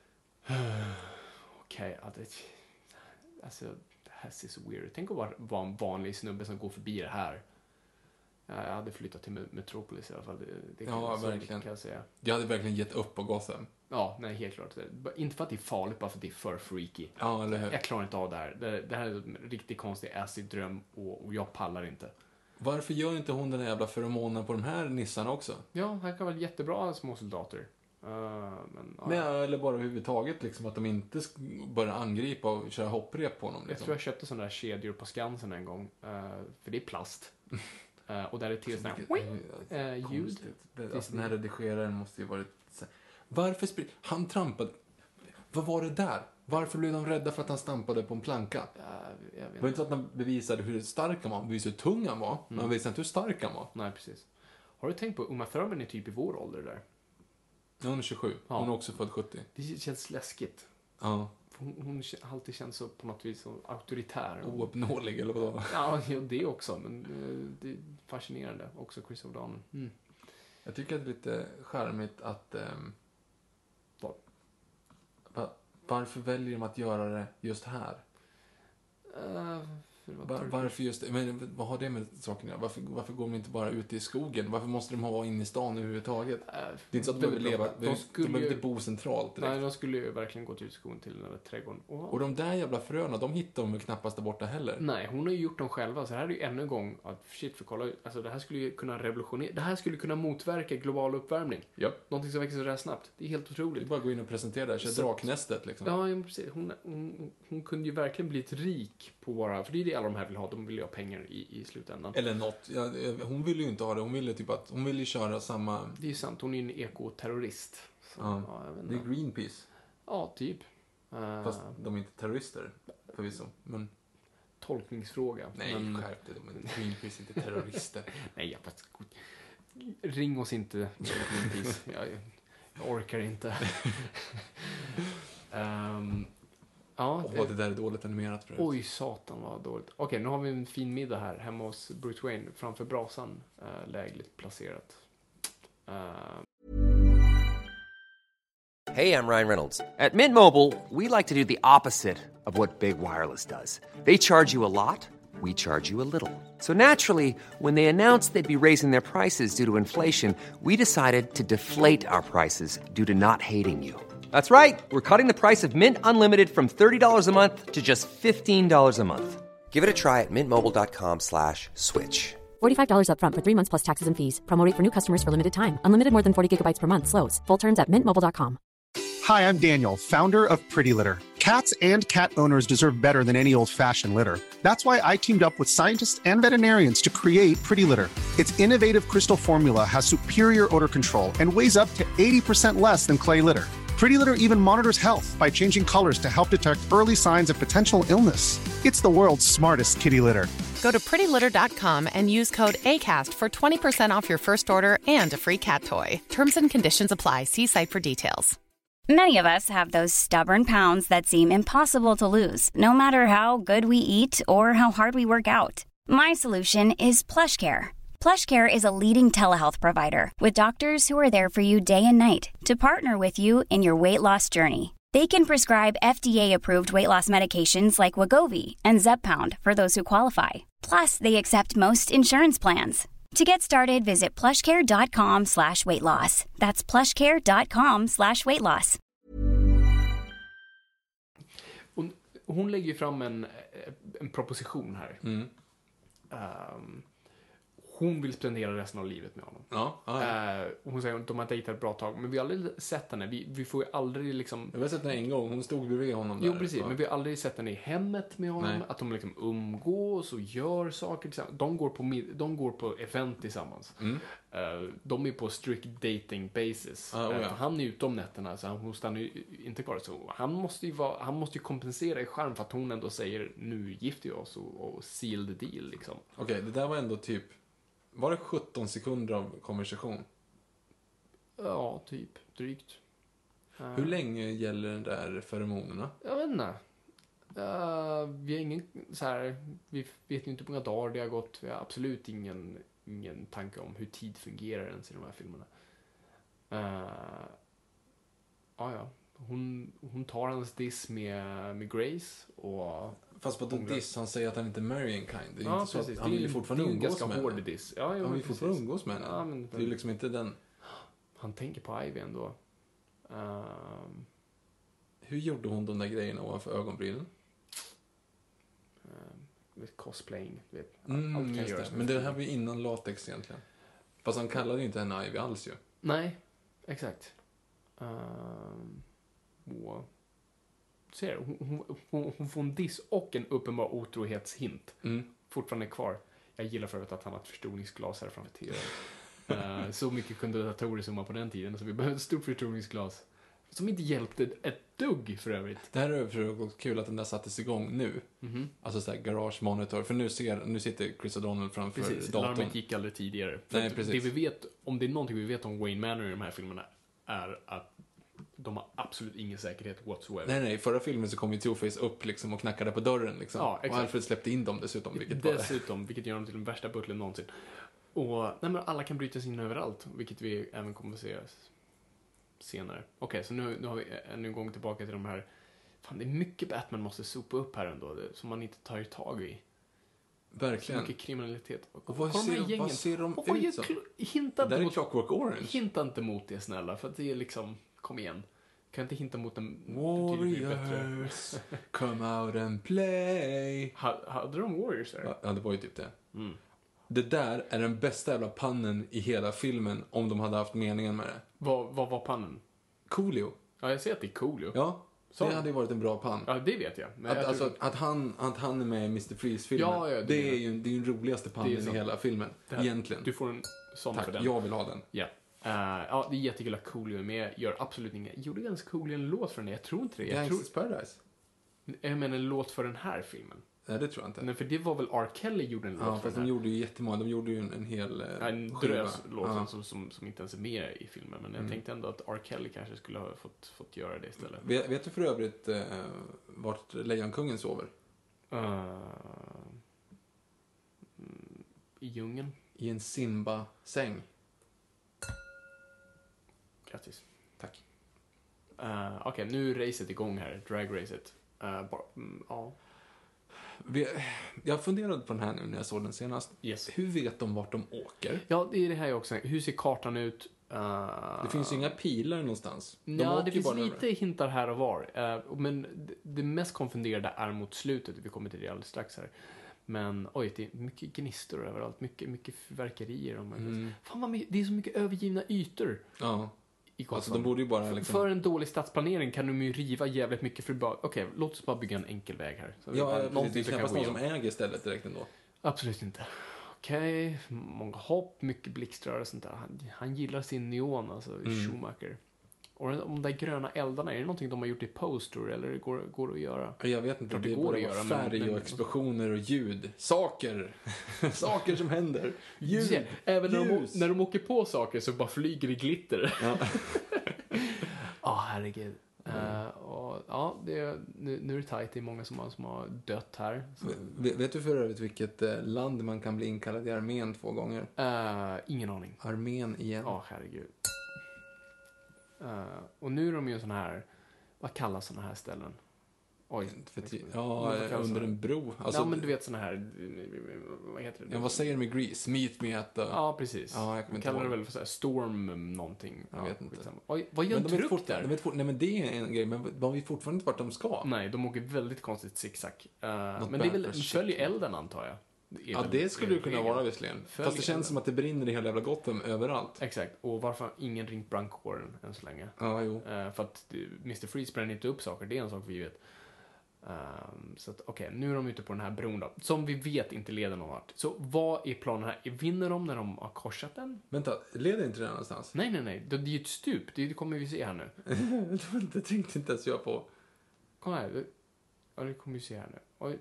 Speaker 6: Okej, ja, det... Alltså, det här ser så weird ut. Tänk att vara, vara en vanlig snubbe som går förbi det här. Jag hade flyttat till Metropolis i alla fall. Det, det kan,
Speaker 5: Ja,
Speaker 6: så
Speaker 5: verkligen.
Speaker 6: kan jag säga.
Speaker 5: Jag hade verkligen gett upp på Gotham.
Speaker 6: Ja, nej, helt klart. Inte för att det är farligt, bara för att det är för freaky.
Speaker 5: Ja, eller hur?
Speaker 6: Jag klarar inte av det här. Det, det här är en riktigt konstig acid-dröm och, och jag pallar inte.
Speaker 5: Varför gör inte hon den där jävla feromonen på de här nissarna också?
Speaker 6: Ja, han kan vara jättebra små soldater. Uh, men, ja.
Speaker 5: Nej, eller bara överhuvudtaget liksom att de inte sk- börjar angripa och köra hopprep på honom.
Speaker 6: Jag
Speaker 5: Liksom.
Speaker 6: tror jag köpte sådana där kedjor på Skansen en gång. Uh, för det är plast. Uh, och där är till sådana här uh, ljud.
Speaker 5: Konstigt. Det- Alltså, den här redigeraren måste ju varit... så- Varför spri- Han trampade... Vad var det där? Varför blev de rädda för att han stampade på en planka?
Speaker 6: Uh, jag vet
Speaker 5: Det var inte så att han bevisade hur stark han var. Han bevisade hur tung han var. Men han visade inte hur stark han var.
Speaker 6: Nej, precis. Har du tänkt på Uma Thurman är typ i vår ålder där?
Speaker 5: Hon är tjugosju.
Speaker 6: Ja.
Speaker 5: Hon är också född sjuttio.
Speaker 6: Det känns läskigt.
Speaker 5: Ja.
Speaker 6: Hon, hon har alltid känts så på något vis så auktoritär.
Speaker 5: Ouppnåelig, eller vadå?
Speaker 6: Ja, ja, det också. Men eh, det är fascinerande. Också Chris O'Donnell. Mm.
Speaker 5: Jag tycker att det är lite charmigt att... ehm,
Speaker 6: Vad?
Speaker 5: va, varför väljer de att göra det just här?
Speaker 6: Uh, för det var
Speaker 5: Var,
Speaker 6: Turkish.
Speaker 5: varför just... Men vad har det med saken att göra? Varför, varför går de inte bara ut i skogen? Varför måste de vara inne i stan överhuvudtaget?
Speaker 6: Eh,
Speaker 5: Det är inte så att de behöver
Speaker 6: väldigt
Speaker 5: leva...
Speaker 6: bra.
Speaker 5: De,
Speaker 6: De
Speaker 5: de
Speaker 6: skulle
Speaker 5: behöver
Speaker 6: ju...
Speaker 5: inte bo centralt direkt.
Speaker 6: Nej, de skulle ju verkligen gå till skogen till den där trädgården. Och,
Speaker 5: Och de där jävla fröna, de hittar de väl knappast där borta heller.
Speaker 6: nej, hon har ju gjort dem själva. Så här är det ju ännu en gång att shit, för kolla, alltså det här skulle ju kunna revolutionera, det här skulle kunna motverka global uppvärmning.
Speaker 5: Ja.
Speaker 6: Någonting som växer så där snabbt. Det är helt
Speaker 5: Det är
Speaker 6: otroligt.
Speaker 5: bara att gå in och presentera det här. Kör
Speaker 6: Så-
Speaker 5: draknästet liksom.
Speaker 6: Ja, ja, precis. Hon, hon, hon kunde ju verkligen blivit rik på våra, för det är det alla de här vill ha. De vill ju ha pengar i, i slutändan.
Speaker 5: Eller något. Ja, hon ville ju inte ha det. Hon ville typ att... Hon ville ju köra samma...
Speaker 6: Det är ju sant, hon är ju en ekoterrorist. Så,
Speaker 5: Ja.
Speaker 6: ja, jag vet
Speaker 5: Det är
Speaker 6: inte.
Speaker 5: Greenpeace.
Speaker 6: Ja, typ. Uh,
Speaker 5: Fast de är inte terrorister, förvisso. Men
Speaker 6: tolkningsfråga.
Speaker 5: nej,
Speaker 6: men,
Speaker 5: skärp dig. De är Greenpeace är inte terrorister.
Speaker 6: nej, jag fast, ring oss inte. Greenpeace. jag, jag orkar inte. um, ja,
Speaker 5: Åh, det där är dåligt animerat förut.
Speaker 6: oj, satan vad dåligt. Okej, nu har vi en fin middag här hemma hos Bruce Wayne framför brasan. Uh, lägligt placerat. Uh,
Speaker 1: Hey, I'm Ryan Reynolds. At Mint Mobile, we like to do the opposite of what Big Wireless does. They charge you a lot, we charge you a little. So naturally, when they announced they'd be raising their prices due to inflation, we decided to deflate our prices due to not hating you. That's right. We're cutting the price of Mint Unlimited from thirty dollars a month to just fifteen dollars a month. Give it a try at mintmobile.com slash switch.
Speaker 2: forty-five dollars upfront for three months plus taxes and fees. Promo rate for new customers for limited time. Unlimited more than forty gigabytes per month slows. Full terms at mint mobile dot com.
Speaker 3: Hi, I'm Daniel, founder of Pretty Litter. Cats and cat owners deserve better than any old-fashioned litter. That's why I teamed up with scientists and veterinarians to create Pretty Litter. Its innovative crystal formula has superior odor control and weighs up to eighty percent less than clay litter. Pretty Litter even monitors health by changing colors to help detect early signs of potential illness. It's the world's smartest kitty litter.
Speaker 4: Go to pretty litter dot com and use code ACAST for twenty percent off your first order and a free cat toy. Terms and conditions apply. See site for details.
Speaker 7: Many of us have those stubborn pounds that seem impossible to lose, no matter how good we eat or how hard we work out. My solution is PlushCare. PlushCare is a leading telehealth provider with doctors who are there for you day and night to partner with you in your weight loss journey. They can prescribe F D A-approved weight loss medications like Wegovy and Zepbound for those who qualify. Plus, they accept most insurance plans. To get started, visit plushcare.com slash weight loss. That's plushcare.com slash weight loss.
Speaker 6: Hon, hon lägger ju fram en, en proposition här.
Speaker 5: Mm.
Speaker 6: Um, hon vill spendera resten av livet med honom.
Speaker 5: Ja, ah, ja.
Speaker 6: Uh, hon säger att de har dejtat ett bra tag, men vi har aldrig sett henne. Vi, vi får ju aldrig liksom...
Speaker 5: Jag har sett henne en gång, hon stod bredvid honom där.
Speaker 6: Jo, precis,
Speaker 5: ja.
Speaker 6: Men vi har aldrig sett henne i hemmet med honom. Nej. Att de liksom umgås och gör saker tillsammans. De går på, de går på event tillsammans. Mm. Uh, de är på strict dating basis. Ah, oh, ja. uh, han är ute om nätterna, så hon stannar ju inte kvar. Så han måste ju, vara, han måste ju kompensera i skärm för att hon ändå säger nu gifter vi oss och, och seal the deal liksom.
Speaker 5: Okej, okay, det där var ändå typ... Var det sjutton sekunder av konversation?
Speaker 6: Ja, typ. Drygt.
Speaker 5: Hur länge gäller den där feromonerna?
Speaker 6: Jag vet inte. Uh, vi har ingen så här, vi vet ju inte hur många dagar det har gått. Vi har absolut ingen, ingen tanke om hur tid fungerar ens i de här filmerna. Uh, ah, ja. Hon, hon tar hans diss med, med Grace och...
Speaker 5: Fast på den diss, han säger att han inte är marrying kind. Det är
Speaker 6: ja,
Speaker 5: inte så
Speaker 6: precis.
Speaker 5: att han vill ju fortfarande umgås med henne.
Speaker 6: Diss. Ja,
Speaker 5: han vill fortfarande umgås med henne.
Speaker 6: Ja, men,
Speaker 5: det är liksom inte den...
Speaker 6: Han tänker på Ivy ändå. Um...
Speaker 5: Hur gjorde hon de där grejerna ovanför ögonbrynen?
Speaker 6: Um, cosplaying. Vet,
Speaker 5: mm,
Speaker 6: allt kan
Speaker 5: just
Speaker 6: göras.
Speaker 5: Det. Men det här var innan latex egentligen. Fast han kallade ju inte henne Ivy alls ju.
Speaker 6: Nej, exakt. Um... Wow. Ser du? Hon, hon, hon, hon får en diss och en uppenbar otrohetshint. Mm. Fortfarande kvar. Jag gillar för att han har ett förstoringsglas här framför tvn. uh, så mycket kunde datorer summa på den tiden, så vi behövde ett stort förstoringsglas. Som inte hjälpte ett dugg för övrigt.
Speaker 5: Det här är för kul att den där sattes igång nu. Mm-hmm. Alltså såhär garage monitor. För nu, ser, nu sitter Chris O'Donnell framför
Speaker 6: precis,
Speaker 5: datorn.
Speaker 6: Larmet gick aldrig tidigare.
Speaker 5: Nej, precis.
Speaker 6: Det vi vet, om det är någonting vi vet om Wayne Manor i de här filmerna, är att de har absolut ingen säkerhet whatsoever.
Speaker 5: Nej, nej. Förra filmen så kom ju Two-Face upp liksom och knackade på dörren liksom.
Speaker 6: Ja, exakt.
Speaker 5: Och Alfred släppte in dem dessutom. Vilket
Speaker 6: dessutom, vilket gör dem till den värsta butlern någonsin. Och nej, men alla kan brytas in överallt, vilket vi även kommer att se senare. Okej, okay, så nu, nu har vi ännu en gång tillbaka till de här... Fan, det är mycket Batman måste sopa upp här ändå, det, som man inte tar tag i.
Speaker 5: Verkligen.
Speaker 6: Så mycket kriminalitet. Och,
Speaker 5: och vad, ser, vad ser de
Speaker 6: och
Speaker 5: ut som?
Speaker 6: Hinta
Speaker 5: det där
Speaker 6: mot,
Speaker 5: är Clockwork Orange.
Speaker 6: Hinta inte mot det, snälla, för att det är liksom... Kom igen. Kan inte hinta mot en...
Speaker 5: Warriors, come out and play.
Speaker 6: Ha, hade de Warriors där?
Speaker 5: Ja, det var ju typ det.
Speaker 6: Mm.
Speaker 5: Det där är den bästa jävla pannen i hela filmen om de hade haft meningen med det.
Speaker 6: Vad, vad var pannen?
Speaker 5: Coolio.
Speaker 6: Ja, jag ser att det är Coolio.
Speaker 5: Ja, så. Det hade ju varit en bra pann.
Speaker 6: Ja, det vet jag. Men
Speaker 5: att,
Speaker 6: jag
Speaker 5: alltså,
Speaker 6: tror...
Speaker 5: att, han, att han är med i mister Freeze-filmen,
Speaker 6: ja, ja, det,
Speaker 5: det är ju det är ju den roligaste pannen i hela filmen.
Speaker 6: Här,
Speaker 5: egentligen.
Speaker 6: Du får en sån
Speaker 5: Tack,
Speaker 6: för den.
Speaker 5: jag vill ha den.
Speaker 6: Ja. Uh, ja, det är jättekul att Coolio är med. Gör absolut inga... Gjorde ens Coolio en låt för den? Jag tror inte det. Jag
Speaker 5: Gangsters
Speaker 6: tror...
Speaker 5: Paradise.
Speaker 6: Jag menar en låt för den här filmen.
Speaker 5: Nej, det tror jag inte.
Speaker 6: Nej, för det var väl R. Kelly gjorde en låt
Speaker 5: ja,
Speaker 6: för
Speaker 5: fast
Speaker 6: den
Speaker 5: de
Speaker 6: här.
Speaker 5: gjorde ju jättemånga. De gjorde ju en, en hel
Speaker 6: ja, en drös låt
Speaker 5: ja.
Speaker 6: som, som, som inte ens är med i filmen. Men jag mm. tänkte ändå att R. Kelly kanske skulle ha fått, fått göra det istället.
Speaker 5: Vet, vet du för övrigt eh, vart Lejonkungen sover?
Speaker 6: Uh, mm, I djungeln.
Speaker 5: I en Simba-säng.
Speaker 6: Grattis.
Speaker 5: Tack.
Speaker 6: Uh, Okej, okay, nu är racet igång här. Drag-racet. Uh, bara, mm, ja.
Speaker 5: Vi, jag funderade på den här nu när jag såg den senast.
Speaker 6: Yes.
Speaker 5: Hur vet de vart de åker?
Speaker 6: Ja, det är det här också. Hur ser kartan ut? Uh,
Speaker 5: det finns ju inga pilar någonstans. De
Speaker 6: ja, det finns
Speaker 5: bara
Speaker 6: lite
Speaker 5: över.
Speaker 6: hintar här och var. Uh, men det, det mest konfunderade är mot slutet. Vi kommer till det alldeles strax här. Men oj, det är mycket gnistor överallt. Mycket, mycket fyrverkerier. Mm. Fan vad mycket, det är så mycket övergivna ytor.
Speaker 5: Ja. Alltså, de borde ju bara liksom...
Speaker 6: För en dålig stadsplanering kan de ju riva jävligt mycket för bara... Okej, okay, låt oss bara bygga en enkel väg här.
Speaker 5: Så ja, bara, precis, det är knappast någon som äger stället direkt ändå.
Speaker 6: Absolut inte. Okej, okay. Många hopp, mycket blixtrar och sånt där. Han, han gillar sin neon, alltså mm. Schumacher. Och om de gröna eldarna, är det någonting de har gjort i poster eller går, går det att göra?
Speaker 5: Jag vet inte,
Speaker 6: Klart
Speaker 5: det,
Speaker 6: det
Speaker 5: det
Speaker 6: går
Speaker 5: går
Speaker 6: att göra, men-
Speaker 5: färg
Speaker 6: men-
Speaker 5: och explosioner och ljud. Saker! Saker som händer. Ljud!
Speaker 6: Ja, även när de,
Speaker 5: Ljus.
Speaker 6: när de åker på saker så bara flyger det glitter.
Speaker 5: Ja.
Speaker 6: Ja, herregud. Eh, och, ja, det är, nu, nu är det tajt. Det är många som har, som har dött här. Så,
Speaker 5: Vet, vet du för övrigt vilket eh, land man kan bli inkallad i armén två gånger?
Speaker 6: eh, ingen aning.
Speaker 5: Armén igen.
Speaker 6: Ja, herregud. Eh, och nu är de ju sån här, vad kallas såna här ställen? Oj.
Speaker 5: För ti-
Speaker 6: Vad
Speaker 5: ja,
Speaker 6: kallas
Speaker 5: under
Speaker 6: det?
Speaker 5: en bro. Alltså,
Speaker 6: Ja, men du vet såna här, vad heter det?
Speaker 5: ja, vad säger de med Grease? Meet me at the...
Speaker 6: Ja, precis.
Speaker 5: Ja, jag kommer
Speaker 6: De
Speaker 5: inte
Speaker 6: kallar det
Speaker 5: ihåg.
Speaker 6: väl för så här storm någonting.
Speaker 5: Jag
Speaker 6: ja,
Speaker 5: vet inte.
Speaker 6: skitsamma. Oj, vad gör
Speaker 5: Men
Speaker 6: en
Speaker 5: de vet
Speaker 6: truck
Speaker 5: fort,
Speaker 6: där?
Speaker 5: de vet fort, nej men det är en grej, men de vet fortfarande inte vart de ska.
Speaker 6: Nej, de åker väldigt konstigt zigzag. Uh, men det är väl,
Speaker 5: backwards
Speaker 6: följer elden antar jag. Det är
Speaker 5: Ja,
Speaker 6: väl-
Speaker 5: det skulle det
Speaker 6: är
Speaker 5: kunna
Speaker 6: regeln.
Speaker 5: vara visserligen.
Speaker 6: Följ
Speaker 5: Fast det känns
Speaker 6: elden.
Speaker 5: som att det brinner i hela jävla Gotham överallt.
Speaker 6: Exakt, och varför har ingen ringt brandkåren än så länge?
Speaker 5: Ja, jo.
Speaker 6: Eh, för att det- mister Freeze bränner inte upp saker, det är en sak vi vet. Ehm, så att okej, nu är de ute på den här bron då, som vi vet inte leder någon vart. Så vad är planen här? Vinner de när de har korsat den?
Speaker 5: Vänta, leder inte det någonstans?
Speaker 6: Nej, nej, nej, det det är ju ett stup, det kommer vi se här nu.
Speaker 5: Det tänkte inte ens jag på.
Speaker 6: Kom här, det- ja, det kommer vi se här nu. Oj.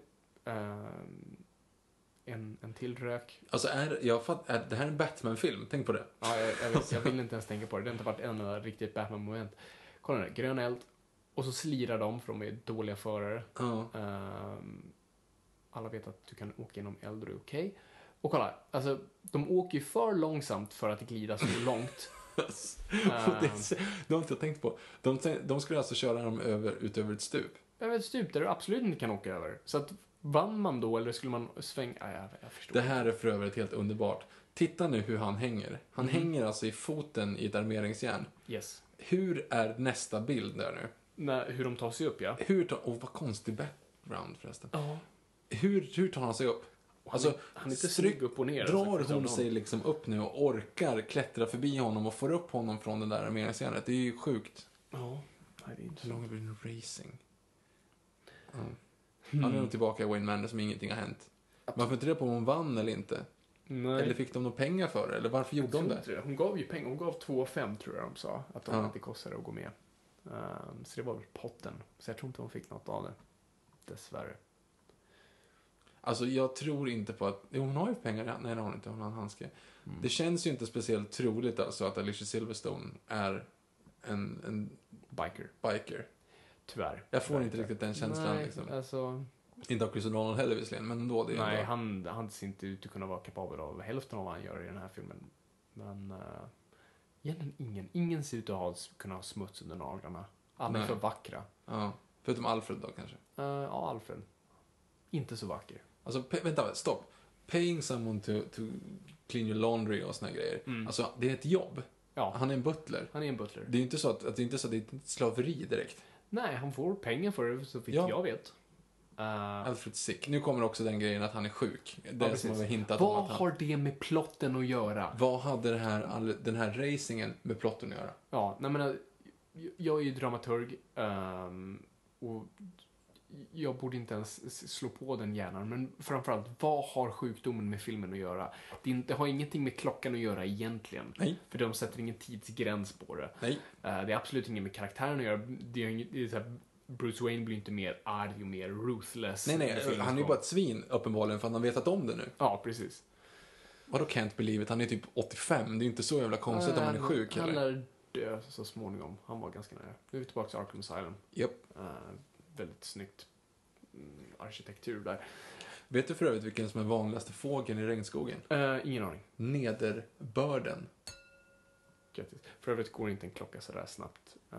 Speaker 6: Ehm, en, en till rök.
Speaker 5: Alltså, är, jag fatt, är det här en Batman-film? Tänk på det.
Speaker 6: Ja, jag, jag, vet, jag vill inte ens tänka på det. Det har inte varit en enda riktigt Batman-moment. Kolla nu, grön eld. Och så slirar de, för de är dåliga förare.
Speaker 5: Ja.
Speaker 6: Ehm, alla vet att du kan åka genom eld och det är okej. Och kolla, alltså, de åker ju för långsamt för att glida så långt.
Speaker 5: Och det, det har inte jag tänkt på. De, de skulle alltså köra dem över, utöver ett stup.
Speaker 6: Över ett stup där du absolut inte kan åka över. Så att, vann man då, eller skulle man svänga? Ja, jag, jag förstår.
Speaker 5: Det här är för övrigt helt underbart. Titta nu hur han hänger. Han
Speaker 6: Mhm.
Speaker 5: hänger alltså i foten i ett armeringsjärn.
Speaker 6: Yes.
Speaker 5: Hur är nästa bild där nu?
Speaker 6: När, hur de tar sig upp, ja.
Speaker 5: Hur tar... Åh, vad konstig background förresten.
Speaker 6: Ja.
Speaker 5: Hur, hur tar han sig upp?
Speaker 6: Alltså, han är inte
Speaker 5: stryk-
Speaker 6: snygg upp och ner.
Speaker 5: Drar
Speaker 6: alltså,
Speaker 5: hon
Speaker 6: de-
Speaker 5: sig liksom upp nu och orkar klättra förbi honom och får upp honom från den där armeringsjärnet? Det är ju sjukt.
Speaker 6: Ja, nej, det är inte
Speaker 5: Hur
Speaker 6: så.
Speaker 5: långt blir det racing? Ja. Han är nog tillbaka i Wayne Manor som ingenting har hänt. Man får inte reda på om hon vann eller inte.
Speaker 6: Nej.
Speaker 5: Eller fick de några pengar för det? Eller varför gjorde de
Speaker 6: tror
Speaker 5: det?
Speaker 6: inte det. Hon gav ju pengar. Hon gav två och fem tror jag de sa. Att de
Speaker 5: Ja.
Speaker 6: inte kostade att gå med. Um, så det var väl potten. Så jag tror inte hon fick något av det. Dessvärre.
Speaker 5: Alltså jag tror inte på att... Jo, hon har ju pengar. Nej, det har hon inte. Hon har en handske. Det känns ju inte speciellt troligt alltså att Alicia Silverstone är en, en
Speaker 6: Biker.
Speaker 5: biker.
Speaker 6: Tyvärr.
Speaker 5: Jag får
Speaker 6: Tyvärr
Speaker 5: inte riktigt den känslan
Speaker 6: Nej,
Speaker 5: liksom.
Speaker 6: alltså...
Speaker 5: Inte av Chris O'Donnell heller visserligen, men ändå. Det är
Speaker 6: Nej,
Speaker 5: ändå...
Speaker 6: han, han ser inte ut att kunna vara kapabel av hälften av vad han gör i den här filmen. Men... Uh, egentligen ingen. Ingen ser ut att ha, kunna ha smuts under naglarna. Alla är
Speaker 5: Nej.
Speaker 6: för vackra.
Speaker 5: Ja. Förutom Alfred då kanske.
Speaker 6: Uh, ja, Alfred. Inte så vacker.
Speaker 5: Alltså, pe- vänta, stopp. Paying someone to, to clean your laundry och såna grejer.
Speaker 6: Mm.
Speaker 5: Alltså, det är ett jobb.
Speaker 6: Ja,
Speaker 5: Han är en butler.
Speaker 6: han är en butler.
Speaker 5: Det är ju inte så att, att det är inte så att det är ett slaveri direkt.
Speaker 6: Nej, han får pengar för det, så vitt
Speaker 5: Ja.
Speaker 6: jag vet. Uh,
Speaker 5: Alfred sick. Nu kommer också den grejen att han är sjuk. Det
Speaker 6: ja,
Speaker 5: är som
Speaker 6: precis.
Speaker 5: har hintat om
Speaker 6: Vad
Speaker 5: att han...
Speaker 6: har det med plotten att göra?
Speaker 5: Vad hade det här, all, den här racingen med plotten att göra?
Speaker 6: Ja, nej men äh, jag är ju dramaturg ehm, och jag borde inte ens s- slå på den hjärnan, men framförallt, vad har sjukdomen med filmen att göra? Det, är inte, det har ingenting med klockan att göra egentligen.
Speaker 5: Nej.
Speaker 6: För de sätter ingen tidsgräns på det.
Speaker 5: Nej.
Speaker 6: Eh, det är absolut inget med karaktären att göra. Det är, inget, det är så här, Bruce Wayne blir inte mer arg och mer ruthless.
Speaker 5: Nej,
Speaker 6: med
Speaker 5: nej.
Speaker 6: filmens
Speaker 5: Han är ju
Speaker 6: gång.
Speaker 5: bara ett svin, uppenbarligen, för att han har vetat om det nu.
Speaker 6: Ja, precis.
Speaker 5: Vadå can't believe it? Han är typ åttiofem. Det är inte så jävla konstigt om han är sjuk,
Speaker 6: Han
Speaker 5: eller?
Speaker 6: lär dö så småningom. Han var ganska nära. Nu är vi tillbaka till Arkham Asylum.
Speaker 5: Japp.
Speaker 6: Uh, väldigt snyggt mm, arkitektur där.
Speaker 5: Vet du för övrigt vilken som är vanligaste fågeln i regnskogen?
Speaker 6: Uh, ingen aning.
Speaker 5: Nederbörden.
Speaker 6: Grattis. För övrigt går inte en klocka så där snabbt. Uh,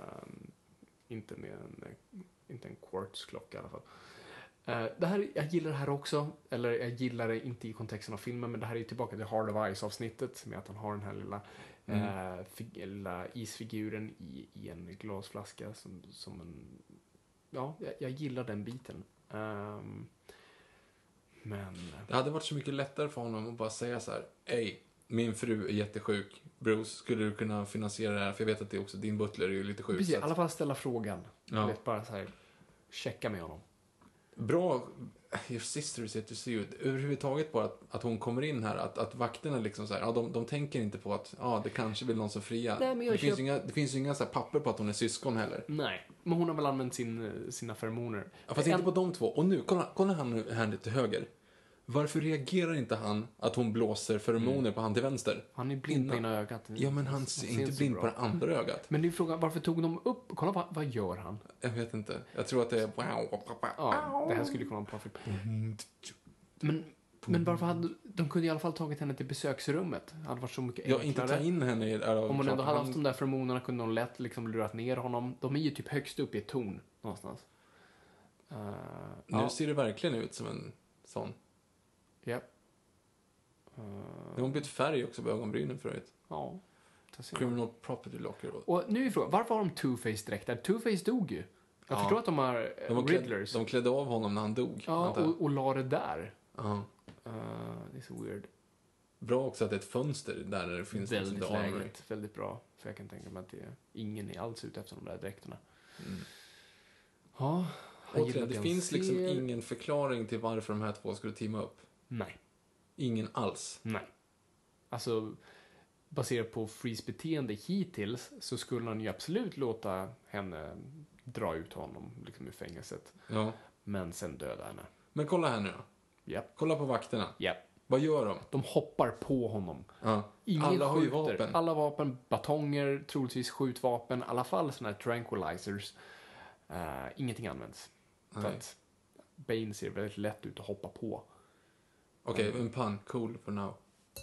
Speaker 6: inte med en, inte en quartz-klocka i alla fall. Uh, det här, jag gillar det här också, eller jag gillar det inte i kontexten av filmen, men det här är tillbaka till Heart of Ice-avsnittet med att han har den här lilla,
Speaker 5: Mm.
Speaker 6: uh, fig- lilla isfiguren i, i en glasflaska som, som en... Ja, jag, jag gillar den biten. Um, men...
Speaker 5: Det hade varit så mycket lättare för honom att bara säga så här: Ey, min fru är jättesjuk. Bruce, skulle du kunna finansiera det här? För jag vet att det är också, din butler är ju lite sjuk.
Speaker 6: Precis,
Speaker 5: så
Speaker 6: i
Speaker 5: att-
Speaker 6: alla fall ställa frågan.
Speaker 5: Ja.
Speaker 6: Jag vet bara så här, checka med honom.
Speaker 5: Bra Your sister is here to see you. Överhuvudtaget bara att, att hon kommer in här, att, att vakterna liksom så här, ja, de, de tänker inte på att ja, det kanske vill någon som fria.
Speaker 6: Nej, men jag
Speaker 5: det,
Speaker 6: köp...
Speaker 5: finns inga, det finns ju inga så här papper på att hon är syskon heller.
Speaker 6: Nej, men hon har väl använt sin, sina feromoner.
Speaker 5: Ja, fast
Speaker 6: en...
Speaker 5: inte på de två. Och nu, kolla, kolla han nu här till höger. Varför reagerar inte han att hon blåser feromoner mm. på han till vänster?
Speaker 6: Han är blind på ena ögat.
Speaker 5: Ja, men han är inte blind på det andra ögat.
Speaker 6: Men det är frågan, varför tog de upp? Kolla, vad, vad gör han?
Speaker 5: Jag vet inte. Jag tror att det är...
Speaker 6: Ja, det här skulle kunna vara en parfym. Men, men varför hade... De kunde i alla fall tagit henne till besöksrummet. Det hade varit så mycket enklare.
Speaker 5: Ja, inte ta in henne i... Äh,
Speaker 6: Om hon ändå hade haft de där feromonerna kunde de lätt liksom lurat ner honom. De är ju typ högst upp i ett torn någonstans. Uh,
Speaker 5: nu
Speaker 6: ja.
Speaker 5: ser det verkligen ut som en sån.
Speaker 6: Ja.
Speaker 5: Uh, det har blivit färg också på ögonbrynen förut.
Speaker 6: Ja.
Speaker 5: Criminal property locker.
Speaker 6: Och nu är frågan, varför har de Two-Face dräkter? Two-Face dog ju. Jag ja. förstår att de har de var Riddlers.
Speaker 5: Kläd, de klädde av honom när han dog.
Speaker 6: Ja, och, och la det där.
Speaker 5: Uh.
Speaker 6: Uh, det är så weird.
Speaker 5: Bra också att det är ett fönster där det finns
Speaker 6: väldigt liksom lägligt, väldigt bra. För jag kan tänka mig att det är ingen är alls ute efter de där dräkterna. Mm. Ja,
Speaker 5: och det, det finns ser... liksom ingen förklaring till varför de här två skulle teama upp.
Speaker 6: Nej.
Speaker 5: Ingen alls.
Speaker 6: Nej. Alltså, baserat på Freeze beteende hittills så skulle han ju absolut låta henne dra ut honom liksom ur fängelset.
Speaker 5: Ja.
Speaker 6: Men sen döda henne.
Speaker 5: Men kolla här nu då.
Speaker 6: Yep.
Speaker 5: Kolla på vakterna.
Speaker 6: Yep.
Speaker 5: Vad gör de?
Speaker 6: De hoppar på honom.
Speaker 5: Ja. Alla har ju vapen.
Speaker 6: Alla vapen, batonger, troligtvis skjutvapen, i alla fall såna här tranquilizers. Uh, ingenting används. För att Bane ser väldigt lätt ut att hoppa på.
Speaker 5: Okej, okay, en pan. Cool for now.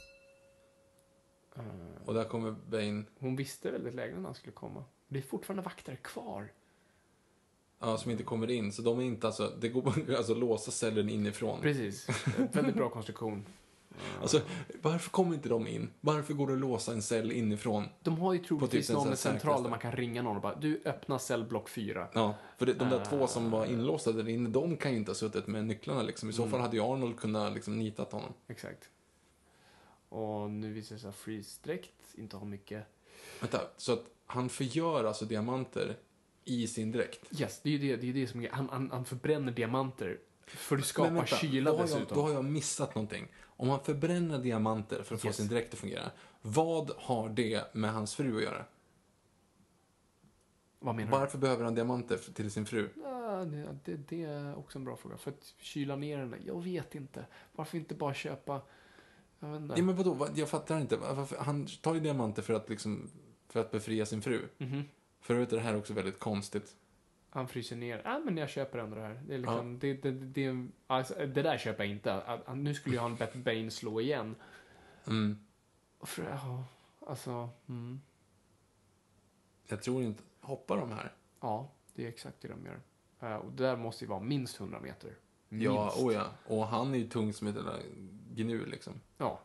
Speaker 5: Uh, och där kommer Bane.
Speaker 6: Hon visste väldigt länge när han skulle komma. Det är fortfarande vakter kvar.
Speaker 5: Ja, som inte kommer in. Så de är inte, alltså, det går bara alltså låsa cellen inifrån.
Speaker 6: Precis. Väldigt bra konstruktion.
Speaker 5: Uh. Alltså, varför kommer inte de in? Varför går det att låsa en cell inifrån?
Speaker 6: De har ju troligtvis typ någon central där man kan ringa någon och bara, du öppnar cellblock fyra.
Speaker 5: Ja, för det, de där uh. två som var inlåsta där inne, de kan ju inte ha suttit med nycklarna liksom. I så fall mm. hade ju Arnold kunnat liksom nitat honom.
Speaker 6: Exakt. Och nu visar det sig att Freeze direkt inte har mycket.
Speaker 5: Vänta, så att han förgör alltså diamanter i sin dräkt?
Speaker 6: Yes, det är ju det, det, är det som han, han, han förbränner diamanter för att skapa vänta, kyla
Speaker 5: då har
Speaker 6: dessutom.
Speaker 5: Jag, då har jag missat någonting. Om han förbränner diamanter för att yes. få sin dräkt att fungera, vad har det med hans fru att göra?
Speaker 6: Vad menar
Speaker 5: Varför du? behöver han diamanter till sin fru?
Speaker 6: Ja, det, det, det är också en bra fråga. För att kyla ner henne, jag vet inte. Varför inte bara köpa... Jag vet inte.
Speaker 5: Ja, men vadå? Jag fattar inte. Han tar ju diamanter för att, liksom, för att befria sin fru.
Speaker 6: Mm-hmm.
Speaker 5: För övrigt är det här också väldigt konstigt.
Speaker 6: Han fryser ner. Ja, men jag köper ändå det här. Det är liksom... Ja. Det, det, det, alltså, det där köper jag inte. Att, nu skulle ju han bett Bane slå igen.
Speaker 5: Mm.
Speaker 6: För, ja, alltså... Mm.
Speaker 5: Jag tror inte... Hoppar de här?
Speaker 6: Ja, det är exakt det de gör. Uh, och det där måste ju vara minst hundra meter. Minst.
Speaker 5: Ja, oh ja. Och han är ju tung som ett där gnu liksom.
Speaker 6: Ja.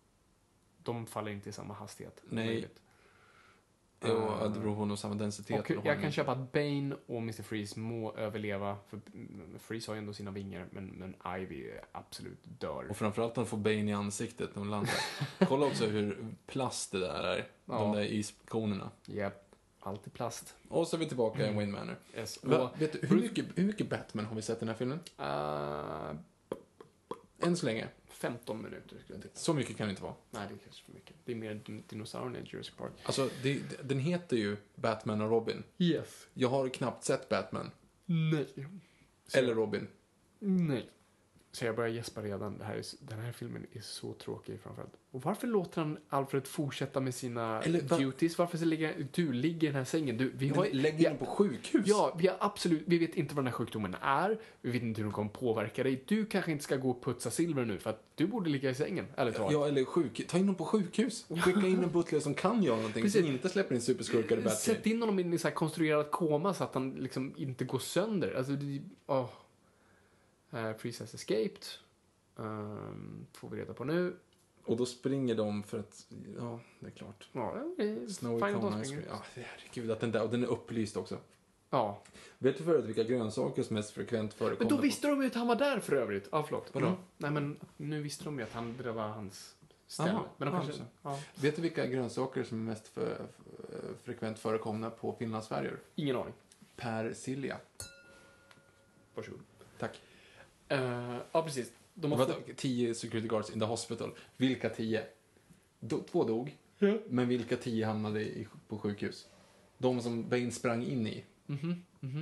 Speaker 6: De faller inte i samma hastighet.
Speaker 5: Nej. Jo, uh, det beror på nog samma densitet.
Speaker 6: Och jag kan köpa att Bane och mister Freeze må överleva. För Freeze har ju ändå sina vingar. Men, men Ivy absolut dör.
Speaker 5: Och framförallt när de får Bane i ansiktet när de landar. Kolla också hur plast det där är. Ja. De där iskonerna.
Speaker 6: Japp. Yep. Alltid plast.
Speaker 5: Och så är vi tillbaka mm. i Wayne Manor.
Speaker 6: Yes.
Speaker 5: Va, vet du, hur, mycket, hur mycket Batman har vi sett i den här filmen?
Speaker 6: Uh,
Speaker 5: Än så länge.
Speaker 6: femton minuter skulle jag titta.
Speaker 5: Så mycket kan det inte vara.
Speaker 6: Nej, det är kanske för mycket. Det är mer dinosaurierna i Jurassic Park.
Speaker 5: Alltså, det, den heter ju Batman och Robin.
Speaker 6: Yes.
Speaker 5: Jag har knappt sett Batman.
Speaker 6: Nej.
Speaker 5: Så Eller Robin.
Speaker 6: Nej. Så jag börjar gäspa redan. Det här är, den här filmen är så tråkig framförallt. Och varför låter han Alfred fortsätta med sina Eller, va? duties? Varför så ligger du ligger i den här sängen? Du, vi har,
Speaker 5: lägger den på sjukhus?
Speaker 6: Ja, vi har absolut, vi vet inte vad den här sjukdomen är. Vi vet inte hur den kommer påverka dig. Du kanske inte ska gå och putsa Silver nu för att du borde ligga i sängen. Eller ta.
Speaker 5: Ja, eller sjuk. Ta in honom på sjukhus. Och skicka in en butler som kan göra någonting. Precis. Som inte släpper in superskurkar i Batman.
Speaker 6: Sätt in honom i en så här konstruerad koma så att han liksom inte går sönder. Alltså, det, oh. uh, Freeze has escaped. Um, får vi reda på nu.
Speaker 5: Och då springer de för att, ja, det är klart.
Speaker 6: Ja, det är
Speaker 5: Snowy Cone Ice Cream. Ja, herregud, att den där, och den är upplyst också.
Speaker 6: Ja.
Speaker 5: Vet du förut vilka grönsaker som mest frekvent förekommer?
Speaker 6: Men då visste de ju att han var där för övrigt. Ja, förlåt.
Speaker 5: Vadå?
Speaker 6: Mm. Nej, men nu visste de ju att han, det var hans ställe.
Speaker 5: Aha,
Speaker 6: men de kanske, ja.
Speaker 5: Vet du vilka grönsaker som är mest för, för, frekvent förekomna på finlandsfärjor?
Speaker 6: Ingen aning.
Speaker 5: Persilja.
Speaker 6: Varsågod.
Speaker 5: Tack.
Speaker 6: Uh, ja, precis. De har
Speaker 5: Vadå,
Speaker 6: fått...
Speaker 5: tio security guards in the hospital. Vilka tio? Do, två dog, ja. Men vilka tio hamnade i, på sjukhus? De som Bane sprang in i.
Speaker 6: Mhm, mhm.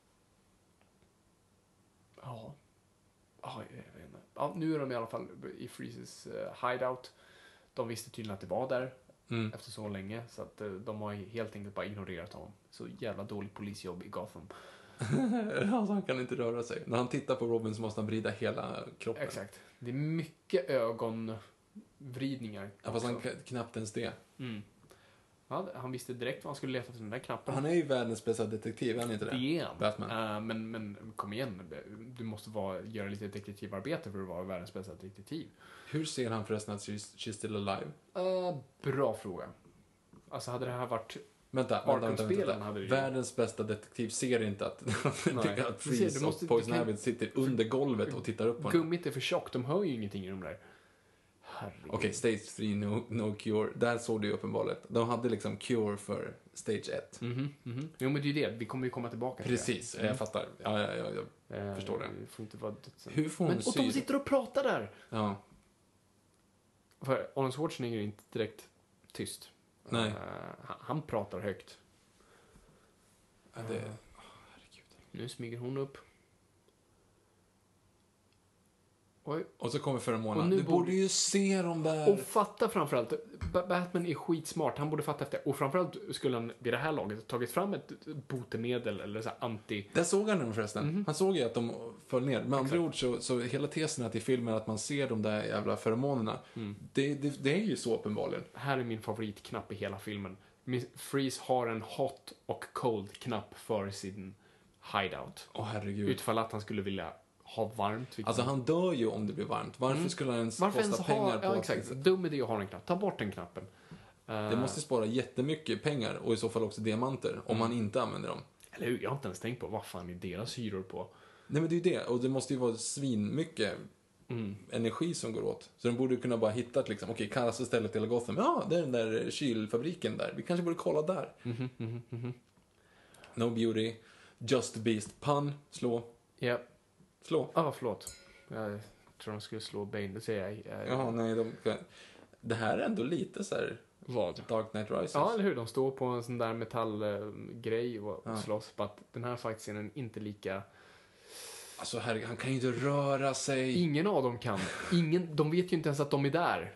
Speaker 6: Ja. Ja, jag vet inte. Ja, nu är de i alla fall i Freezes uh, hideout. De visste tydligen att det var där mm. efter så länge. Så att uh, de har helt enkelt bara ignorerat honom. Så jävla dåligt polisjobb i Gotham.
Speaker 5: Alltså, han kan inte röra sig. När han tittar på Robin så måste han vrida hela kroppen.
Speaker 6: Exakt. Det är mycket ögonvridningar.
Speaker 5: Ja, fast han knappt ens det.
Speaker 6: Mm. Ja, han visste direkt vad han skulle leta efter den där knappen.
Speaker 5: Han är ju världens bästa detektiv, är han inte det?
Speaker 6: Det är han.
Speaker 5: Batman.
Speaker 6: Uh, men, men kom igen, du måste vara, göra lite detektivarbete för att vara världens bästa detektiv.
Speaker 5: Hur ser han förresten att she's, she's still alive?
Speaker 6: Uh, bra fråga. Alltså hade det här varit...
Speaker 5: Vänta, vänta, vänta, vänta.
Speaker 6: Hade det...
Speaker 5: Världens bästa detektiv ser inte att, att Freeze och Poison Ivy sitter under golvet och tittar upp på honom.
Speaker 6: Gummit är för tjockt, de hör ju ingenting i de där.
Speaker 5: Okej, okay, stage tre, no, no cure. Där såg du ju uppenbarligen. De hade liksom cure för stage ett.
Speaker 6: Mm-hmm, mm-hmm. Jo, men det är ju det. Vi kommer ju komma tillbaka till
Speaker 5: Precis, det. Mm. Jag fattar. Ja, ja, ja, jag eh, förstår det.
Speaker 6: Får inte vara
Speaker 5: Hur får hon
Speaker 6: men, och de sitter och pratar där!
Speaker 5: Ja.
Speaker 6: För Arnold Schwarzenegger är inte direkt tyst.
Speaker 5: Nej.
Speaker 6: Uh, han, han pratar högt.
Speaker 5: Ja, det... oh, herregud.
Speaker 6: Nu smyger hon upp. Oj.
Speaker 5: Och så kommer förra månaden. Du borde... borde ju se dem där.
Speaker 6: Och fatta framförallt. Batman är skitsmart. Han borde fatta efter. Och framförallt skulle han vid det här laget tagit fram ett botemedel eller så här anti...
Speaker 5: Där såg han dem förresten. Mm-hmm. Han såg ju att de föll ner. Med andra ord så, så hela tesen till filmen att man ser de där jävla feromonerna. Mm. Det, det, det är ju så uppenbarligen.
Speaker 6: Här är min favoritknapp i hela filmen. Freeze har en hot och cold-knapp för sin hideout.
Speaker 5: Åh, herregud.
Speaker 6: Utfall att han skulle vilja ha varmt.
Speaker 5: Alltså han dör ju om det blir varmt. Varför mm. skulle han ens Varför kosta ens pengar ha, på...
Speaker 6: Ja, exakt. Dum idé att ha en knapp. Ta bort den knappen.
Speaker 5: Det måste spara jättemycket pengar och i så fall också diamanter mm. om man inte använder dem.
Speaker 6: Eller hur? Jag har inte ens tänkt på vad fan är deras hyror på.
Speaker 5: Nej, men det är ju det. Och det måste ju vara svin mycket mm. energi som går åt. Så de borde kunna bara hitta liksom, okej, okay, kallas istället till Gotham. Ja, det är den där kylfabriken där. Vi kanske borde kolla där.
Speaker 6: Mm-hmm, mm-hmm.
Speaker 5: No beauty. Just beast. Pun. Slå.
Speaker 6: Ja. Yep.
Speaker 5: Slå.
Speaker 6: Ja, ah, förlåt. Jag tror de skulle slå Bane, det säger jag. jag
Speaker 5: Jaha, nej, de... Det här är ändå lite så här...
Speaker 6: Vad?
Speaker 5: Dark Knight Rises.
Speaker 6: Ja, eller hur? De står på en sån där metallgrej och ja. slåss. På att den här faktiskt inte lika...
Speaker 5: Alltså, herregud, han kan ju inte röra sig.
Speaker 6: Ingen av dem kan. Ingen, de vet ju inte ens att de är där.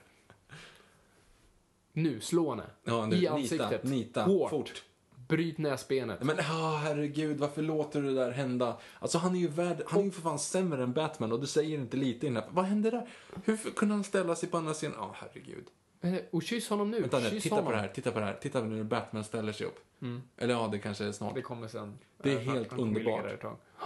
Speaker 6: Nu, slå henne.
Speaker 5: Ja, nu,
Speaker 6: i ansiktet.
Speaker 5: Nita, nita.
Speaker 6: Hårt.
Speaker 5: Fort.
Speaker 6: Bryt näsbenet.
Speaker 5: Men oh, herregud, varför låter du det där hända? Alltså han är ju värd, han är ju för fan sämre än Batman och du säger inte lite innan. Vad hände där? Hur kunde han ställa sig på andra sidan? Ja, oh, herregud.
Speaker 6: Och kyss honom nu.
Speaker 5: Vänta nu,
Speaker 6: kyss
Speaker 5: titta
Speaker 6: honom.
Speaker 5: på det här, titta på det här. Titta när Batman ställer sig upp.
Speaker 6: Mm.
Speaker 5: Eller ja, det kanske är snart.
Speaker 6: Det kommer sen.
Speaker 5: Det är helt han, han underbart.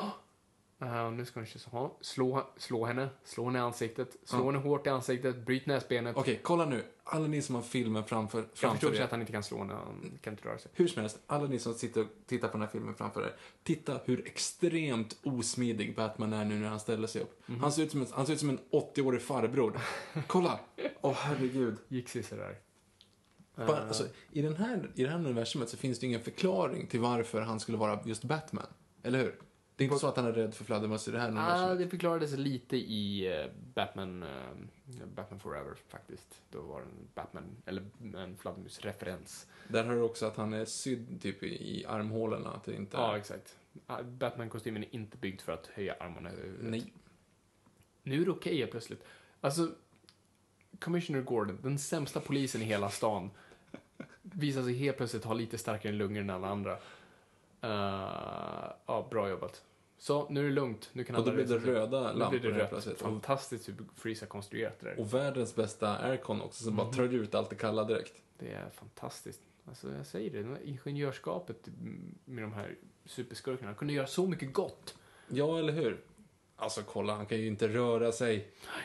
Speaker 6: Uh, nu ska hon kyssa honom. Slå, slå henne. Slå henne i ansiktet. Slå ja. henne hårt i ansiktet. Bryt näsbenet.
Speaker 5: Okej, okay, kolla nu. Alla ni som har filmen framför, framför
Speaker 6: Jag förstår er. Att han inte kan slå henne. Han kan inte röra sig.
Speaker 5: Hur som helst, alla ni som sitter och tittar på den här filmen framför er. Titta hur extremt osmidig Batman är nu när han ställer sig upp. Mm-hmm. Han, ser ut som en, han ser ut som en åttio-årig farbror. Kolla! Åh, oh, herregud.
Speaker 6: Gick sig där.
Speaker 5: Bara, uh. alltså, i, den här, I det här universumet så finns det ingen förklaring till varför han skulle vara just Batman. Eller hur? Det är inte så att han är rädd för fladdermöss i det här universumet.
Speaker 6: Ah, det förklarades lite i uh, Batman, uh, Batman Forever faktiskt. Då var det en Batman, eller en fladdermus-referens.
Speaker 5: Där har du också att han är sydd typ i, i armhålorna. Att det inte är...
Speaker 6: Ja, exakt. Uh, Batman-kostymen är inte byggd för att höja armarna.
Speaker 5: Nej.
Speaker 6: Nu är det okej okay, plötsligt. Alltså, Commissioner Gordon, den sämsta polisen i hela stan, visar sig helt plötsligt ha lite starkare lungor än alla andra. Uh, ja, bra jobbat. Så, nu är det lugnt. Nu kan
Speaker 5: och då blir det röda lampor.
Speaker 6: Nu blir det rött. Fantastiskt hur Freeze har konstruerat det där.
Speaker 5: Och världens bästa aircon också, som mm. bara trör ut allt det kalla direkt.
Speaker 6: Det är fantastiskt. Alltså, jag säger det. det ingenjörskapet med de här superskurkarna. Han kunde göra så mycket gott.
Speaker 5: Ja, eller hur? Alltså, kolla. Han kan ju inte röra sig.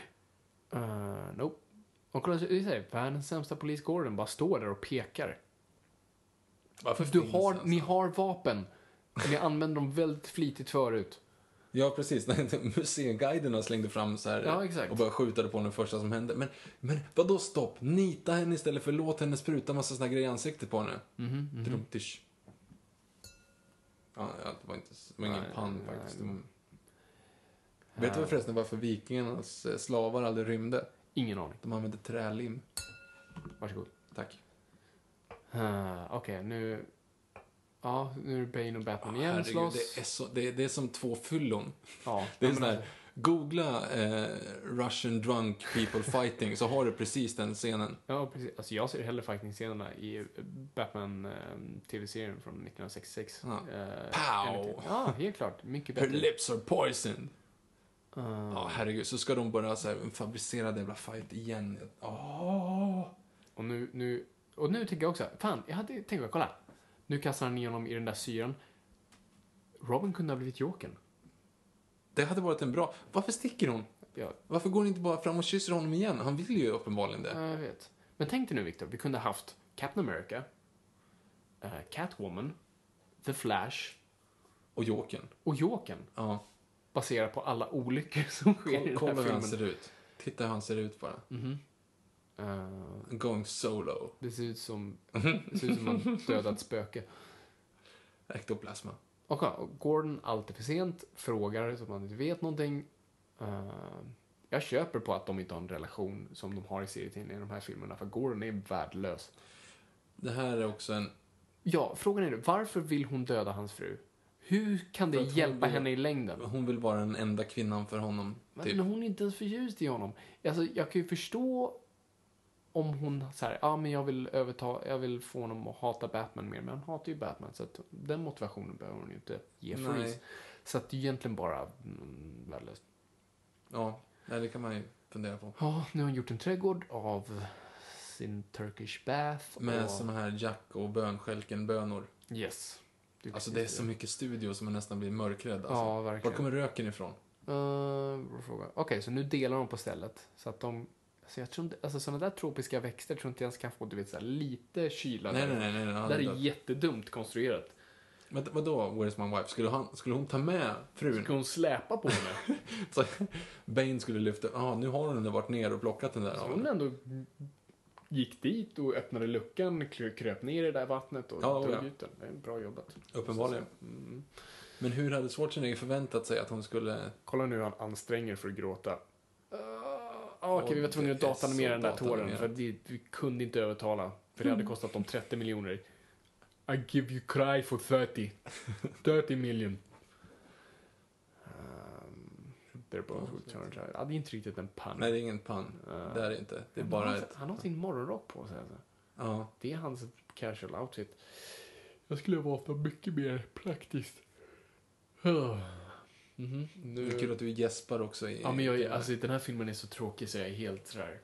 Speaker 6: Uh, nope. Och kolla, vi säger, världens sämsta polis Gordon bara står där och pekar.
Speaker 5: Varför
Speaker 6: du har, alltså? Ni har vapen. Ni använder dem väldigt flitigt förut.
Speaker 5: Ja, precis. Museiguiderna slängde fram så här
Speaker 6: ja, exakt.
Speaker 5: och började skjuta på den första som hände. Men, men vadå stopp? Nita henne istället för låt henne spruta massa såna grejer i ansiktet på henne.
Speaker 6: Mm-hmm, mm-hmm.
Speaker 5: Ja, det var inte det var ingen nej, pann faktiskt. Nej, Vet du vad förresten varför vikingarnas slavar aldrig rymde?
Speaker 6: Ingen aning.
Speaker 5: De använde trälim.
Speaker 6: Varsågod.
Speaker 5: Tack.
Speaker 6: Uh, Okej, okay, nu... Ja, nu är det Bane och Batman igen.
Speaker 5: Herregud,
Speaker 6: slåss.
Speaker 5: det, är så, det, är, det är som två fyllon.
Speaker 6: Ja,
Speaker 5: det är
Speaker 6: men
Speaker 5: sån här,
Speaker 6: alltså,
Speaker 5: googla eh, Russian drunk people fighting så har du precis den scenen.
Speaker 6: Ja, precis. Alltså, jag ser hellre fighting-scenerna i Batman-T V-serien från nittonhundrasextiosex.
Speaker 5: Ja.
Speaker 6: Uh,
Speaker 5: Pow!
Speaker 6: Ja, helt klart. Mycket
Speaker 5: Her
Speaker 6: bättre.
Speaker 5: lips are poisoned.
Speaker 6: Uh,
Speaker 5: Ja, herregud. Så ska de bara så här, fabricera den jävla fight igen. Åh!
Speaker 6: och, nu, nu, och nu tänker jag också, fan, jag hade tänkt, kolla. Nu kastar han ner honom i den där syran. Robin kunde ha blivit Jokern.
Speaker 5: Det hade varit en bra... Varför sticker hon?
Speaker 6: Ja,
Speaker 5: Varför går hon inte bara fram och kysser honom igen? Han vill ju uppenbarligen det.
Speaker 6: jag vet. Men tänk dig nu, Victor, vi kunde ha haft Captain America, uh, Catwoman, The Flash
Speaker 5: Och Jokern.
Speaker 6: och Jokern.
Speaker 5: Ja.
Speaker 6: Baserat på alla olyckor som sker i den
Speaker 5: Kolla
Speaker 6: här
Speaker 5: hur han
Speaker 6: filmen.
Speaker 5: ser ut. Titta hur han ser ut bara.
Speaker 6: Mhm. Uh,
Speaker 5: Going solo.
Speaker 6: det ser ut som det ser ut som man dödat spöke.
Speaker 5: Ektoplasma.
Speaker 6: Och, ja, och Gordon alltid för sent frågar så att man inte vet någonting. Uh, jag köper på att de inte har en relation som de har i serietidningen i de här filmerna, för Gordon är värdelös.
Speaker 5: Det här är också en...
Speaker 6: Ja, frågan är nu, varför vill hon döda hans fru? Hur kan det
Speaker 5: För att hon
Speaker 6: hjälpa
Speaker 5: vill-
Speaker 6: henne i längden?
Speaker 5: Hon vill vara den enda kvinnan för honom. Typ.
Speaker 6: Men hon är inte ens förtjust i honom. Alltså, jag kan ju förstå om hon så här, ja men jag vill överta, jag vill få honom att hata Batman mer, men han hatar ju Batman, så att den motivationen behöver hon ju inte ge
Speaker 5: Nej.
Speaker 6: Freeze. Så att det är egentligen bara mm, värdelöst.
Speaker 5: Ja, nej, det kan man ju fundera på.
Speaker 6: Ja, nu har hon gjort en trädgård av sin Turkish bath.
Speaker 5: Med
Speaker 6: och...
Speaker 5: såna här jack- och bönskälkenbönor.
Speaker 6: Yes. Det är
Speaker 5: Alltså
Speaker 6: precis
Speaker 5: det är så mycket studio som man nästan blir mörkrädd. Alltså.
Speaker 6: Ja,
Speaker 5: Var
Speaker 6: verkligen.
Speaker 5: kommer röken ifrån?
Speaker 6: Uh, bra fråga. Okej, så nu delar de på stället. Så att de... Alltså, jag tror inte, alltså sådana där tropiska växter tror inte ens kan få, du vet, så här, lite kyla.
Speaker 5: Nej,
Speaker 6: där.
Speaker 5: nej, nej. nej, nej
Speaker 6: Det
Speaker 5: han
Speaker 6: där
Speaker 5: är
Speaker 6: är
Speaker 5: död.
Speaker 6: jättedumt konstruerat.
Speaker 5: Men vadå, Where's my wife? Skulle, han, skulle hon ta med frun?
Speaker 6: Ska hon släpa på henne?
Speaker 5: Så Bane skulle lyfta, ja ah, nu har hon varit ner och plockat den där.
Speaker 6: Så
Speaker 5: av
Speaker 6: hon
Speaker 5: henne.
Speaker 6: ändå gick dit och öppnade luckan, kl- kröp ner i det där vattnet och
Speaker 5: Ja,
Speaker 6: tog
Speaker 5: ja.
Speaker 6: ut den. Det är bra jobbat.
Speaker 5: Uppenbarligen.
Speaker 6: Mm.
Speaker 5: Men hur hade Schwarzenegger förväntat sig att hon skulle...
Speaker 6: Kolla nu hur han anstränger för att gråta. Uh, Okej,
Speaker 5: Åh,
Speaker 6: vi var tvungna att
Speaker 5: det är
Speaker 6: datanimera
Speaker 5: så
Speaker 6: den där tåren.
Speaker 5: datanimerat.
Speaker 6: För vi, vi kunde inte övertala. För det hade kostat dem trettio miljoner. I give you cry for thirty. thirty million. Um, they're both returned. Ja, det är inte riktigt en pann.
Speaker 5: Nej, det är ingen pann.
Speaker 6: Uh,
Speaker 5: Det är det inte. Det är
Speaker 6: han
Speaker 5: bara
Speaker 6: har,
Speaker 5: ett...
Speaker 6: Han har sin morgonrock på sig. Alltså.
Speaker 5: Ja.
Speaker 6: Det är hans casual outfit. Jag skulle ha valt något mycket mer praktiskt. Uh. Mhm.
Speaker 5: Det är kul att du gäspar också i...
Speaker 6: Ja, men jag, alltså, den här filmen är så tråkig så jag är helt sådär...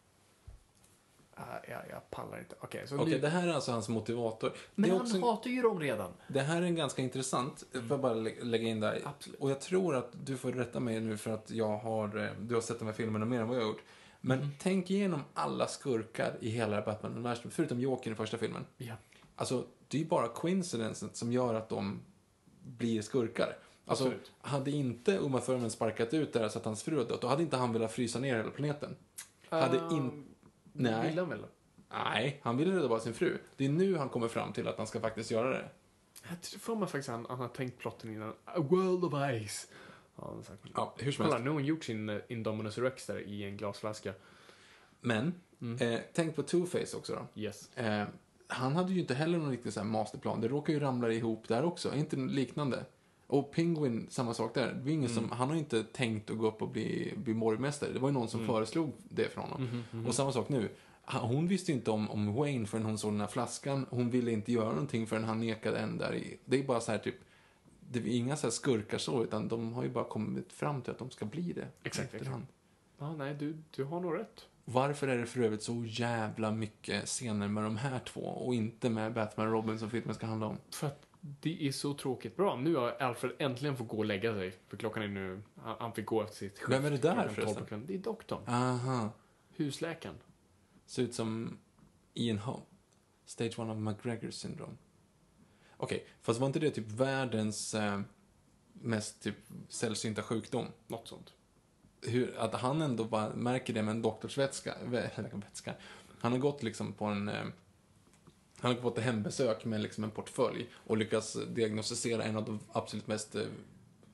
Speaker 6: Uh, jag, jag pallar inte. Okej, så
Speaker 5: Okej,
Speaker 6: nu...
Speaker 5: det här är alltså hans motivator.
Speaker 6: Men
Speaker 5: det, är
Speaker 6: han
Speaker 5: också en...
Speaker 6: hatar ju dem redan.
Speaker 5: det här är en ganska intressant, får jag bara lä- lägga in där.
Speaker 6: Absolut.
Speaker 5: Och jag tror att du får rätta mig nu för att jag har, eh, du har sett de här filmerna mer än vad jag har gjort. Men
Speaker 6: Mm.
Speaker 5: tänk igenom alla skurkar i hela Batman-universum, förutom Jokern i första filmen.
Speaker 6: Ja.
Speaker 5: Alltså, det är ju bara coincidensen som gör att de blir skurkar. Alltså,
Speaker 6: Absolut.
Speaker 5: hade inte Uma Thurman sparkat ut där så att hans fru hade dött, då hade inte han velat frysa ner hela planeten. Hade in... Nej.
Speaker 6: Vill han väl?
Speaker 5: Nej, han ville rädda bara sin fru. Det är nu han kommer fram till att han ska faktiskt göra det.
Speaker 6: Jag tror för mig faktiskt han, han har tänkt plotten innan. A world of ice. Ja, han har sagt.
Speaker 5: Ja, hur som
Speaker 6: Kolla,
Speaker 5: helst.
Speaker 6: nu har hon gjort sin uh, Indominus Rex där i en glasflaska.
Speaker 5: Men,
Speaker 6: Mm.
Speaker 5: eh, tänk på Two-Face också då.
Speaker 6: Yes.
Speaker 5: Eh, han hade ju inte heller någon riktig så här masterplan. Det råkar ju ramla ihop där också. Är inte det liknande? Och Penguin, samma sak där. Det var ingen
Speaker 6: Mm.
Speaker 5: som, han har ju inte tänkt att gå upp och bli, bli borgmästare. Det var ju någon som
Speaker 6: Mm.
Speaker 5: föreslog det för honom.
Speaker 6: Mhm, mhm.
Speaker 5: Och samma sak nu. Han- Hon visste ju inte om, om Wayne förrän hon såg den här flaskan. Hon ville inte göra någonting förrän han nekade en där i. Det är bara så här typ, det är inga så här skurkar så, utan de har ju bara kommit fram till att de ska bli det.
Speaker 6: Exakt,
Speaker 5: efterhand.
Speaker 6: Ja, nej, du, du har nog rätt.
Speaker 5: Varför är det för övrigt så jävla mycket scener med de här två och inte med Batman och Robin som filmen ska handla om?
Speaker 6: För att det är så tråkigt bra. Nu har Alfred äntligen fått gå och lägga sig. För klockan är nu... Han, han fick gå efter sitt skift.
Speaker 5: Vem är det där
Speaker 6: klockan tolv
Speaker 5: förresten?
Speaker 6: på kvällen. Det är doktorn.
Speaker 5: Aha.
Speaker 6: Husläkaren.
Speaker 5: Ser ut som Ian Holm. Stage one of McGregor syndrome. Okej, fast var inte det typ världens eh, mest typ sällsynta sjukdom?
Speaker 6: Något sånt.
Speaker 5: Hur, att han ändå bara märker det med en doktorsvätska. vä- vätska. Han har gått liksom på en... Eh, han har fått ett hembesök med liksom en portfölj och lyckas diagnostisera en av de absolut mest eh,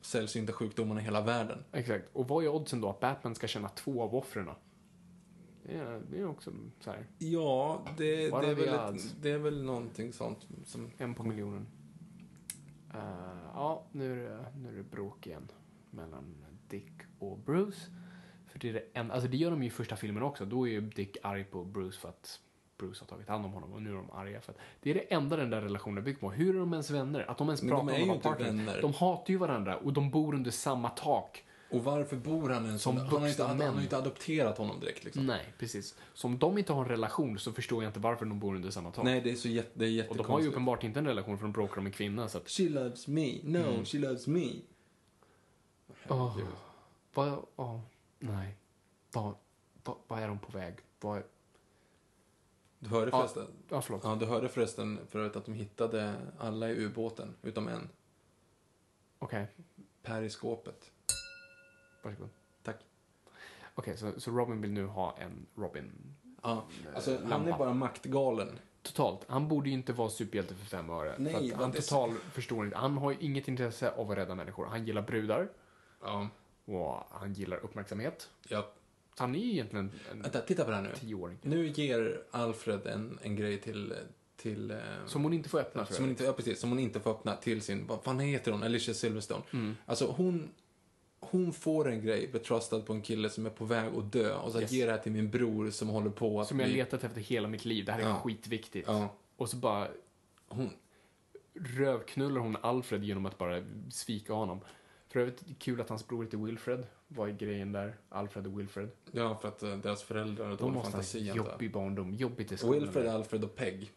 Speaker 5: sällsynta sjukdomarna i hela världen.
Speaker 6: Exakt. Och vad är oddsen då att Batman ska känna två av offren? Det är, det är också så här.
Speaker 5: Ja, det,
Speaker 6: Vad
Speaker 5: det,
Speaker 6: har
Speaker 5: är
Speaker 6: vi
Speaker 5: väl
Speaker 6: odds?
Speaker 5: ett, det är väl någonting sånt som...
Speaker 6: En på miljonen. Uh, ja, nu är, det, nu är det bråk igen mellan Dick och Bruce. För det är det en, alltså det gör de ju i första filmen också. Då är ju Dick arg på Bruce för att Bruce har tagit hand om honom och nu är de arga för att det är det enda den där relationen bygger på. Hur är de ens vänner? Att de ens
Speaker 5: Men
Speaker 6: pratar
Speaker 5: de är
Speaker 6: om
Speaker 5: ju
Speaker 6: att
Speaker 5: inte
Speaker 6: vara partners.
Speaker 5: vänner.
Speaker 6: De hatar ju varandra och de bor under samma tak.
Speaker 5: Och varför bor han en
Speaker 6: Som
Speaker 5: sån... Han har, inte,
Speaker 6: vuxna
Speaker 5: han
Speaker 6: män.
Speaker 5: har inte adopterat honom direkt liksom.
Speaker 6: Nej, precis. Så om de inte har en relation så förstår jag inte varför de bor under samma tak.
Speaker 5: Nej, det är så jätte, det är
Speaker 6: Och
Speaker 5: jättekonstigt.
Speaker 6: de har ju uppenbart inte en relation för de bråkar om en kvinna så att...
Speaker 5: She loves me. No,
Speaker 6: Mm.
Speaker 5: she loves me.
Speaker 6: Åh,
Speaker 5: Herregud.
Speaker 6: vad... Åh, nej. Vad vad- vad är de på väg? Vad...
Speaker 5: Du hörde
Speaker 6: Ja.
Speaker 5: förresten...
Speaker 6: Ja, förlåt.
Speaker 5: Ja, du hörde förresten förut att de hittade alla i ubåten, utom en.
Speaker 6: Okej,
Speaker 5: Periskopet.
Speaker 6: varsågod.
Speaker 5: Tack.
Speaker 6: Okej, så, så Robin vill nu ha en Robin
Speaker 5: Ja, alltså
Speaker 6: Eh,
Speaker 5: han
Speaker 6: lampa.
Speaker 5: är bara maktgalen.
Speaker 6: totalt. Han borde ju inte vara superhjälte för fem öre.
Speaker 5: Nej,
Speaker 6: för att
Speaker 5: men
Speaker 6: han
Speaker 5: det är
Speaker 6: total förstår inte. Han har ju inget intresse av att rädda människor. Han gillar brudar
Speaker 5: Ja.
Speaker 6: och han gillar uppmärksamhet.
Speaker 5: Ja.
Speaker 6: Han är ju egentligen en
Speaker 5: Vänta, titta på det här nu.
Speaker 6: tioåring.
Speaker 5: Nu ger Alfred en, en grej till... till eh,
Speaker 6: Som hon inte får öppna för.
Speaker 5: som hon inte, ja, precis, som hon inte får öppna till sin... Vad fan heter hon? Alicia Silverstone.
Speaker 6: Mm.
Speaker 5: Alltså hon... Hon får en grej betrustad på en kille som är på väg att dö. Och så
Speaker 6: Yes.
Speaker 5: ger det här till min bror som håller på att
Speaker 6: Som jag
Speaker 5: bli-
Speaker 6: letat efter hela mitt liv. Det här är
Speaker 5: Ja.
Speaker 6: skitviktigt.
Speaker 5: Ja.
Speaker 6: Och så bara
Speaker 5: Hon...
Speaker 6: rövknullar hon Alfred genom att bara svika honom. För övrigt kul att hans bror heter Wilfred. Vad är grejen där? Alfred och Wilfred.
Speaker 5: Ja, för att eh, deras föräldrar har
Speaker 6: De
Speaker 5: dålig
Speaker 6: måste ha
Speaker 5: fantasi.
Speaker 6: en
Speaker 5: antar jag.
Speaker 6: jobbig barndom. Jobbigt i skolan.
Speaker 5: Wilfred, Alfred och Peg.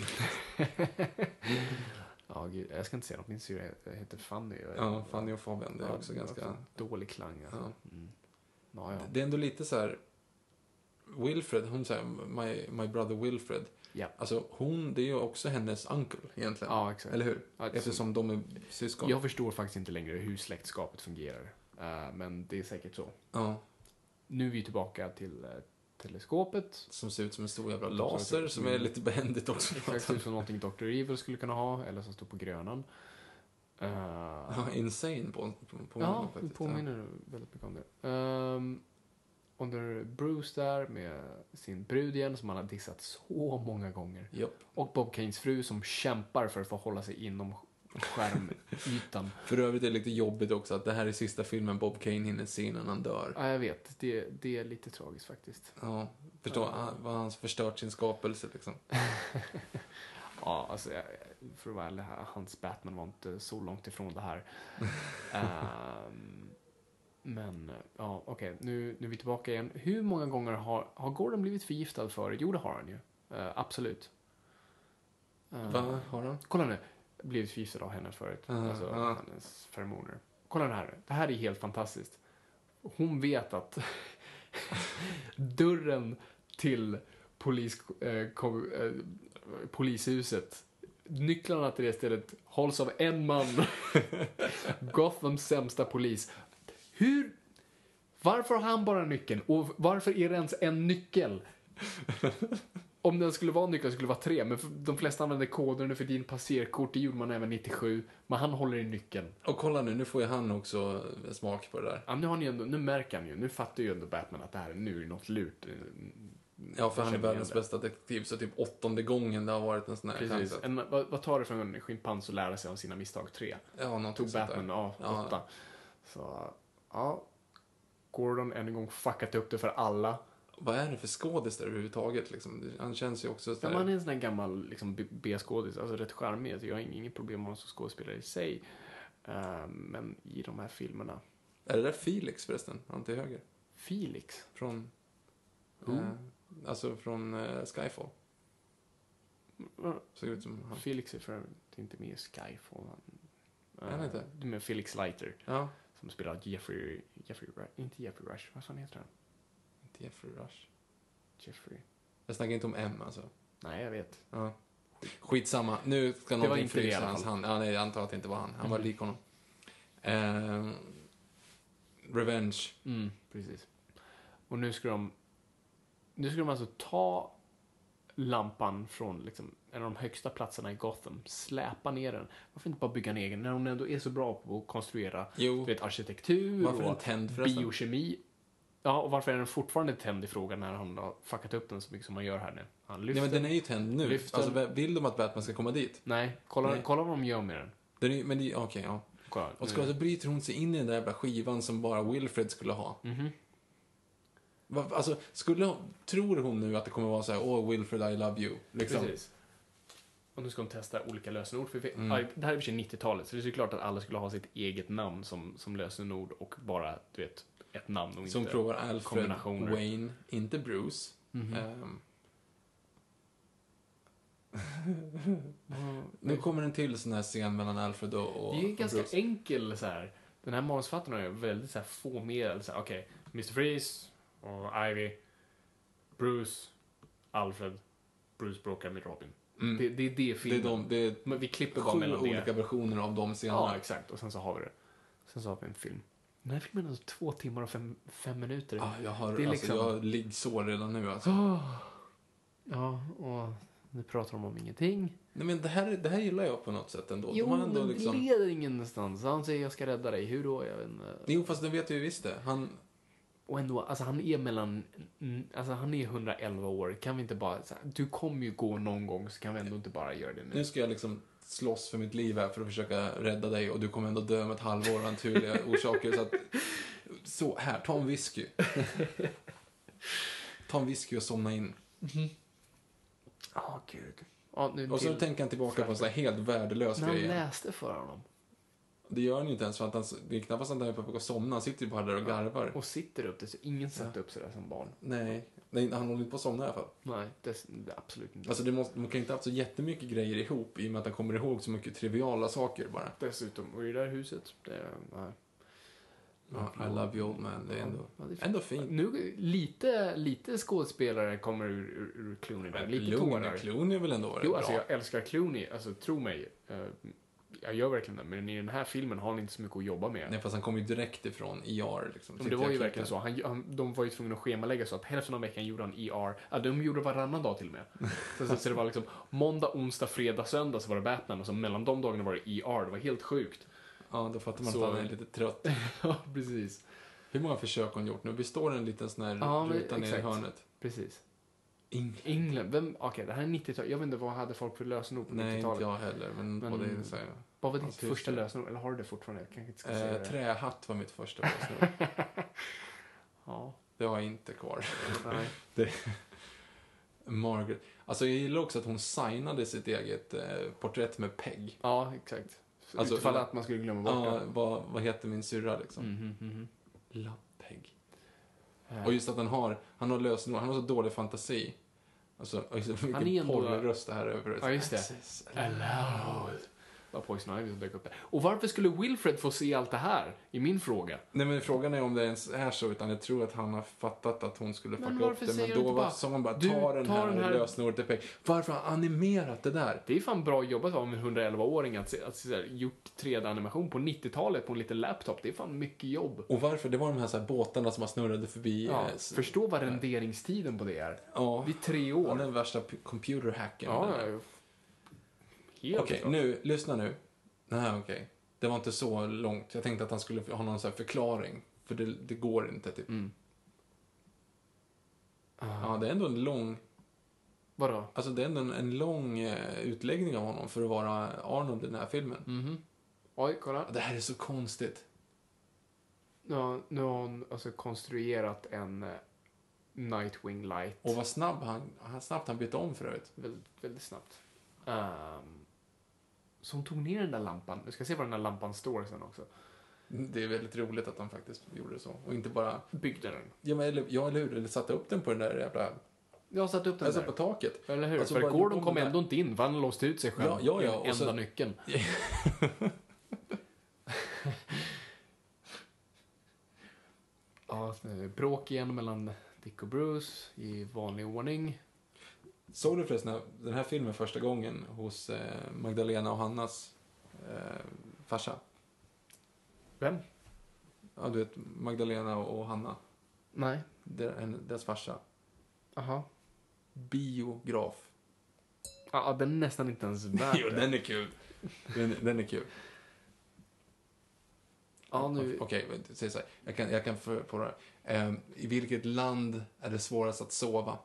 Speaker 6: Ja, gud, jag ska inte säga något. Min syra heter Fanny.
Speaker 5: Ja, Fanny och Fabian. Det är
Speaker 6: Ja,
Speaker 5: också
Speaker 6: det var
Speaker 5: ganska...
Speaker 6: också dålig klang. Alltså.
Speaker 5: Ja.
Speaker 6: Mm. Ja, ja.
Speaker 5: Det är ändå lite så här... Wilfred, hon säger my, my brother Wilfred.
Speaker 6: Ja.
Speaker 5: Alltså hon, det är ju också hennes uncle egentligen.
Speaker 6: Ja, exakt.
Speaker 5: Eller hur?
Speaker 6: Ja, det-
Speaker 5: Eftersom de är syskon.
Speaker 6: Jag förstår faktiskt inte längre hur släktskapet fungerar. Eh, men det är säkert så.
Speaker 5: Ja.
Speaker 6: Nu är vi tillbaka till uh, teleskopet.
Speaker 5: Som ser ut som en stor jävla
Speaker 6: Som
Speaker 5: laser
Speaker 6: ser ut som-
Speaker 5: som är lite behändigt också.
Speaker 6: Exakt ser ut som någonting doktor Evil skulle kunna ha. Eller som står på grönan. Uh,
Speaker 5: Ja, insane på, på, på
Speaker 6: ja,
Speaker 5: honom
Speaker 6: det
Speaker 5: faktiskt.
Speaker 6: påminner väldigt mycket om det. Um, och där Bruce där med sin brud igen som han har dissat så många gånger.
Speaker 5: Ja. Japp.
Speaker 6: Och Bob Kanes fru som kämpar för att få hålla sig inom skärmytan.
Speaker 5: För övrigt är det lite jobbigt också att det här är sista filmen Bob Kane hinner se innan han dör.
Speaker 6: Ja, jag vet. Det, det är lite tragiskt faktiskt.
Speaker 5: Ja, förstå han, vad han förstört sin skapelse liksom.
Speaker 6: Ja, alltså, jag- för att vara ärlig, här, hans Batman var inte så långt ifrån det här. Ehm, men, ja, okej. Nu, nu är vi tillbaka igen. Hur många gånger har, har Gordon blivit förgiftad förut? Jo, det har han ju. Eh, absolut. Uh,
Speaker 5: Vad har han?
Speaker 6: Kolla nu. Blivit förgiftad av henne förut.
Speaker 5: Ja,
Speaker 6: alltså,
Speaker 5: ja.
Speaker 6: hennes feromoner. Kolla det här. Det här är helt fantastiskt. Hon vet att dörren till polis, eh, kom, eh, polishuset, nycklarna till det stället hålls av en man. Gothams sämsta polis. Hur? Varför har han bara nyckeln? Och varför är det ens en nyckel? Om den skulle vara nyckeln skulle det vara tre, men för de flesta använder koder nu för din passerkort, det gjorde man även nittiosju, men han håller i nyckeln.
Speaker 5: Och kolla nu, nu får ju han också smak på det där.
Speaker 6: Ja, nu, har ni ändå, nu märker han ju, nu fattar ju ändå Batman att det här nu är något lurt.
Speaker 5: Ja, för han är
Speaker 6: känner
Speaker 5: världens
Speaker 6: igen det.
Speaker 5: bästa detektiv, så typ åttonde gången det har varit en sån här
Speaker 6: Precis.
Speaker 5: chans att-
Speaker 6: En, vad, vad tar det för en schimpans att lära sig av sina misstag? Tre.
Speaker 5: Ja, någonting
Speaker 6: Tog
Speaker 5: sånt
Speaker 6: Batman,
Speaker 5: där.
Speaker 6: ja,
Speaker 5: Ja.
Speaker 6: åtta. Så, ja. Gordon än en gång fuckat upp det för alla.
Speaker 5: Vad är det för skådis där överhuvudtaget liksom? Det- Han känns ju också så
Speaker 6: Ja,
Speaker 5: där...
Speaker 6: man är en sån här gammal liksom, B- B-skådis, alltså rätt charmig. Alltså, jag har inget problem med honom som skådespelare i sig. Eh, men i de här filmerna.
Speaker 5: Är det där Felix förresten? Han till höger?
Speaker 6: Felix.
Speaker 5: Från...
Speaker 6: Who?
Speaker 5: Eh, alltså från eh, Skyfall.
Speaker 6: Mm.
Speaker 5: Såg ut som han.
Speaker 6: Felix är för inte med i Skyfall. Han,
Speaker 5: Är han
Speaker 6: eh,
Speaker 5: inte?
Speaker 6: Du menar Felix Leiter.
Speaker 5: Ja,
Speaker 6: Som spelar Jeffrey... Jeffrey Rush. Inte Jeffrey Rush. Vad fan heter han?
Speaker 5: inte Jeffrey Rush.
Speaker 6: Jeffrey...
Speaker 5: Jag snackar inte om M alltså.
Speaker 6: Nej, jag vet.
Speaker 5: Ja. Skitsamma. Nu ska
Speaker 6: var
Speaker 5: någonting
Speaker 6: inte det i
Speaker 5: frysa
Speaker 6: alla
Speaker 5: hans
Speaker 6: fall.
Speaker 5: hand. Ja, nej, jag antar att det inte var han. Han var
Speaker 6: Mm.
Speaker 5: lik honom. Eh, Revenge.
Speaker 6: Mm, precis. Och nu ska de... Nu ska de alltså ta lampan från liksom, en av de högsta platserna i Gotham, släpa ner den. Varför inte bara bygga en egen när hon ändå är så bra på att konstruera du vet, arkitektur
Speaker 5: varför är den
Speaker 6: och
Speaker 5: tänd förresten?
Speaker 6: biokemi. Ja, och varför är den fortfarande tänd i frågan när han har fuckat upp den så mycket som man gör här nu? Han lyfter,
Speaker 5: Nej, men den är ju tänd nu.
Speaker 6: lyfter-
Speaker 5: Alltså, vill de att Batman ska komma dit?
Speaker 6: Nej, kolla,
Speaker 5: Nej.
Speaker 6: kolla vad de gör med den.
Speaker 5: Den är, men det, okej, ja.
Speaker 6: Kolla,
Speaker 5: Och så, så bryter hon sig in i den där jävla skivan som bara Wilfred skulle ha.
Speaker 6: Mhm.
Speaker 5: Va, alltså, skulle hon, tror hon nu att det kommer vara så här, åh, Wilfred, I love you? Liksom.
Speaker 6: Precis. Och nu ska hon testa olika lösenord. För vi,
Speaker 5: Mm.
Speaker 6: aj, det här är i och för sig nittiotalet, så det är klart att alla skulle ha sitt eget namn som, som lösenord och bara, du vet, ett namn och
Speaker 5: Som
Speaker 6: inte
Speaker 5: provar Alfred
Speaker 6: kombinationer.
Speaker 5: Wayne, inte Bruce.
Speaker 6: Mhm.
Speaker 5: Ehm. Nu kommer en till sån här scen mellan Alfred och, och
Speaker 6: Det är ju ganska
Speaker 5: Bruce.
Speaker 6: enkel så här. Den här manusförfattaren har ju väldigt så här få medel. Så här, okej, mister Freeze och Ivy, Bruce, Alfred, Bruce bråkar med Robin.
Speaker 5: Mm.
Speaker 6: Det, det är det
Speaker 5: Det är,
Speaker 6: filmen.
Speaker 5: de, det är
Speaker 6: Men vi klipper bara
Speaker 5: sju
Speaker 6: mellan
Speaker 5: olika
Speaker 6: det.
Speaker 5: versioner av de scenerna.
Speaker 6: Ja, exakt. Och sen så har vi det. Sen så har vi en film. Den här filmen är alltså två timmar och fem, fem minuter.
Speaker 5: Ah, jag har,
Speaker 6: Det är
Speaker 5: alltså,
Speaker 6: liksom-
Speaker 5: jag har liggsår redan nu alltså.
Speaker 6: Oh. Ja, och nu pratar de om ingenting.
Speaker 5: Nej, men det här, det här gillar jag på något sätt ändå.
Speaker 6: Jo,
Speaker 5: de har ändå
Speaker 6: men
Speaker 5: liksom...
Speaker 6: det leder ingenstans. Han säger jag ska rädda dig. Hur då? Jag vet inte.
Speaker 5: Jo, fast det vet jag ju visst det. Han...
Speaker 6: Och ändå, alltså han är mellan, mm, alltså han är hundraelva år. Kan vi inte bara, så här, du kommer ju gå någon gång så kan vi ändå inte bara göra det nu.
Speaker 5: Nu ska jag liksom slåss för mitt liv här för att försöka rädda dig och du kommer ändå dö om ett halvår av naturliga orsaker. Så att... Så, här, ta en whisky. Ta en whisky och somna in.
Speaker 6: Ja, oh, gud. Ja, nu
Speaker 5: Och så
Speaker 6: till-
Speaker 5: tänker han tillbaka på en sån här helt värdelös
Speaker 6: när han
Speaker 5: grej.
Speaker 6: läste för honom.
Speaker 5: Det gör han ju inte ens för att han, det är knappast att han är på väg att somna. Han sitter ju bara där och garvar.
Speaker 6: Och sitter upp det, så ingen satt upp sådär som barn.
Speaker 5: Nej, nej, han håller inte på att somna i alla fall.
Speaker 6: Nej, det, det är absolut inte.
Speaker 5: Alltså det måste, man kan inte ha haft så jättemycket grejer ihop i och med att han kommer ihåg så mycket triviala saker bara.
Speaker 6: Dessutom, och i det där huset, det är, nej.
Speaker 5: Ja, I love you old man, det är ändå,
Speaker 6: Ja, det är fint.
Speaker 5: ändå fint.
Speaker 6: Nu, lite, lite skådespelare kommer ur, ur, ur Clooney där. Lite
Speaker 5: Clooney,
Speaker 6: tårar.
Speaker 5: Clooney är väl ändå varit
Speaker 6: Jo,
Speaker 5: bra.
Speaker 6: alltså jag älskar Clooney, alltså tro mig. Eh, jag gör verkligen det, men i den här filmen har han inte så mycket att jobba med.
Speaker 5: Nej, fast han kommer ju direkt ifrån E R liksom.
Speaker 6: Men det var ju verkligen så. Han, han, de var ju tvungna att schemalägga så att hälften av veckan gjorde han E R. Ja, de gjorde varannan dag till och med. Så, så, så det var liksom måndag, onsdag, fredag, söndag så var det Batman och så mellan de dagarna var det E R. Det var helt sjukt.
Speaker 5: Ja, då fattar man
Speaker 6: Så-
Speaker 5: att han är lite trött.
Speaker 6: Ja, precis.
Speaker 5: Hur många försök har hon gjort nu? Vi står en liten sån här
Speaker 6: Ja, men
Speaker 5: ruta nere i
Speaker 6: exakt.
Speaker 5: hörnet.
Speaker 6: Precis.
Speaker 5: Ing.
Speaker 6: England, vem, okej det här är nittiotalet. Jag vet inte vad hade folk för lösenord på
Speaker 5: Nej, inte
Speaker 6: nittiotalet.
Speaker 5: jag heller. Men,
Speaker 6: Men-
Speaker 5: och det är så här,
Speaker 6: Vad var
Speaker 5: Ja,
Speaker 6: ditt
Speaker 5: tusen.
Speaker 6: första lösenord? Eller har du det fortfarande? Jag kanske inte ska säga
Speaker 5: eh,
Speaker 6: det.
Speaker 5: trähatt var mitt första lösenord.
Speaker 6: Ja,
Speaker 5: Det har jag inte kvar.
Speaker 6: nej.
Speaker 5: Det... Margaret. Alltså jag gillar också att hon signade sitt eget eh, porträtt med Peg.
Speaker 6: Ja, exakt.
Speaker 5: Alltså,
Speaker 6: Alltså, Utifall
Speaker 5: ja.
Speaker 6: att man skulle glömma bort
Speaker 5: Ja,
Speaker 6: det.
Speaker 5: vad, vad heter min syrra liksom?
Speaker 6: Mhm, mhm.
Speaker 5: La Peg.
Speaker 6: Eh,
Speaker 5: Och just att han har, han har lösenord, han har så dålig fantasi. Alltså, och just,
Speaker 6: Han är
Speaker 5: vilken
Speaker 6: ändå-
Speaker 5: porrröst det här är över.
Speaker 6: Ja, just det.
Speaker 5: Access.
Speaker 6: Allowed. Var Poison Ivy som dök upp där. Och varför skulle Wilfred få se allt det här? I min fråga.
Speaker 5: Nej, men frågan är om det ens är så, utan jag tror att han har fattat att hon skulle
Speaker 6: Men
Speaker 5: fucka upp
Speaker 6: varför
Speaker 5: det.
Speaker 6: säger
Speaker 5: Men
Speaker 6: du
Speaker 5: då
Speaker 6: inte
Speaker 5: var
Speaker 6: bara,
Speaker 5: sa hon bara,
Speaker 6: du,
Speaker 5: ta den
Speaker 6: ta
Speaker 5: här,
Speaker 6: den här-
Speaker 5: lösenordet till Peg. Varför har han animerat det där?
Speaker 6: Det är fan bra jobbat av en hundraelva-åring att, se- att se, så här, gjort tre D-animation på nittiotalet på en liten laptop. Det är fan mycket jobb.
Speaker 5: Och varför? Det var de här, så här båtarna som har snurrade förbi.
Speaker 6: Ja,
Speaker 5: eh, s-
Speaker 6: förstå vad renderingstiden på det är.
Speaker 5: ja.
Speaker 6: Vid tre
Speaker 5: Han är
Speaker 6: år.
Speaker 5: den värsta p- computerhacken.
Speaker 6: Ja, helt
Speaker 5: Okej,
Speaker 6: klart.
Speaker 5: nu, lyssna nu. Nej, okej. Det var inte så långt. Jag tänkte att han skulle ha någon så här förklaring. För det, det går inte, typ.
Speaker 6: Mm.
Speaker 5: Ja, det är ändå en lång...
Speaker 6: Vadå?
Speaker 5: Alltså, det är ändå en, en lång eh, utläggning av honom för att vara Arnold i den här filmen.
Speaker 6: Mhm. Oj, kolla.
Speaker 5: Det här är så konstigt.
Speaker 6: Nu har, nu har hon alltså konstruerat en eh, Nightwing Light.
Speaker 5: Och vad snabb han, han, snabbt han bytte om förut.
Speaker 6: Väldigt, väldigt snabbt. Um, så hon tog ner den där lampan. Du ska se var den där lampan står sen också.
Speaker 5: Det är väldigt roligt att han faktiskt gjorde så. Och inte bara...
Speaker 6: Byggde den.
Speaker 5: Ja, men, eller, ja, eller hur? Eller satte upp den på den där jävla...
Speaker 6: Jag har satt upp den
Speaker 5: Alltså
Speaker 6: där.
Speaker 5: på taket.
Speaker 6: Eller hur?
Speaker 5: Alltså,
Speaker 6: för
Speaker 5: bara
Speaker 6: Gordon
Speaker 5: gjorde om
Speaker 6: kom
Speaker 5: den där-
Speaker 6: ändå inte in, för han låste ut sig själv.
Speaker 5: Ja, ja, ja,
Speaker 6: Den
Speaker 5: och
Speaker 6: enda
Speaker 5: så-
Speaker 6: nyckeln. Ja, eh, bråk igen mellan Dick och Bruce i vanlig ordning.
Speaker 5: Såg du förresten den här filmen första gången hos eh, Magdalena och Hannas eh, farsa?
Speaker 6: Vem?
Speaker 5: Ja, du vet, Magdalena och Hanna.
Speaker 6: Nej.
Speaker 5: Der, en, deras farsa.
Speaker 6: Aha.
Speaker 5: Biograf.
Speaker 6: Ja, den är nästan inte ens värd.
Speaker 5: Jo, den är kul. Den, den är kul.
Speaker 6: Ja, nu...
Speaker 5: Okej, okay, säg så här. Jag kan, jag kan för, på det här. Um, I vilket land är det svårast att sova?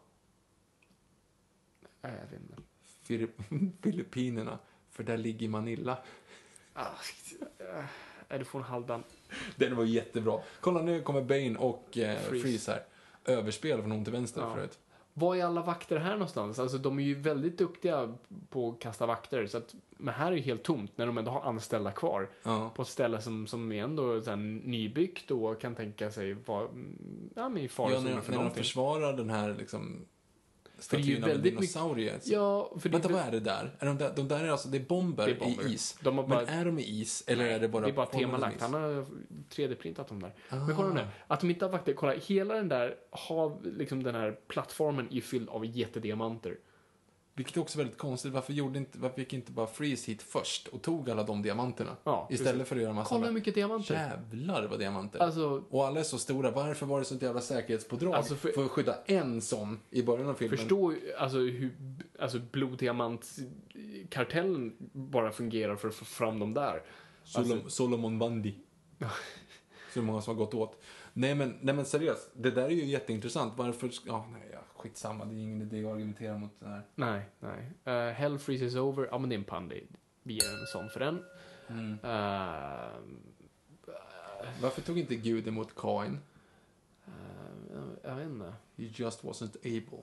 Speaker 6: Nej, jag vet inte.
Speaker 5: Filip- Filippinerna. För där ligger Manila.
Speaker 6: Ah, är du får en halvdan.
Speaker 5: Den var jättebra. Kolla, nu kommer Bane och eh,
Speaker 6: Freeze.
Speaker 5: Freeze här. Överspel från hon till vänster
Speaker 6: Ja.
Speaker 5: förut.
Speaker 6: Var är alla vakter här någonstans? Alltså, de är ju väldigt duktiga på att kasta vakter. Så att, men här är ju helt tomt när de ändå har anställda kvar.
Speaker 5: Ja.
Speaker 6: På ett ställe som, som är ändå så här, nybyggt och kan tänka sig vara ja, med i
Speaker 5: Ja,
Speaker 6: farozonen
Speaker 5: när,
Speaker 6: för
Speaker 5: när de
Speaker 6: någonting.
Speaker 5: försvarar den här liksom
Speaker 6: För det är ju
Speaker 5: statyn av en
Speaker 6: väldigt mycket-
Speaker 5: dinosaurie. Så-
Speaker 6: Ja, för det
Speaker 5: Vänta,
Speaker 6: är
Speaker 5: vad är det där? Är de där? De där är alltså, det är bomber,
Speaker 6: Det är bomber.
Speaker 5: i is.
Speaker 6: De har bara-
Speaker 5: Men är de i is, eller är det bara
Speaker 6: det är bara
Speaker 5: formen som
Speaker 6: temalagt.
Speaker 5: is?
Speaker 6: Han har tre D-printat dem där.
Speaker 5: Ah.
Speaker 6: Men kolla nu, att de inte har vakter. Kolla, hela den där har liksom den här plattformen är fylld av jättediamanter.
Speaker 5: Vilket är också väldigt konstigt. Varför, gjorde inte, varför gick inte bara Freeze hit först och tog alla de diamanterna?
Speaker 6: Ja,
Speaker 5: Istället
Speaker 6: precis.
Speaker 5: för att göra massa
Speaker 6: Kolla hur
Speaker 5: andra.
Speaker 6: mycket diamanter.
Speaker 5: Jävlar vad diamanter.
Speaker 6: Alltså,
Speaker 5: Och alla är så stora. Varför var det så jävla säkerhetspådrag
Speaker 6: Alltså, för-
Speaker 5: för... att skydda en sån i början av filmen?
Speaker 6: förstå alltså, hur alltså, bloddiamantkartellen bara fungerar för att få fram dem där.
Speaker 5: Solom,
Speaker 6: Alltså,
Speaker 5: Solomon Bundy. Så många som har gått åt. Nej men, nej men seriöst, det där är ju jätteintressant. Varför, ja nej, ja, skitsamma, det är ingen idé att argumentera mot det här.
Speaker 6: nej, nej. Uh, Hell freezes over. Ja, men det är en pandy. Vi ger en sån för den.
Speaker 5: Mm.
Speaker 6: Uh,
Speaker 5: Varför tog inte Gud emot Kain?
Speaker 6: uh, jag, jag vet inte.
Speaker 5: He just wasn't able.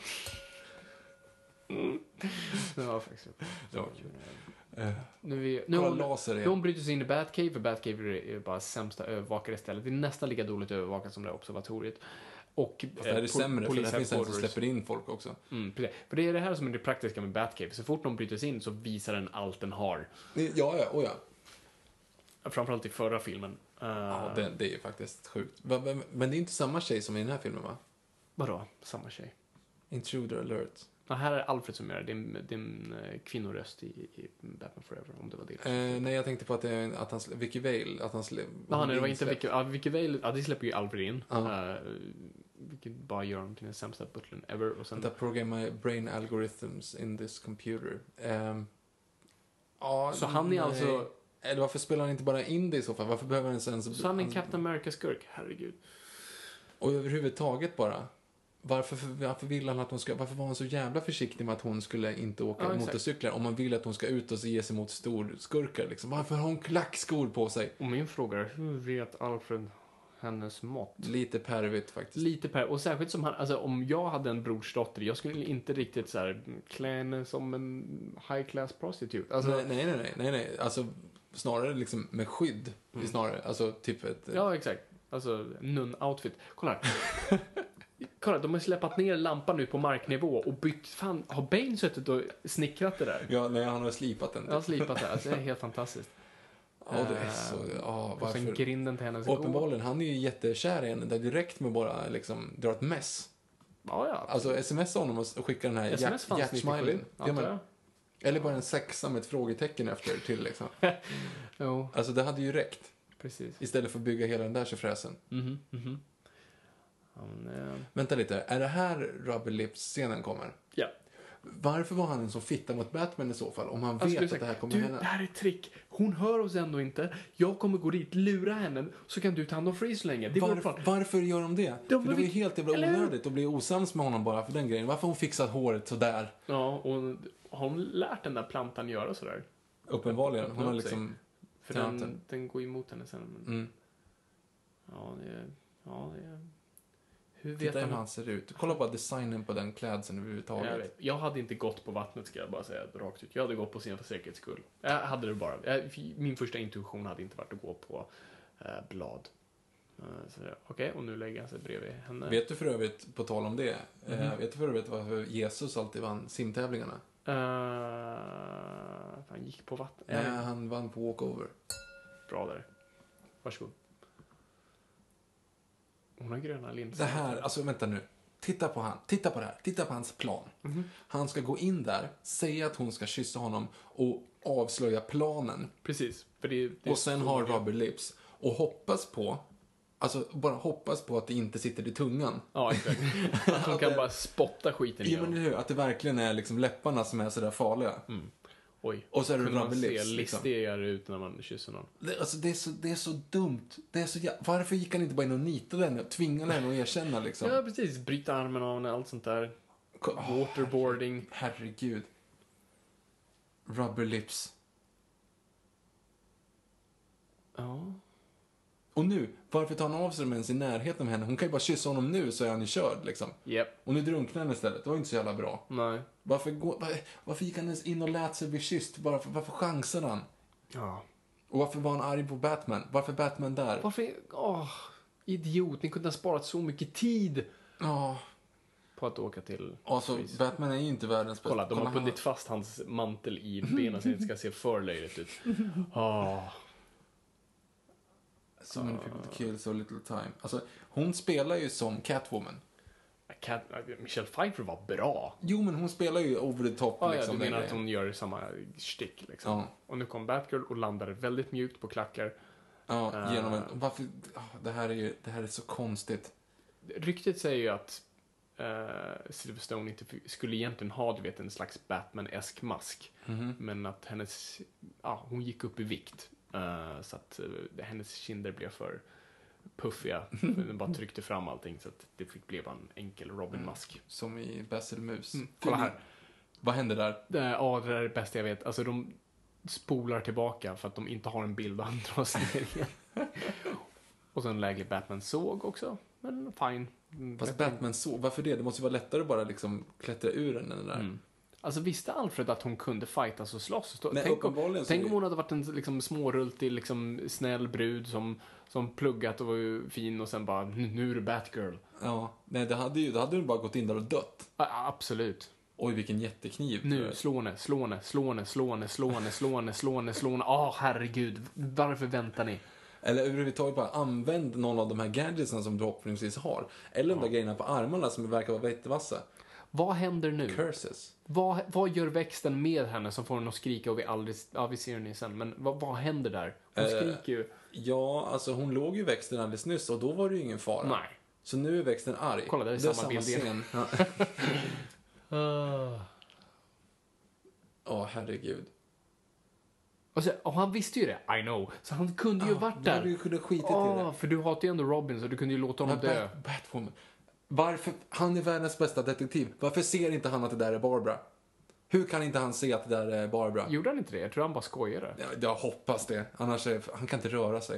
Speaker 6: Det var faktiskt
Speaker 5: Det var kul. Uh,
Speaker 6: Nu, vi, nu,
Speaker 5: kolla
Speaker 6: hon,
Speaker 5: laser
Speaker 6: nu
Speaker 5: igen.
Speaker 6: hon bryter sig in i Batcave, för Batcave är bara sämsta övervakade stället. Det är nästan lika dåligt övervakat som det här observatoriet. Och
Speaker 5: Fast det här är
Speaker 6: eh,
Speaker 5: sämre, för det här finns en som
Speaker 6: headquarters.
Speaker 5: släpper in folk också.
Speaker 6: Mm, precis. För det är det här som är det praktiska med Batcave. Så fort de bryter sig in så visar den allt den har.
Speaker 5: Ja, ja, oh ja.
Speaker 6: Framförallt i förra filmen. Uh,
Speaker 5: Ja, det, det är ju faktiskt sjukt. Va- va- Men det är inte samma tjej som i den här filmen, va?
Speaker 6: Vadå? Samma tjej.
Speaker 5: Intruder alert.
Speaker 6: Ja, här är Alfred som gör det. Det är en, det är en eh, kvinnoröst i, i Batman Forever, om det var det.
Speaker 5: Eh, nej, jag tänkte på att, det, är- att han, slä- Vicky Vale, att han slä,
Speaker 6: Ja, nej, det var inte
Speaker 5: insläppt.
Speaker 6: Vicky, ja, Vicky Vale, ja, det släpper ju Alfred in.
Speaker 5: Ja.
Speaker 6: Uh, vilket bara gör honom till den sämsta butlern ever. Och sen,
Speaker 5: That program my brain algorithms in this computer. Ehm, ja,
Speaker 6: Så han är
Speaker 5: nej.
Speaker 6: alltså-
Speaker 5: Eller varför spelar han inte bara in det i så fall? Varför behöver han ens...
Speaker 6: så han är en Captain America-skurk, herregud.
Speaker 5: Och överhuvudtaget bara. Varför, varför vill han att hon ska... Varför var han så jävla försiktig med att hon skulle inte åka
Speaker 6: Ja, exakt.
Speaker 5: motorcyklar? Om man vill att hon ska ut och ge sig mot storskurkar liksom. Varför har hon klackskor på sig?
Speaker 6: Och min fråga är, hur vet Alfred hennes mått?
Speaker 5: Lite pervigt faktiskt.
Speaker 6: Lite per, och särskilt som han, alltså om jag hade en brorsdotter, jag skulle inte riktigt så här klä henne som en high class prostitute. Alltså,
Speaker 5: nej, nej, nej, nej, nej. Alltså, snarare liksom med skydd.
Speaker 6: Mm.
Speaker 5: Snarare, alltså typ ett...
Speaker 6: ja, exakt. Alltså, nun-outfit. Kolla här. Kolla, de har släppt ner lampan nu på marknivå och bytt, fan, har Bane suttit och snickrat det där?
Speaker 5: Ja, nej, han har slipat den.
Speaker 6: Jag har slipat det, alltså det är helt fantastiskt.
Speaker 5: Ja, det är så... Ja,
Speaker 6: Och sen
Speaker 5: varför?
Speaker 6: grinden till hennes gård.
Speaker 5: Uppenbarligen, han är ju jättekär i henne där direkt med bara liksom dra ett mess.
Speaker 6: Ja, ja.
Speaker 5: Alltså smsa honom och skicka den här
Speaker 6: S M S fanns
Speaker 5: hjärtsmileyn.
Speaker 6: nittiosju,
Speaker 5: Ja,
Speaker 6: antar
Speaker 5: men,
Speaker 6: jag.
Speaker 5: eller bara en sexa med ett frågetecken efter till liksom.
Speaker 6: Jo,
Speaker 5: Alltså det hade ju räckt.
Speaker 6: precis.
Speaker 5: Istället för att bygga hela den där tjofräsen.
Speaker 6: Mhm, mhm. Ja, men, eh,
Speaker 5: Vänta lite, är det här Rubber Lips-scenen kommer?
Speaker 6: ja.
Speaker 5: Varför var han en så fitta mot Batman i så fall? Om han
Speaker 6: Jag
Speaker 5: vet
Speaker 6: skulle
Speaker 5: att
Speaker 6: säga,
Speaker 5: det här kommer
Speaker 6: du,
Speaker 5: hända.
Speaker 6: det här är ett trick. Hon hör oss ändå inte. Jag kommer gå dit, lura henne, så kan du ta hand om Freeze så länge. Det är vår
Speaker 5: Varför,
Speaker 6: plan.
Speaker 5: varför gör de det?
Speaker 6: De
Speaker 5: för det var ju
Speaker 6: vill-
Speaker 5: helt jävla
Speaker 6: eller hur?
Speaker 5: onödigt att bli osams med honom bara för den grejen. Varför har hon fixat håret så där?
Speaker 6: Ja, och har hon lärt den där plantan göra sådär?
Speaker 5: Uppenbarligen. Hon
Speaker 6: Öppna
Speaker 5: har
Speaker 6: upp sig.
Speaker 5: liksom...
Speaker 6: För
Speaker 5: tränat
Speaker 6: den, den går emot henne sen. Men,
Speaker 5: Mm.
Speaker 6: ja, det är... Ja, det är... Hur vet
Speaker 5: Titta hur
Speaker 6: han?
Speaker 5: han ser ut. Kolla bara designen på den klädseln överhuvudtaget.
Speaker 6: Jag, vet. jag hade inte gått på vattnet, ska jag bara säga rakt ut. Jag hade gått på scen för säkerhets skull. Jag hade det bara. Jag, min första intuition hade inte varit att gå på eh, blad. Uh, Okej, okay, och nu lägger han sig bredvid henne.
Speaker 5: Vet du för övrigt, på tal om det,
Speaker 6: Mhm.
Speaker 5: eh, vet du för övrigt varför Jesus alltid vann simtävlingarna?
Speaker 6: Uh, han gick på vatten.
Speaker 5: Nej,
Speaker 6: Ja,
Speaker 5: han vann på walkover.
Speaker 6: bra där. Varsågod. Hon har gröna linser.
Speaker 5: Det här, alltså vänta nu. Titta på han, titta på det här, titta på hans plan.
Speaker 6: Mhm.
Speaker 5: Han ska gå in där, säga att hon ska kyssa honom och avslöja planen.
Speaker 6: Precis. För det, det
Speaker 5: Och sen
Speaker 6: så
Speaker 5: har
Speaker 6: det-
Speaker 5: Rubber Lips och hoppas på Alltså, bara hoppas på att det inte sitter i tungan.
Speaker 6: Ja, exakt. Att de kan bara spotta skiten i
Speaker 5: Ja, men
Speaker 6: dem.
Speaker 5: hur? Att det verkligen är liksom läpparna som är sådär farliga.
Speaker 6: Mm. Oj.
Speaker 5: Och så är det
Speaker 6: Kunde man
Speaker 5: rubber
Speaker 6: se
Speaker 5: lips, liksom.
Speaker 6: listigare ut när man kysser någon.
Speaker 5: Det, alltså, det, är så, det är så dumt. Det är så jä... Varför gick han inte bara in och nitade henne och tvingade henne att erkänna liksom?
Speaker 6: Ja, precis. Bryta armen av henne, allt sånt där.
Speaker 5: Oh,
Speaker 6: Waterboarding.
Speaker 5: herregud. Rubber lips.
Speaker 6: Ja.
Speaker 5: Och nu, varför tar han av sig dem ens i närheten med henne? Hon kan ju bara kyssa honom nu så är han ju körd liksom.
Speaker 6: Yep.
Speaker 5: Och nu drunknar han istället. Det var ju inte så jävla bra.
Speaker 6: Nej.
Speaker 5: Varför, gå, var, varför gick han ens in och lät sig bli kysst? Bara för, varför chansade han?
Speaker 6: Ja.
Speaker 5: Och varför var han arg på Batman? Varför Batman där?
Speaker 6: Varför? Åh, idiot. Ni kunde ha sparat så mycket tid
Speaker 5: Ja.
Speaker 6: på att åka till...
Speaker 5: Alltså,
Speaker 6: Freeze.
Speaker 5: Batman är ju inte världens bästa.
Speaker 6: Kolla, de har
Speaker 5: han-
Speaker 6: bundit fast hans mantel i benen så det inte ska se för löjligt ut. Åh.
Speaker 5: So many people to kill, so little time. Alltså, hon spelar ju som Catwoman.
Speaker 6: Cat, Michelle Pfeiffer var bra.
Speaker 5: Jo, men hon spelar ju over the top
Speaker 6: Ah, ja,
Speaker 5: liksom.
Speaker 6: du menar
Speaker 5: med
Speaker 6: att
Speaker 5: grejen.
Speaker 6: hon gör samma stick liksom.
Speaker 5: Ja.
Speaker 6: Och nu kom Batgirl och landade väldigt mjukt på klackar.
Speaker 5: Ja, genom en...
Speaker 6: Ah.
Speaker 5: Varför... ah, det här är ju... Det här är så konstigt.
Speaker 6: Ryktet säger ju att uh, Silverstone inte f- skulle egentligen ha, du vet, en slags Batman-esk mask.
Speaker 5: Mhm.
Speaker 6: Men att hennes, ja, hon gick upp i vikt. Uh, så att uh, hennes kinder blev för puffiga. Den bara tryckte fram allting så att det fick bli bara en enkel Robin-mask.
Speaker 5: Som i Basil Mus.
Speaker 6: Mm, kolla här.
Speaker 5: Vad händer där?
Speaker 6: Det, ja, det där är det bästa jag vet. Alltså de spolar tillbaka för att de inte har en bild och han drar sig ner igen. Och så en läglig Batman såg också. Men fine. Mm,
Speaker 5: Fast
Speaker 6: Batman-
Speaker 5: Batman så... Varför det? Det måste ju vara lättare att bara liksom klättra ur den, den där.
Speaker 6: Mm. Alltså visste Alfred att hon kunde fightas och slåss? Stå,
Speaker 5: Nej,
Speaker 6: tänk om,
Speaker 5: uppenbarligen så-
Speaker 6: tänk om hon hade varit en liksom, smårultig, liksom, snäll brud som, som pluggat och var ju fin och sen bara, nu är du Batgirl.
Speaker 5: Ja. Nej, det hade ju... Då hade du bara gått in där och dött.
Speaker 6: Ja, absolut.
Speaker 5: Oj, vilken jättekniv.
Speaker 6: Nu, slå henne, slå henne, slå henne, slå henne, slå henne, slå henne, slå henne, slå henne. Åh, herregud. Varför väntar ni?
Speaker 5: Eller överhuvudtaget bara använd någon av de här gadgetsen som du förhoppningsvis har. Eller de där grejerna på armarna som verkar vara jättevassa.
Speaker 6: Vad händer nu?
Speaker 5: Curses.
Speaker 6: Vad, vad gör växten med henne som får henne att skrika och vi aldrig, ja vi ser henne sen, men vad, vad händer där? Hon
Speaker 5: Eh,
Speaker 6: skriker ju.
Speaker 5: Ja, alltså hon låg ju växten alldeles nyss och då var det ju ingen fara.
Speaker 6: Nej.
Speaker 5: Så nu är växten arg.
Speaker 6: Kolla, det är samma bild igen.
Speaker 5: scen. Ja.
Speaker 6: Uh.
Speaker 5: Åh, herregud.
Speaker 6: Och, så, och han visste ju det, I know. Så han kunde ju varit
Speaker 5: Du hade
Speaker 6: där.
Speaker 5: ju kunnat skita i
Speaker 6: Åh,
Speaker 5: det.
Speaker 6: för du hatar ju ändå Robin så du kunde ju låta honom
Speaker 5: Men
Speaker 6: dö.
Speaker 5: Bat- Batwoman. Varför? Han är världens bästa detektiv. Varför ser inte han att det där är Barbara? Hur kan inte han se att det där är Barbara?
Speaker 6: Gjorde han inte det? Jag tror han bara skojade.
Speaker 5: Ja, jag hoppas det. Annars är, han kan inte röra sig.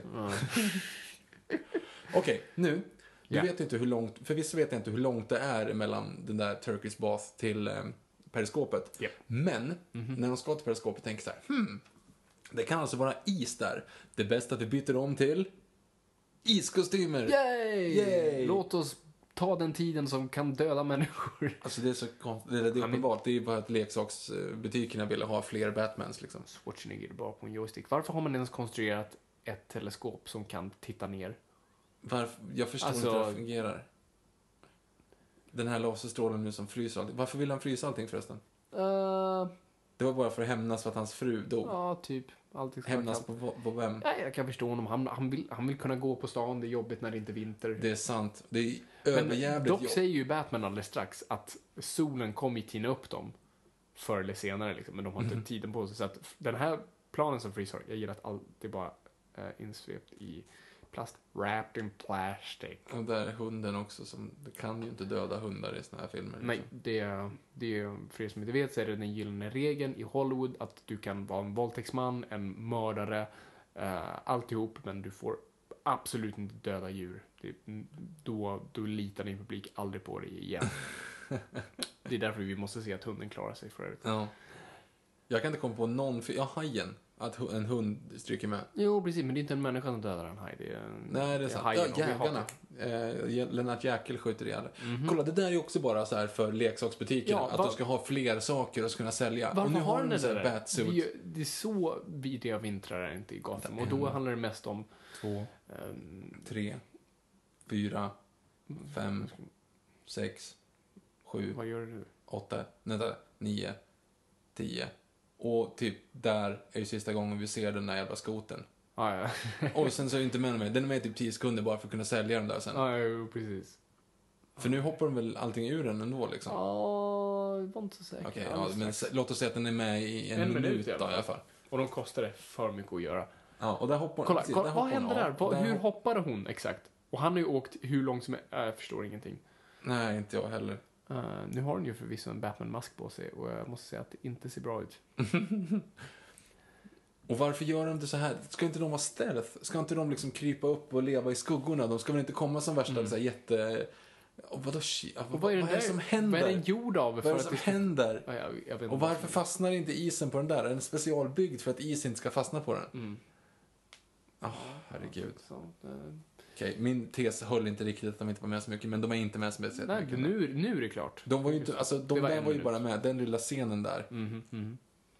Speaker 5: Okej, nu. Du
Speaker 6: Ja.
Speaker 5: vet inte hur långt, förvisso vet jag inte hur långt det är mellan den där Turkish Bath till eh, periskopet.
Speaker 6: Japp.
Speaker 5: Men, när de ska till periskopet tänker så här, hmm, det kan alltså vara is där. Det är bäst att vi byter om till iskostymer.
Speaker 6: Yay!
Speaker 5: Yay!
Speaker 6: Låt oss ta den tiden som kan döda människor.
Speaker 5: Alltså det är så konstigt, det är, det är
Speaker 6: Han är-
Speaker 5: uppenbart. Det är bara att leksaksbutikerna ville ha fler Batmans liksom.
Speaker 6: Schwarzenegger bara på en joystick. Varför har man ens konstruerat ett teleskop som kan titta ner?
Speaker 5: Varför, jag förstår
Speaker 6: Alltså-
Speaker 5: inte hur det fungerar. Den här laserstrålen nu som fryser allting. Varför vill han frysa allting förresten?
Speaker 6: Uh,
Speaker 5: Det var bara för att hämnas för att hans fru dog.
Speaker 6: ja, typ. Allting ska vara
Speaker 5: Hämnas
Speaker 6: kallt.
Speaker 5: på, på vem?
Speaker 6: Nej, jag kan förstå honom. Han, han, vill, han vill kunna gå på stan. Det är jobbigt när det inte är vinter.
Speaker 5: Det är sant. Det är
Speaker 6: Men
Speaker 5: överjävligt
Speaker 6: dock
Speaker 5: jobb.
Speaker 6: säger ju Batman alldeles strax att solen kommer ju tina upp dem förr eller senare. Liksom, men de har inte
Speaker 5: Mhm.
Speaker 6: tiden på sig. Så att den här planen som Freeze har, jag gillar att allt det är bara eh, insvept i plast. Wrapped in plastic.
Speaker 5: Och där är hunden också. Som, det kan ju inte döda hundar i såna här filmer.
Speaker 6: Nej,
Speaker 5: liksom.
Speaker 6: det är, det är, för er som inte vet så är det den gyllene regeln i Hollywood att du kan vara en våldtäktsman, en mördare, eh, alltihop, men du får absolut inte döda djur. Det, då, då litar din publik aldrig på dig igen. Det är därför vi måste se att hunden klarar sig för övrigt.
Speaker 5: Ja. Jag kan inte komma på någon... fi- Ja, hajen. Att hu- en hund stryker med.
Speaker 6: Jo, precis, men det är inte en människa som dödar en haj. Det är, en,
Speaker 5: Nej, det är sant.
Speaker 6: hajen,
Speaker 5: Ja,
Speaker 6: och vi hatar-
Speaker 5: jägarna. Eh, Lennart Jäkel skjuter ihjäl.
Speaker 6: Mhm.
Speaker 5: Kolla, det där är ju också bara så här för leksaksbutikerna.
Speaker 6: Ja,
Speaker 5: att
Speaker 6: va-
Speaker 5: de ska ha fler saker och kunna sälja.
Speaker 6: Varför
Speaker 5: och nu
Speaker 6: har
Speaker 5: de
Speaker 6: den
Speaker 5: så
Speaker 6: det
Speaker 5: här
Speaker 6: där?
Speaker 5: batsuit.
Speaker 6: Det, är ju- det är så vidriga vintrar är det inte i Gotham. Och då handlar det mest om...
Speaker 5: Två,
Speaker 6: ehm,
Speaker 5: tre, fyra, fem, sex, sju,
Speaker 6: vad gör du?
Speaker 5: åtta, vänta, nio, tio. Och typ där är ju sista gången vi ser den där jävla skoten.
Speaker 6: Ah, ja.
Speaker 5: Och sen så är det inte med mig. Den är med i typ tio sekunder bara för att kunna sälja den där sen.
Speaker 6: Ah, ja, precis.
Speaker 5: För nu hoppar de väl allting ur den ändå liksom?
Speaker 6: Ja, jag var inte så säker.
Speaker 5: Okej, ja, men s- låt oss säga att den är med i en,
Speaker 6: En
Speaker 5: minut,
Speaker 6: minut i alla
Speaker 5: då,
Speaker 6: fall.
Speaker 5: i alla fall.
Speaker 6: Och de kostade för mycket att göra.
Speaker 5: Ja, och där hoppar
Speaker 6: Kolla,
Speaker 5: precis,
Speaker 6: kolla
Speaker 5: där
Speaker 6: vad
Speaker 5: hoppar hon
Speaker 6: hände
Speaker 5: av.
Speaker 6: där? Vad,
Speaker 5: Där
Speaker 6: hur
Speaker 5: hopp-
Speaker 6: hoppade hon exakt? Och han har ju åkt hur långt som helst. Äh, jag förstår ingenting.
Speaker 5: Nej, inte jag heller.
Speaker 6: Uh, nu har hon ju förvisso en Batman-mask på sig och jag måste säga att det inte ser bra ut.
Speaker 5: Och varför gör de inte så här? Ska inte de vara stealth? Ska inte de liksom krypa upp och leva i skuggorna? De ska väl inte komma som värsta mm. så här, jätte... Och vadå, shit?
Speaker 6: Och vad är,
Speaker 5: vad är det som händer?
Speaker 6: Vad är den gjord av?
Speaker 5: Vad är det som
Speaker 6: att ska...
Speaker 5: händer?
Speaker 6: Ja, jag, jag vet
Speaker 5: och varför fastnar inte isen på den där? Är den specialbyggd för att is inte ska fastna på den?
Speaker 6: Mm.
Speaker 5: Oh, herregud.
Speaker 6: Så, uh...
Speaker 5: Okej, okay, min tes höll inte riktigt att de inte var med så mycket, men de är inte med så mycket.
Speaker 6: Nej, nu, nu är det klart.
Speaker 5: De var ju inte, alltså de
Speaker 6: var
Speaker 5: där var ju
Speaker 6: minut.
Speaker 5: bara med, den lilla scenen där.
Speaker 6: Mm, mm.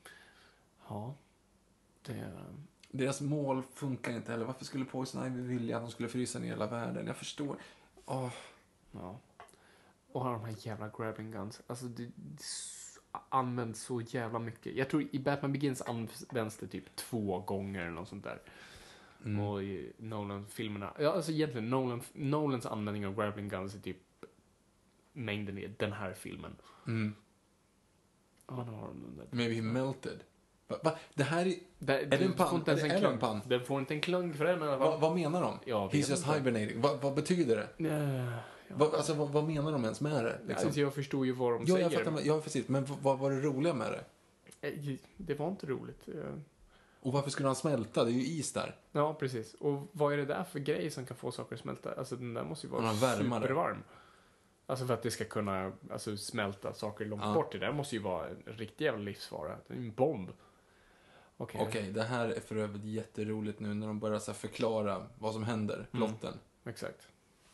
Speaker 6: Ja, det...
Speaker 5: Deras mål funkar inte heller. Varför skulle Poison Ivy vilja att de skulle frysa ner hela världen? Jag förstår. Oh.
Speaker 6: Ja. Och har de här jävla grabbing guns. Alltså, det, det används så jävla mycket. Jag tror i Batman Begins används det typ två gånger eller något sånt där. Mm. Och i Nolan-filmerna. Ja, alltså egentligen Nolan, Nolans användning av grappling guns är typ mängden i den här filmen.
Speaker 5: Mm.
Speaker 6: Oh, no, no,
Speaker 5: Maybe he melted. Va? Va? Det här är...
Speaker 6: Det,
Speaker 5: är det en pann?
Speaker 6: Är det,
Speaker 5: är det en pann?
Speaker 6: Den får inte en klunk för den i alla
Speaker 5: fall.
Speaker 6: fall.
Speaker 5: Va, vad menar de?
Speaker 6: Ja,
Speaker 5: He's just
Speaker 6: inte.
Speaker 5: hibernating. Va, vad betyder det?
Speaker 6: Uh, ja.
Speaker 5: va, alltså, vad, vad menar de ens med det? Liksom?
Speaker 6: Alltså, jag förstår ju vad de
Speaker 5: ja,
Speaker 6: säger.
Speaker 5: Jag fattar, ja, precis. Men vad, vad var det roliga med det?
Speaker 6: Det var inte roligt.
Speaker 5: Och varför skulle han smälta? Det är ju is där.
Speaker 6: Ja, precis. Och vad är det där för grej som kan få saker att smälta? Alltså, den där måste ju vara supervarm. Alltså för att det ska kunna alltså, smälta saker långt ja. bort. Det där måste ju vara en riktig jävla livsfara. Det är en bomb. Okej,
Speaker 5: okay. okay, det här är för övrigt jätteroligt nu när de börjar så här, förklara vad som händer, plotten.
Speaker 6: Mm. Exakt.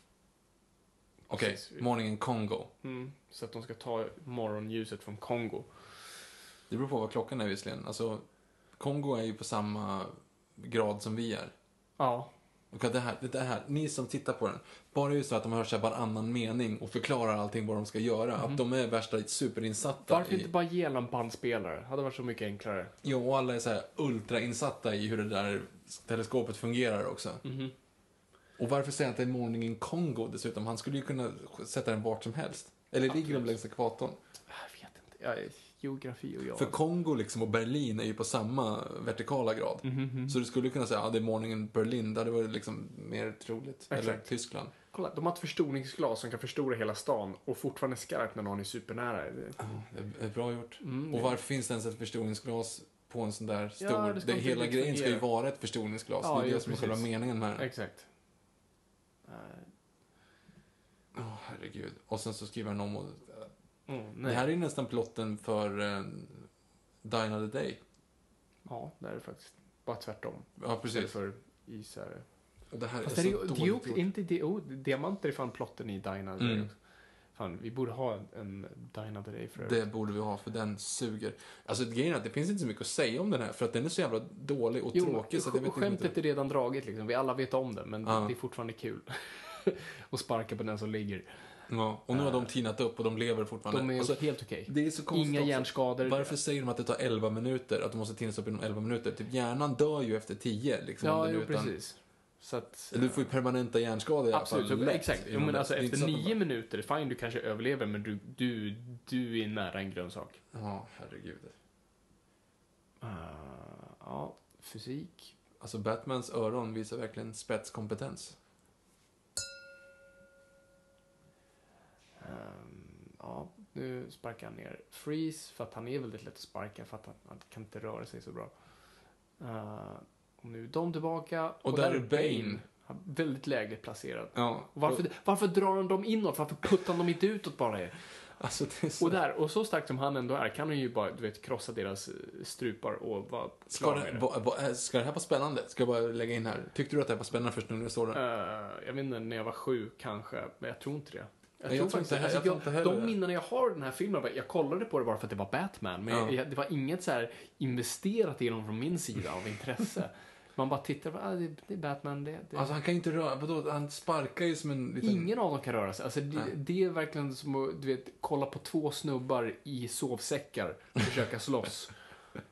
Speaker 5: Okej, okay. Morning in Kongo.
Speaker 6: Mm. Så att de ska ta morgonljuset från Kongo.
Speaker 5: Det beror på vad klockan är visserligen. Alltså, Kongo är ju på samma grad som vi är.
Speaker 6: Ja.
Speaker 5: Och det här, det här, ni som tittar på den, bara ju så att de hör sig varannan mening och förklarar allting vad de ska göra. Mm. Att de är värsta superinsatta.
Speaker 6: Varför
Speaker 5: i...
Speaker 6: inte bara ge en bandspelare? Det hade varit så mycket enklare.
Speaker 5: Jo, och alla är så här ultrainsatta i hur det där teleskopet fungerar också.
Speaker 6: Mm.
Speaker 5: Och varför säger han att det är Morning in Kongo dessutom? Han skulle ju kunna sätta den vart som helst. Eller Absolut. Ligger de längs ekvatorn?
Speaker 6: Jag vet inte. Jag är geografi och jag.
Speaker 5: För Kongo liksom och Berlin är ju på samma vertikala grad.
Speaker 6: Mm-hmm.
Speaker 5: Så du skulle kunna säga att ah, det är Morning in Berlin. Det hade varit liksom mer troligt. Exakt. Eller Tyskland.
Speaker 6: Kolla, de har ett förstoringsglas som kan förstora hela stan och fortfarande skarpt när någon är supernära.
Speaker 5: Ja, det är bra gjort.
Speaker 6: Mm,
Speaker 5: och varför finns det ens ett förstoringsglas på en sån där stor...
Speaker 6: Ja, det
Speaker 5: det, hela grejen fungera. Ska ju vara ett förstoringsglas.
Speaker 6: Ja,
Speaker 5: det är det
Speaker 6: ja,
Speaker 5: som är själva meningen med det.
Speaker 6: Exakt.
Speaker 5: Åh, oh, herregud. Och sen så skriver han om och...
Speaker 6: Mm,
Speaker 5: det här är ju nästan plotten för uh, Die Another Day.
Speaker 6: Ja, det är det faktiskt. Bara tvärtom.
Speaker 5: Ja, precis.
Speaker 6: För isär.
Speaker 5: Och det här
Speaker 6: Fast
Speaker 5: är
Speaker 6: det
Speaker 5: så
Speaker 6: är,
Speaker 5: dåligt
Speaker 6: det är inte det, oh, diamanter är fan plotten i Die Another Day. Mm. Fan, vi borde ha en, en Die Another Day för
Speaker 5: det. borde vi ha, för den suger. Alltså, grejen är att det finns inte så mycket att säga om den här, för att den är så jävla dålig och
Speaker 6: jo,
Speaker 5: tråkig. Så
Speaker 6: och,
Speaker 5: jag vet
Speaker 6: och skämtet
Speaker 5: inte.
Speaker 6: är redan draget, liksom. Vi alla vet om det, men
Speaker 5: ja.
Speaker 6: det är fortfarande kul. Och sparka på den som ligger.
Speaker 5: Ja, och nu har de tinat upp och de lever fortfarande.
Speaker 6: De är
Speaker 5: alltså,
Speaker 6: helt okej.
Speaker 5: Det är så konstigt.
Speaker 6: Inga hjärnskador.
Speaker 5: Varför säger de att det tar elva minuter? Att de måste tinas upp inom elva minuter? Typ hjärnan dör ju efter tio. Liksom,
Speaker 6: ja, jo,
Speaker 5: utan...
Speaker 6: precis. Så att,
Speaker 5: du får ju permanenta hjärnskador i alla fall.
Speaker 6: Absolut, exakt. Jo, men alltså, efter nio
Speaker 5: bara...
Speaker 6: minuter, fine, du kanske överlever, men du, du, du är nära en grönsak.
Speaker 5: Ja, herregud.
Speaker 6: Uh, ja, fysik.
Speaker 5: Alltså, Batmans öron visar verkligen spetskompetens.
Speaker 6: Um, ja, nu sparkar han ner Freeze, för att han är väldigt lätt att sparka, för att han, han kan inte röra sig så bra. Uh, och nu är de tillbaka.
Speaker 5: Och, och där, där är Bane. Bane.
Speaker 6: Väldigt lägligt placerad.
Speaker 5: Ja,
Speaker 6: varför,
Speaker 5: och...
Speaker 6: varför drar de dem inåt? Varför puttar de inte utåt bara?
Speaker 5: Alltså, det är så...
Speaker 6: Och där, och så starkt som han ändå är, kan han ju bara, du vet, krossa deras strupar och vara
Speaker 5: ska det, va, va, ska det här vara spännande? Ska jag bara lägga in här? Tyckte du att det här var spännande först nu när du såg det?
Speaker 6: Uh, jag vet inte, när jag var sju kanske, men jag tror inte det. Jag,
Speaker 5: jag
Speaker 6: tror
Speaker 5: tror
Speaker 6: faktiskt
Speaker 5: inte,
Speaker 6: alltså,
Speaker 5: jag, jag,
Speaker 6: jag, De minnen jag har den här filmen, jag kollade på det bara för att det var Batman, men ja. jag, det var inget så här investerat i dem från min sida av intresse. Man bara tittar, ah, det, det är Batman. Det, det.
Speaker 5: Alltså han kan ju inte röra, vadå? Han sparkar ju som en liten...
Speaker 6: Ingen av dem kan röra sig. Alltså, det, det är verkligen som att, du vet, kolla på två snubbar i sovsäckar och försöka slåss.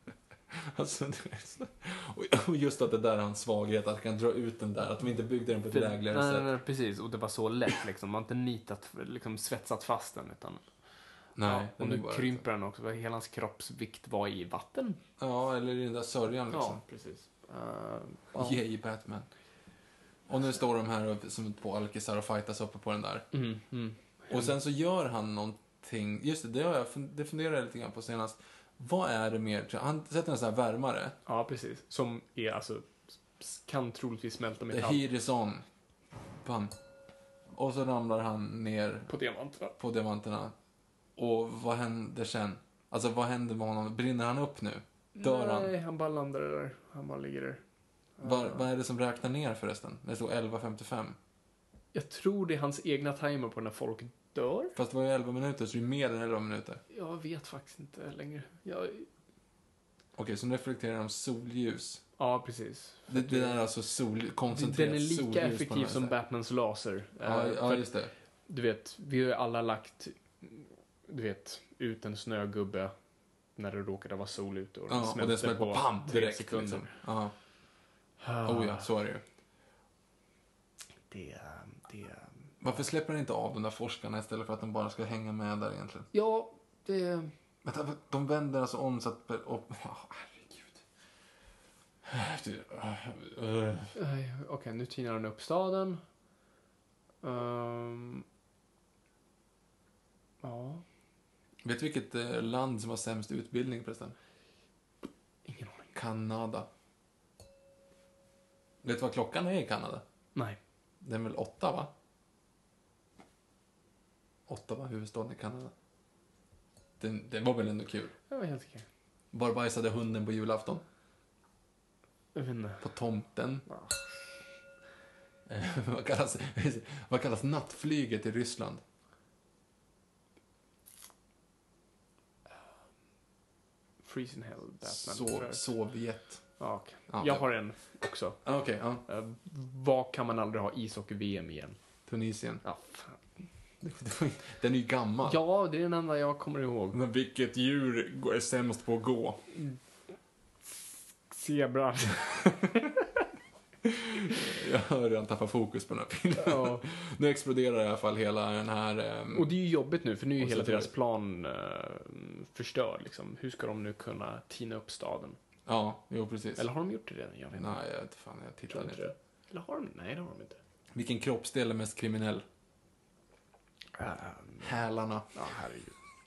Speaker 5: Alltså, och just att det där är hans svaghet, att han kan dra ut den där, att de inte byggde den på ett
Speaker 6: För,
Speaker 5: lägligare
Speaker 6: nej,
Speaker 5: sätt.
Speaker 6: nej, precis. Och det var så lätt liksom. Man har inte nitat, liksom svetsat fast den, utan...
Speaker 5: Nej,
Speaker 6: Ja, och
Speaker 5: den är
Speaker 6: nu
Speaker 5: bara-
Speaker 6: krymper den också. Hela hans kroppsvikt var i vatten.
Speaker 5: Ja, eller i den där sörjan liksom.
Speaker 6: Ja, precis. Uh, ja.
Speaker 5: Yay, Batman. Och nu står de här uppe, som på alkisar och fightas uppe på den där.
Speaker 6: Mm, mm.
Speaker 5: Och sen så gör han någonting, just det, det, har jag, fun- det funderar jag lite grann på senast. Vad är det mer? Han sätter en sån här värmare.
Speaker 6: Ja, precis. Som är alltså, s- kan troligtvis smälta
Speaker 5: The
Speaker 6: metall
Speaker 5: heat is on. Bam. Och så ramlar han ner
Speaker 6: på diamanterna.
Speaker 5: på diamanterna. Och vad händer sen? Alltså vad händer med honom? Brinner han upp nu? Dör han?
Speaker 6: Nej, han bara landar där. Han bara ligger där.
Speaker 5: Vad, vad är det som räknar ner förresten? Det står elva femtiofem.
Speaker 6: Jag tror det är hans egna timer på när folk dör.
Speaker 5: Fast det var ju elva minuter, så det är mer än elva minuter.
Speaker 6: Jag vet faktiskt inte längre. Jag...
Speaker 5: Okej, så nu reflekterar de solljus.
Speaker 6: Ja, precis.
Speaker 5: Det, det där är alltså sol, koncentrerat
Speaker 6: Den är lika
Speaker 5: solljus på
Speaker 6: effektiv
Speaker 5: den här
Speaker 6: som
Speaker 5: sättet.
Speaker 6: Batmans laser.
Speaker 5: Ja,
Speaker 6: Eh,
Speaker 5: ja,
Speaker 6: för-
Speaker 5: just det.
Speaker 6: Du vet, vi har ju alla lagt, du vet, ut en snögubbe när det råkade vara sol ute. Och den
Speaker 5: Ja, och den smäller på pam
Speaker 6: tre
Speaker 5: direkt.
Speaker 6: sekunder.
Speaker 5: Liksom. Ja.
Speaker 6: Ah,
Speaker 5: Oh ja, så är det ju.
Speaker 6: det, det,
Speaker 5: Varför släpper den inte av de där forskarna istället för att de bara ska hänga med där egentligen?
Speaker 6: ja, det...
Speaker 5: Vänta, de vänder alltså om så att... Oh, herregud.
Speaker 6: eh, Okej, nu tinar han upp staden. Ehm, ja,
Speaker 5: Vet du vilket eh, land som har sämst utbildning förresten?
Speaker 6: ingen aning.
Speaker 5: Kanada. Vet du vad klockan är i Kanada?
Speaker 6: Nej.
Speaker 5: Den är väl åtta, va? Åtta, va? Huvudstaden i Kanada. Den, den var väl ändå kul.
Speaker 6: Jag var helt okej.
Speaker 5: Var bajsade hunden på julafton?
Speaker 6: Jag vet inte.
Speaker 5: På tomten.
Speaker 6: Ja.
Speaker 5: Eh, vad, kallas, vad kallas nattflyget i Ryssland?
Speaker 6: Freezing Hell, Batman.
Speaker 5: So,
Speaker 6: tror jag.
Speaker 5: Sovjet.
Speaker 6: Ja, okej.
Speaker 5: Ja,
Speaker 6: jag
Speaker 5: ja.
Speaker 6: har en också.
Speaker 5: Ah, Okej, ja.
Speaker 6: Uh, vad kan man aldrig ha ishockey-V M igen?
Speaker 5: Tunisien.
Speaker 6: Ja, fan.
Speaker 5: Den är ju gammal.
Speaker 6: Ja, det är den enda jag kommer ihåg.
Speaker 5: Men vilket djur går- är sämst på att gå?
Speaker 6: Zebra.
Speaker 5: Jag har redan tappat fokus på den här bilden.
Speaker 6: Ja.
Speaker 5: Nu exploderar i alla fall hela den här... ehm,
Speaker 6: Och det är ju jobbigt nu, för nu är ju
Speaker 5: Och så
Speaker 6: hela
Speaker 5: tror jag-
Speaker 6: deras plan uh, förstörd. Liksom. Hur ska de nu kunna tina upp staden?
Speaker 5: Ja, jo precis.
Speaker 6: Eller har de gjort det redan? Jag vet inte.
Speaker 5: Nej, jag vet fan, jag tittar
Speaker 6: Tror
Speaker 5: inte.
Speaker 6: inte det. Eller har de? Nej, det har de inte.
Speaker 5: Vilken kroppsdel är mest kriminell?
Speaker 6: Um,
Speaker 5: Hälarna.
Speaker 6: ja, herregud.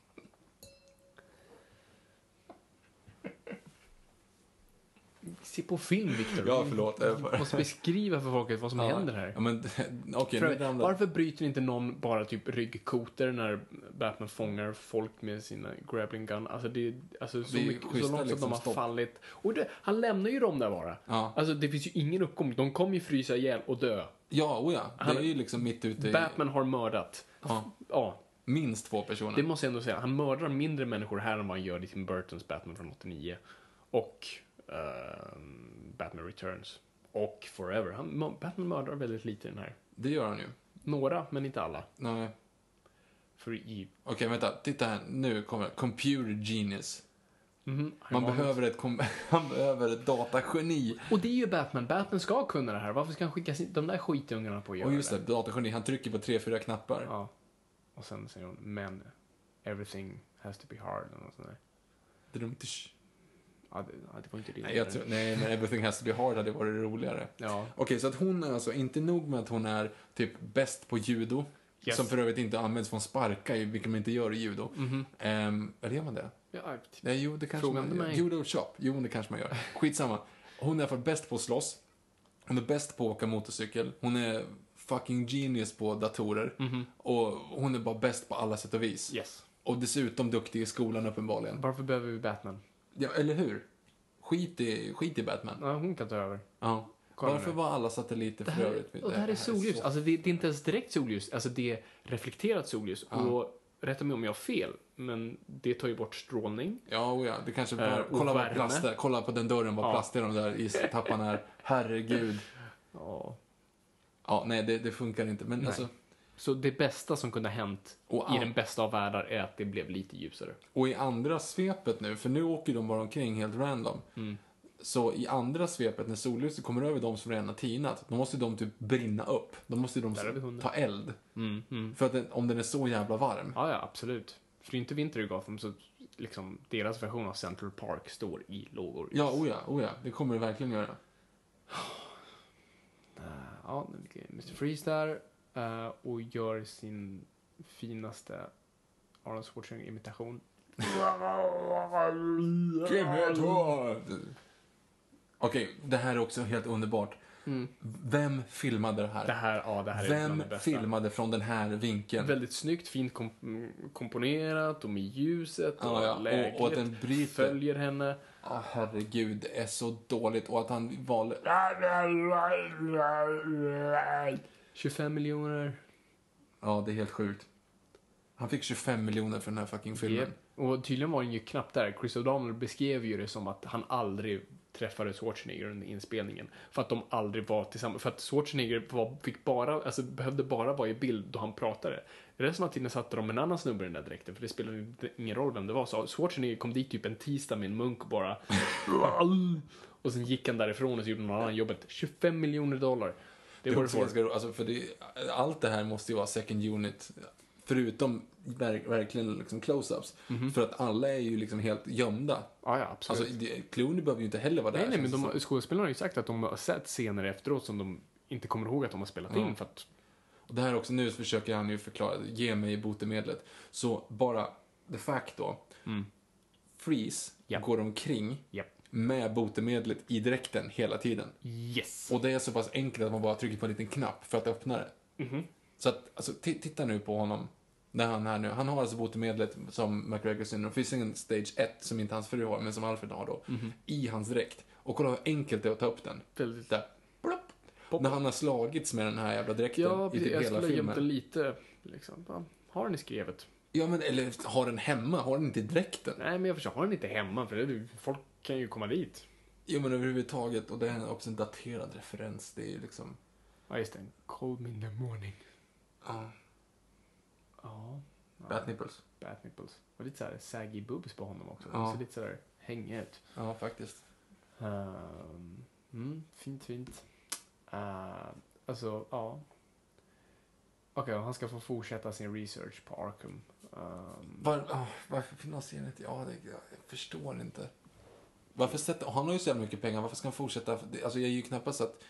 Speaker 6: Se på film, Victor.
Speaker 5: Ja, förlåt.
Speaker 6: Du måste beskriva för folket vad som
Speaker 5: Ja,
Speaker 6: händer här.
Speaker 5: Ja, men okej,
Speaker 6: För,
Speaker 5: nu ramlar...
Speaker 6: varför bryter inte någon bara typ ryggkoter när Batman fångar folk med sina grappling gun? Alltså det är alltså, så,
Speaker 5: Det är
Speaker 6: mycket, så
Speaker 5: schyssta,
Speaker 6: långt att
Speaker 5: liksom,
Speaker 6: de har
Speaker 5: stopp.
Speaker 6: fallit. Och det, han lämnar ju dem där bara.
Speaker 5: Ja,
Speaker 6: Alltså det finns ju ingen uppgång. De kommer ju frysa ihjäl och dö.
Speaker 5: ja, oh ja. Det
Speaker 6: Han-
Speaker 5: är ju liksom mitt ute i...
Speaker 6: Batman har mördat.
Speaker 5: Ja,
Speaker 6: Ja,
Speaker 5: minst två personer.
Speaker 6: det måste jag ändå säga. Han mördar mindre människor här än vad han gör i Tim Burtons Batman från åttionio. Och ehm, Batman Returns. Och Forever. Han, Batman mördar väldigt lite i den här.
Speaker 5: Det gör han ju.
Speaker 6: Några, men inte alla.
Speaker 5: Nej.
Speaker 6: För i...
Speaker 5: Okej, vänta. Titta här. Nu kommer Computer Genius.
Speaker 6: Mhm,
Speaker 5: Man
Speaker 6: han-
Speaker 5: behöver ett, kom- han behöver ett datageni.
Speaker 6: Och det är ju Batman. Batman ska kunna det här. Varför ska han skicka sin, de där skitungarna på att göra
Speaker 5: Och just det, datageni. Han trycker på tre, fyra knappar.
Speaker 6: Ja. Och sen säger hon, men everything has to be hard. Och sånt där.
Speaker 5: Drumtish.
Speaker 6: Ja, det, ja, det var inte det.
Speaker 5: Nej, jag tror, nej, men Everything Has To Be Hard hade varit roligare.
Speaker 6: Ja.
Speaker 5: Okej, så att hon är alltså inte nog med att hon är typ bäst på judo.
Speaker 6: Yes.
Speaker 5: Som för övrigt inte används för att sparka, i- vilket man inte gör i judo.
Speaker 6: Mhm.
Speaker 5: Ehm, eller gör man det?
Speaker 6: Ja,
Speaker 5: Nej, jo, det kanske
Speaker 6: Fråga
Speaker 5: man
Speaker 6: inte
Speaker 5: gör.
Speaker 6: mig.
Speaker 5: Judo chop, jo, det kanske man gör. Skitsamma. Hon är i alla fall bäst på att slåss. Hon är bäst på att åka motorcykel. Hon är fucking genius på datorer.
Speaker 6: Mhm.
Speaker 5: Och hon är bara bäst på alla sätt och vis.
Speaker 6: yes.
Speaker 5: Och dessutom duktig i skolan uppenbarligen.
Speaker 6: Varför behöver vi Batman?
Speaker 5: Ja, eller hur? Skit i, skit i Batman.
Speaker 6: Ja, hon kan ta över.
Speaker 5: Ja.
Speaker 6: Kolla
Speaker 5: Varför
Speaker 6: nu.
Speaker 5: var alla satelliter
Speaker 6: Det
Speaker 5: för
Speaker 6: här,
Speaker 5: övrigt?
Speaker 6: och det här är solljus.
Speaker 5: så-
Speaker 6: Alltså det, det är inte ens direkt solljus. Alltså det är reflekterat solljus.
Speaker 5: Ja.
Speaker 6: Och rätta mig om jag har fel. Men det tar ju bort strålning.
Speaker 5: Ja, oh ja, det kanske var...
Speaker 6: Eh, och
Speaker 5: kolla vad
Speaker 6: värme.
Speaker 5: plast är. Kolla på den dörren, vad
Speaker 6: Ja.
Speaker 5: plastiga de där istapparna är. Herregud.
Speaker 6: Ja.
Speaker 5: Ja, nej, det, det funkar inte. Men
Speaker 6: Nej.
Speaker 5: alltså,
Speaker 6: Så det bästa som kunde ha hänt
Speaker 5: Och
Speaker 6: i
Speaker 5: all-
Speaker 6: den bästa av världar är att det blev lite ljusare.
Speaker 5: Och i andra svepet nu, för nu åker de bara omkring helt random.
Speaker 6: Mm.
Speaker 5: Så i andra svepet, när solljuset kommer över de som redan har tinat, då måste de typ brinna upp. Då måste de
Speaker 6: Där är vi hundra.
Speaker 5: ta eld.
Speaker 6: Mm, mm.
Speaker 5: För att den, om den är så jävla varm.
Speaker 6: Ja, ja, absolut. För det är inte vinter i Gotham, så liksom deras version av Central Park står i lågor.
Speaker 5: Ja, oh ja, oh ja. Det kommer det verkligen göra.
Speaker 6: Uh, ja, mister Freeze där uh, och gör sin finaste Arnold Schwarzenegger-imitation.
Speaker 5: Okej, det här är också helt underbart.
Speaker 6: Mm.
Speaker 5: Vem filmade det här?
Speaker 6: Det här, ja, det här är bland
Speaker 5: Vem
Speaker 6: det bästa.
Speaker 5: filmade från den här vinkeln?
Speaker 6: Väldigt snyggt, fint kom- komponerat och med ljuset och
Speaker 5: Ja, ja.
Speaker 6: lägligt.
Speaker 5: Och- och att den bryter.
Speaker 6: Följer henne.
Speaker 5: Ah, herregud, det är så dåligt. Och att han valde...
Speaker 6: tjugofem miljoner.
Speaker 5: Ja, det är helt sjukt. Han fick tjugofem miljoner för den här fucking filmen.
Speaker 6: Yep. Och tydligen var den ju knappt där. Chris O'Donnell beskrev ju det som att han aldrig träffade Schwarzenegger under inspelningen. För att de aldrig var tillsammans. För att Schwarzenegger var, fick bara, alltså behövde bara vara i bild då han pratade. Resten av tiden satte de en annan snubbe i den där dräkten. För det spelade ingen roll vem det var. Så Schwarzenegger kom dit typ en tisdag med en munk och bara... och sen gick han därifrån och så gjorde någon annan jobbet. tjugofem miljoner dollar. Det,
Speaker 5: Det är
Speaker 6: var det
Speaker 5: också
Speaker 6: för.
Speaker 5: ganska roligt. Alltså, för det, allt det här måste ju vara second unit. Förutom verk, verkligen liksom close-ups.
Speaker 6: Mhm.
Speaker 5: För att alla är ju liksom helt gömda.
Speaker 6: Ja, ja, absolut.
Speaker 5: Alltså, det, Clooney behöver ju inte heller vara
Speaker 6: nej,
Speaker 5: där.
Speaker 6: nej, men
Speaker 5: känns det
Speaker 6: de,
Speaker 5: som.
Speaker 6: skådespelarna har ju sagt att de har sett scener efteråt som de inte kommer ihåg att de har spelat
Speaker 5: Ja.
Speaker 6: in. För att,
Speaker 5: Och det här också, nu försöker han ju förklara, ge mig botemedlet. Så bara, de facto,
Speaker 6: mm,
Speaker 5: Freeze
Speaker 6: Ja.
Speaker 5: går omkring
Speaker 6: Japp.
Speaker 5: med botemedlet i dräkten hela tiden.
Speaker 6: yes.
Speaker 5: Och det är så pass enkelt att man bara trycker på en liten knapp för att öppna det.
Speaker 6: Mhm.
Speaker 5: Så att, alltså, t- titta nu på honom. När han här nu, han har alltså botemedlet som McGregor syndrom. Det finns en stage ett som inte hans fru har, men som Alfred har då.
Speaker 6: Mhm.
Speaker 5: I hans dräkt. Och kolla hur enkelt det är att ta upp den.
Speaker 6: Väldigt...
Speaker 5: Där. Plopp. När han har slagits med den här jävla dräkten
Speaker 6: Ja,
Speaker 5: i
Speaker 6: precis.
Speaker 5: typ
Speaker 6: Jag
Speaker 5: hela
Speaker 6: skulle ha gömt
Speaker 5: filmen.
Speaker 6: den lite. Liksom. Bara, har den i skrevet?
Speaker 5: Ja, men eller har den hemma, har den inte i dräkten?
Speaker 6: Nej, men jag förstår. Har den inte hemma? För det, folk kan ju komma dit.
Speaker 5: Jo, men överhuvudtaget, och det är också en daterad referens, det är ju liksom...
Speaker 6: Ja, just det. Call me in the morning.
Speaker 5: Ja,
Speaker 6: Ja. ja.
Speaker 5: Bat Nipples.
Speaker 6: Bat nipples. Och lite såhär saggy boobs på honom också.
Speaker 5: Ja.
Speaker 6: Så lite sådär hänga ut.
Speaker 5: Ja, faktiskt.
Speaker 6: Um, mm, fint, fint. Uh, alltså, ja. Okej, okay, han ska få fortsätta sin research på Arkham. Um,
Speaker 5: Var, oh, varför finansierar inte jag det? Jag förstår inte. Varför sätter... Han har ju så jävla mycket pengar, varför ska han fortsätta? Alltså, jag är ju knappast att...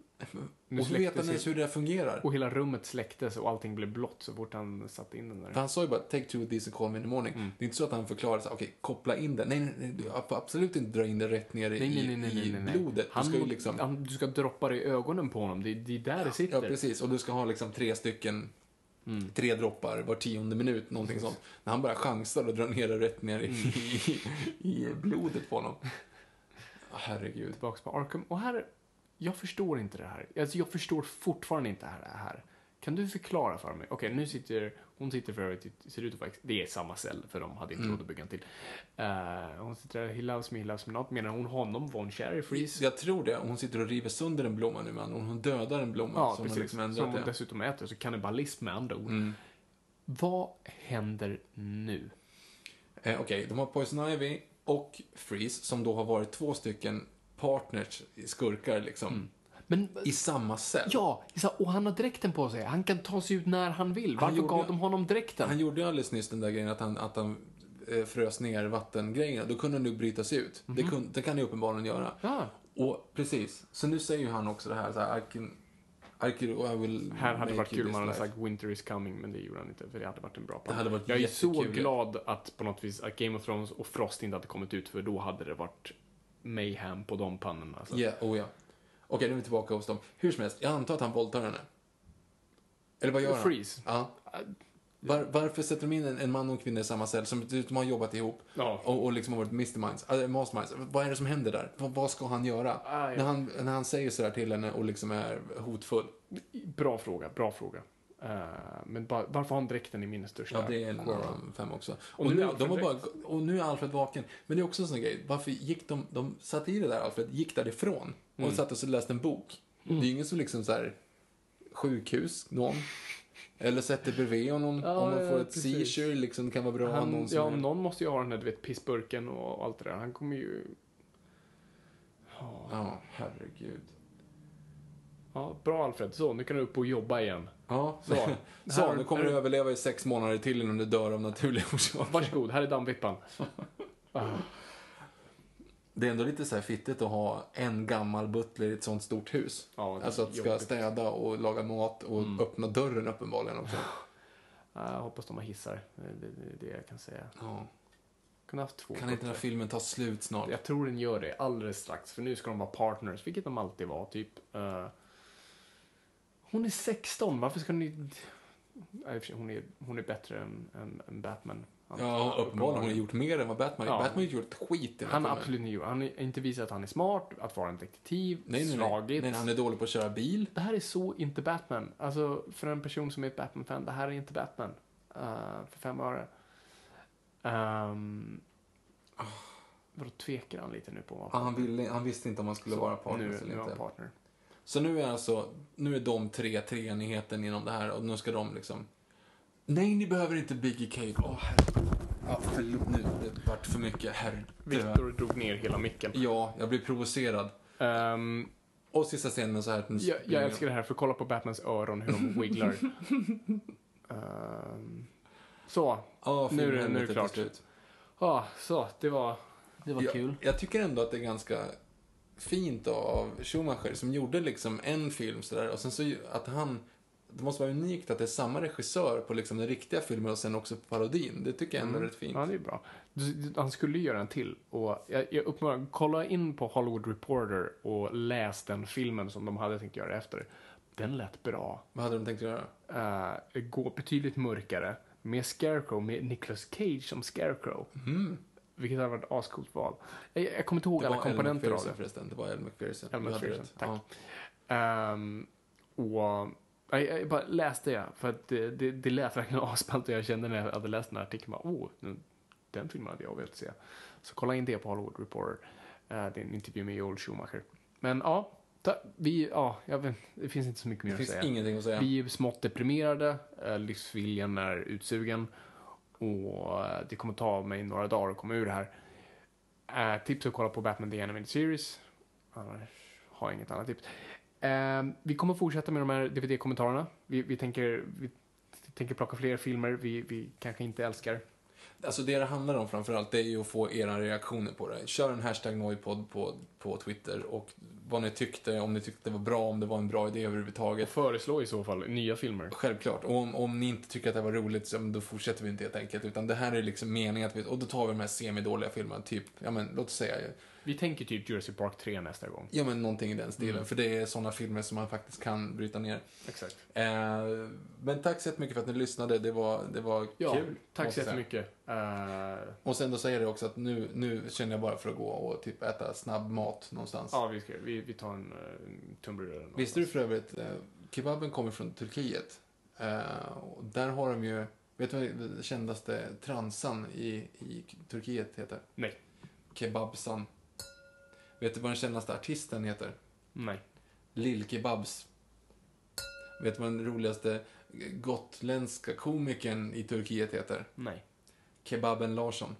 Speaker 6: Nu
Speaker 5: Och hur vet han
Speaker 6: släcktes
Speaker 5: ens
Speaker 6: ju-
Speaker 5: hur det där fungerar?
Speaker 6: och hela rummet släcktes och allting blev blått så fort han satte in den där.
Speaker 5: För han sa ju bara, take two of these and call me in the morning.
Speaker 6: Mm.
Speaker 5: Det är inte så att han förklarar så här, okej, koppla in den. Nej, nej, nej, du får absolut inte dra in det rätt ner i,
Speaker 6: Nej, nej, nej, nej,
Speaker 5: i
Speaker 6: nej, nej.
Speaker 5: blodet.
Speaker 6: Han,
Speaker 5: du ska ju liksom...
Speaker 6: han, du ska droppa det i ögonen på honom. Det, det är där det sitter.
Speaker 5: Ja, precis. Och du ska ha liksom tre stycken,
Speaker 6: Mm.
Speaker 5: tre droppar var tionde minut, någonting sånt. När han bara chansar och drar ner det rätt ner i, i, i blodet på honom. Oh, herregud.
Speaker 6: Tillbaks på Arkham. Och här, jag förstår inte det här. Alltså, jag förstår fortfarande inte det här. Kan du förklara för mig? Okej, nu sitter hon sitter för övrigt, ser ut att vara, det är samma cell för de hade inte
Speaker 5: Mm.
Speaker 6: råd att bygga en till. Uh, hon sitter där, he loves me, he loves me not. Menar hon honom? Var hon kär i Freeze?
Speaker 5: Jag tror det. Hon sitter och river sönder en blomma nu, men hon dödar en blomma
Speaker 6: Ja,
Speaker 5: som hon
Speaker 6: precis.
Speaker 5: liksom
Speaker 6: Som
Speaker 5: ändrat
Speaker 6: hon
Speaker 5: det.
Speaker 6: dessutom äter. Så kannibalism med andra ord.
Speaker 5: Mm.
Speaker 6: Vad händer nu?
Speaker 5: Eh, Okej, de har Poison Ivy och Freeze, som då har varit två stycken partners, skurkar liksom,
Speaker 6: Mm. Men,
Speaker 5: i samma cell.
Speaker 6: ja, och han har dräkten på sig. Han kan ta sig ut när han vill.
Speaker 5: Han
Speaker 6: Varför
Speaker 5: gjorde-
Speaker 6: gav de honom dräkten?
Speaker 5: Han gjorde ju alldeles nyss den där grejen att han, att han eh, frös ner vattengrejerna. Då kunde han nu bryta sig ut. Det, kun, det kan han ju uppenbarligen göra.
Speaker 6: Ja.
Speaker 5: Och precis, så nu säger ju han också det här, så här I can, I can, I will
Speaker 6: Här hade det
Speaker 5: make
Speaker 6: varit
Speaker 5: you
Speaker 6: kul om
Speaker 5: this
Speaker 6: han hade
Speaker 5: life.
Speaker 6: sagt Winter is coming, men det gjorde han inte, för det hade varit en bra plan.
Speaker 5: Det hade varit
Speaker 6: Jag är så
Speaker 5: jättekul.
Speaker 6: glad att på något vis att Game of Thrones och Frost inte hade kommit ut, för då hade det varit mayhem på de pannorna. Alltså.
Speaker 5: Ja, oh ja. Okej, nu är vi tillbaka hos dem. Hur som helst, jag antar att han våldtar henne. Eller vad gör han?
Speaker 6: Freeze.
Speaker 5: Ja. Var, varför sätter de in en, en man och en kvinna i samma cell som de har jobbat ihop
Speaker 6: Ja.
Speaker 5: och, och liksom har varit mister minds, äh, masterminds? Vad är det som händer där? Vad, vad ska han göra?
Speaker 6: Ah, ja.
Speaker 5: när, han, när han säger sådär till henne och liksom är hotfull.
Speaker 6: Bra fråga, bra fråga. Uh, men bara, varför har han dräkten i min största
Speaker 5: Ja, det är en av
Speaker 6: quarrel?
Speaker 5: de fem också.
Speaker 6: Och
Speaker 5: Och,
Speaker 6: nu
Speaker 5: nu,
Speaker 6: är Alfred
Speaker 5: de var bara,
Speaker 6: direkt.
Speaker 5: och nu är Alfred vaken. Men det är också en sån grej. Varför gick de, de satt i det där, Alfred, gick därifrån och
Speaker 6: Mm.
Speaker 5: satt och så läste en bok. Det är ju ingen som liksom så här sjukhus, någon. Eller sätter bredvid honom
Speaker 6: Ja,
Speaker 5: om man får
Speaker 6: ja,
Speaker 5: ett
Speaker 6: precis.
Speaker 5: seizure, liksom, det kan vara bra.
Speaker 6: Han,
Speaker 5: någon som
Speaker 6: ja,
Speaker 5: är-
Speaker 6: någon måste ju ha den här, du vet, pissburken och allt det där. Han kommer ju...
Speaker 5: Ja, herregud.
Speaker 6: Ja, bra Alfred. Så, nu kan du upp och jobba igen.
Speaker 5: Ja,
Speaker 6: Så.
Speaker 5: så, så
Speaker 6: Här-
Speaker 5: nu kommer du
Speaker 6: här-
Speaker 5: överleva i sex månader till innan du dör av naturliga orsaker.
Speaker 6: Varsågod, här är dammvippan.
Speaker 5: Det är ändå lite så här fittigt att ha en gammal butler i ett sånt stort hus.
Speaker 6: Ja, det är
Speaker 5: alltså att ska
Speaker 6: jobbigt.
Speaker 5: städa och laga mat och öppna dörren uppenbarligen också.
Speaker 6: Jag hoppas de har hissar. Det är det, det, det jag kan säga.
Speaker 5: Ja.
Speaker 6: Kunde haft två.
Speaker 5: Kan inte den här filmen ta slut snart?
Speaker 6: Jag tror den gör det alldeles strax. För nu ska de vara partners, vilket de alltid var. Typ. Uh, hon är sexton. Varför ska ni... Nej, hon, är, hon är bättre än, än, än Batman.
Speaker 5: Ja, uppenbarligen. Hon har gjort mer än vad Batman
Speaker 6: Ja.
Speaker 5: Batman har gjort skit i den här
Speaker 6: Han har
Speaker 5: filmen.
Speaker 6: absolut inte gjort. Han har inte visat att han är smart, att vara en detektiv,
Speaker 5: Nej, nej, nej.
Speaker 6: slagit.
Speaker 5: nej, han är dålig på att köra bil.
Speaker 6: Det här är så inte Batman. Alltså, för en person som är ett Batman-fan, det här är inte Batman. Uh, för fem öre. Um, oh, vadå, tvekar han lite nu på?
Speaker 5: Ja, han, ville, han visste inte om han skulle
Speaker 6: Så,
Speaker 5: vara partner
Speaker 6: nu,
Speaker 5: eller
Speaker 6: nu är han
Speaker 5: inte.
Speaker 6: partner.
Speaker 5: Så nu är alltså, nu är de tre treenigheten inom det här och nu ska de liksom... Nej, ni behöver inte Biggie Cave. Åh, herre. Ja, förlåt nu. Det vart för mycket. Herre.
Speaker 6: Victor drog ner hela micken.
Speaker 5: Ja, jag blir provocerad.
Speaker 6: Um,
Speaker 5: Och sista scenen så här.
Speaker 6: jag, jag älskar det här, för kolla på Batmans öron, hur de wigglar. um, så,
Speaker 5: Ja,
Speaker 6: nu är det- nu är det
Speaker 5: filmhelvetet till
Speaker 6: klart.
Speaker 5: slut.
Speaker 6: ja, så, det var, det var
Speaker 5: jag,
Speaker 6: kul.
Speaker 5: Jag tycker ändå att det är ganska fint av Schumacher som gjorde liksom en film sådär och sen så att han, det måste vara unikt att det är samma regissör på liksom den riktiga filmen och sen också på parodin. Det tycker jag ändå är rätt fint.
Speaker 6: Ja, det är bra. Du- Han skulle ju göra en till. Och jag, jag uppmanar, kolla in på Hollywood Reporter och läs den filmen som de hade tänkt göra efter. Den lät bra.
Speaker 5: Vad hade de tänkt göra?
Speaker 6: Uh, det går betydligt mörkare. Med Scarecrow, med Nicolas Cage som Scarecrow.
Speaker 5: Mm.
Speaker 6: Vilket hade varit ett ascoolt val. Jag, jag kommer inte ihåg
Speaker 5: Det
Speaker 6: alla
Speaker 5: var Ellen
Speaker 6: komponenter av
Speaker 5: McPherson
Speaker 6: det.
Speaker 5: förresten. Det var Ellen McPherson.
Speaker 6: Ellen
Speaker 5: Du hade
Speaker 6: McPherson,
Speaker 5: rätt.
Speaker 6: tack.
Speaker 5: Ja.
Speaker 6: Ehm, och jag, jag bara läste det, för att det, det, det lät verkligen asballt och jag kände när jag hade läst den här artikeln, bara, oh, nu, den filmen hade jag velat se. Så kolla in det på Hollywood Reporter. Uh, det är en intervju med Joel Schumacher. Men ja, ta, vi, ja, jag vet, det finns inte så mycket mer
Speaker 5: Det
Speaker 6: att
Speaker 5: finns
Speaker 6: säga.
Speaker 5: ingenting att säga.
Speaker 6: Vi är smått deprimerade, uh, livsviljan är utsugen och uh, det kommer ta mig några dagar att komma ur det här. Uh, tips att kolla på Batman The Animated Series. Annars har jag inget annat tips. Uh, vi kommer fortsätta med de här D V D-kommentarerna. Vi, vi, tänker, vi tänker plocka fler filmer vi, vi kanske inte älskar.
Speaker 5: Alltså det det handlar om framförallt, det är ju att få era reaktioner på det. Kör en hashtag Noipod på, på Twitter och vad ni tyckte, om ni tyckte det var bra, om det var en bra idé överhuvudtaget.
Speaker 6: Och föreslå i så fall nya filmer.
Speaker 5: Självklart. Och om, om ni inte tycker att det var roligt, så då fortsätter vi inte helt enkelt. Utan det här är liksom meningen att vi, och då tar vi de här semidåliga filmerna, typ, ja men låt oss säga,
Speaker 6: Vi tänker typ Jurassic Park tre nästa gång.
Speaker 5: ja men någonting i den stilen.
Speaker 6: Mm.
Speaker 5: För det är sådana filmer som man faktiskt kan bryta ner.
Speaker 6: Exakt.
Speaker 5: Eh, men tack så mycket för att ni lyssnade, det var, det var
Speaker 6: Ja,
Speaker 5: kul.
Speaker 6: tack
Speaker 5: måste
Speaker 6: så
Speaker 5: jag säga.
Speaker 6: jättemycket. Uh,
Speaker 5: Och sen då säger det också att nu, nu känner jag bara för att gå och typ äta snabb mat någonstans.
Speaker 6: ja, vi, ska, vi, vi tar en uh, tunnbröd.
Speaker 5: Visste du för övrigt, eh, kebaben kommer från Turkiet. Eh, och där har de ju, vet du vad den kändaste transan i, i Turkiet heter?
Speaker 6: Nej.
Speaker 5: Kebabsan. Vet du vad den kändaste artisten heter?
Speaker 6: Nej.
Speaker 5: Lill Kebabs. Vet du vad den roligaste gotländska komikern i Turkiet heter?
Speaker 6: Nej.
Speaker 5: Kebaben Larsson.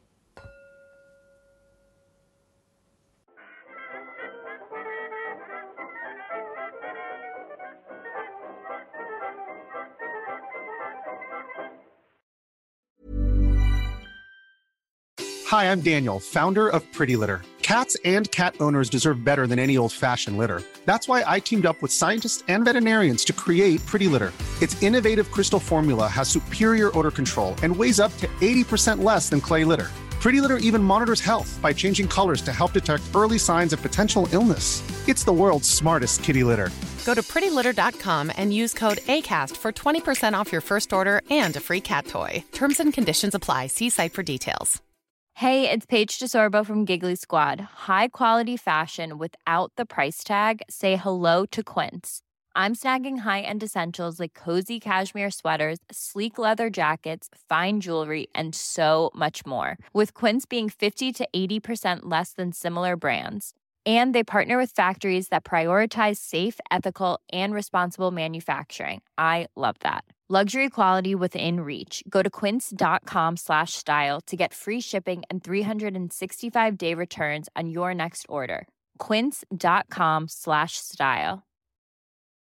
Speaker 3: Hi, I'm Daniel, founder of Pretty Litter. Cats and cat owners deserve better than any old-fashioned litter. That's why I teamed up with scientists and veterinarians to create Pretty Litter. Its innovative crystal formula has superior odor control and weighs up to eighty percent less than clay litter. Pretty Litter even monitors health by changing colors to help detect early signs of potential illness. It's the world's smartest kitty litter.
Speaker 4: Go to pretty litter dot com and use code ACAST for twenty percent off your first order and a free cat toy. Terms and conditions apply. See site for details.
Speaker 8: Hey, it's Paige DeSorbo from Giggly Squad. High quality fashion without the price tag. Say hello to Quince. I'm snagging high-end essentials like cozy cashmere sweaters, sleek leather jackets, fine jewelry, and so much more. With Quince being fifty to eighty percent less than similar brands. And they partner with factories that prioritize safe, ethical, and responsible manufacturing. I love that. Luxury quality within reach. Go to quince.com slash style to get free shipping and three sixty-five day returns on your next order. Quince.com slash style.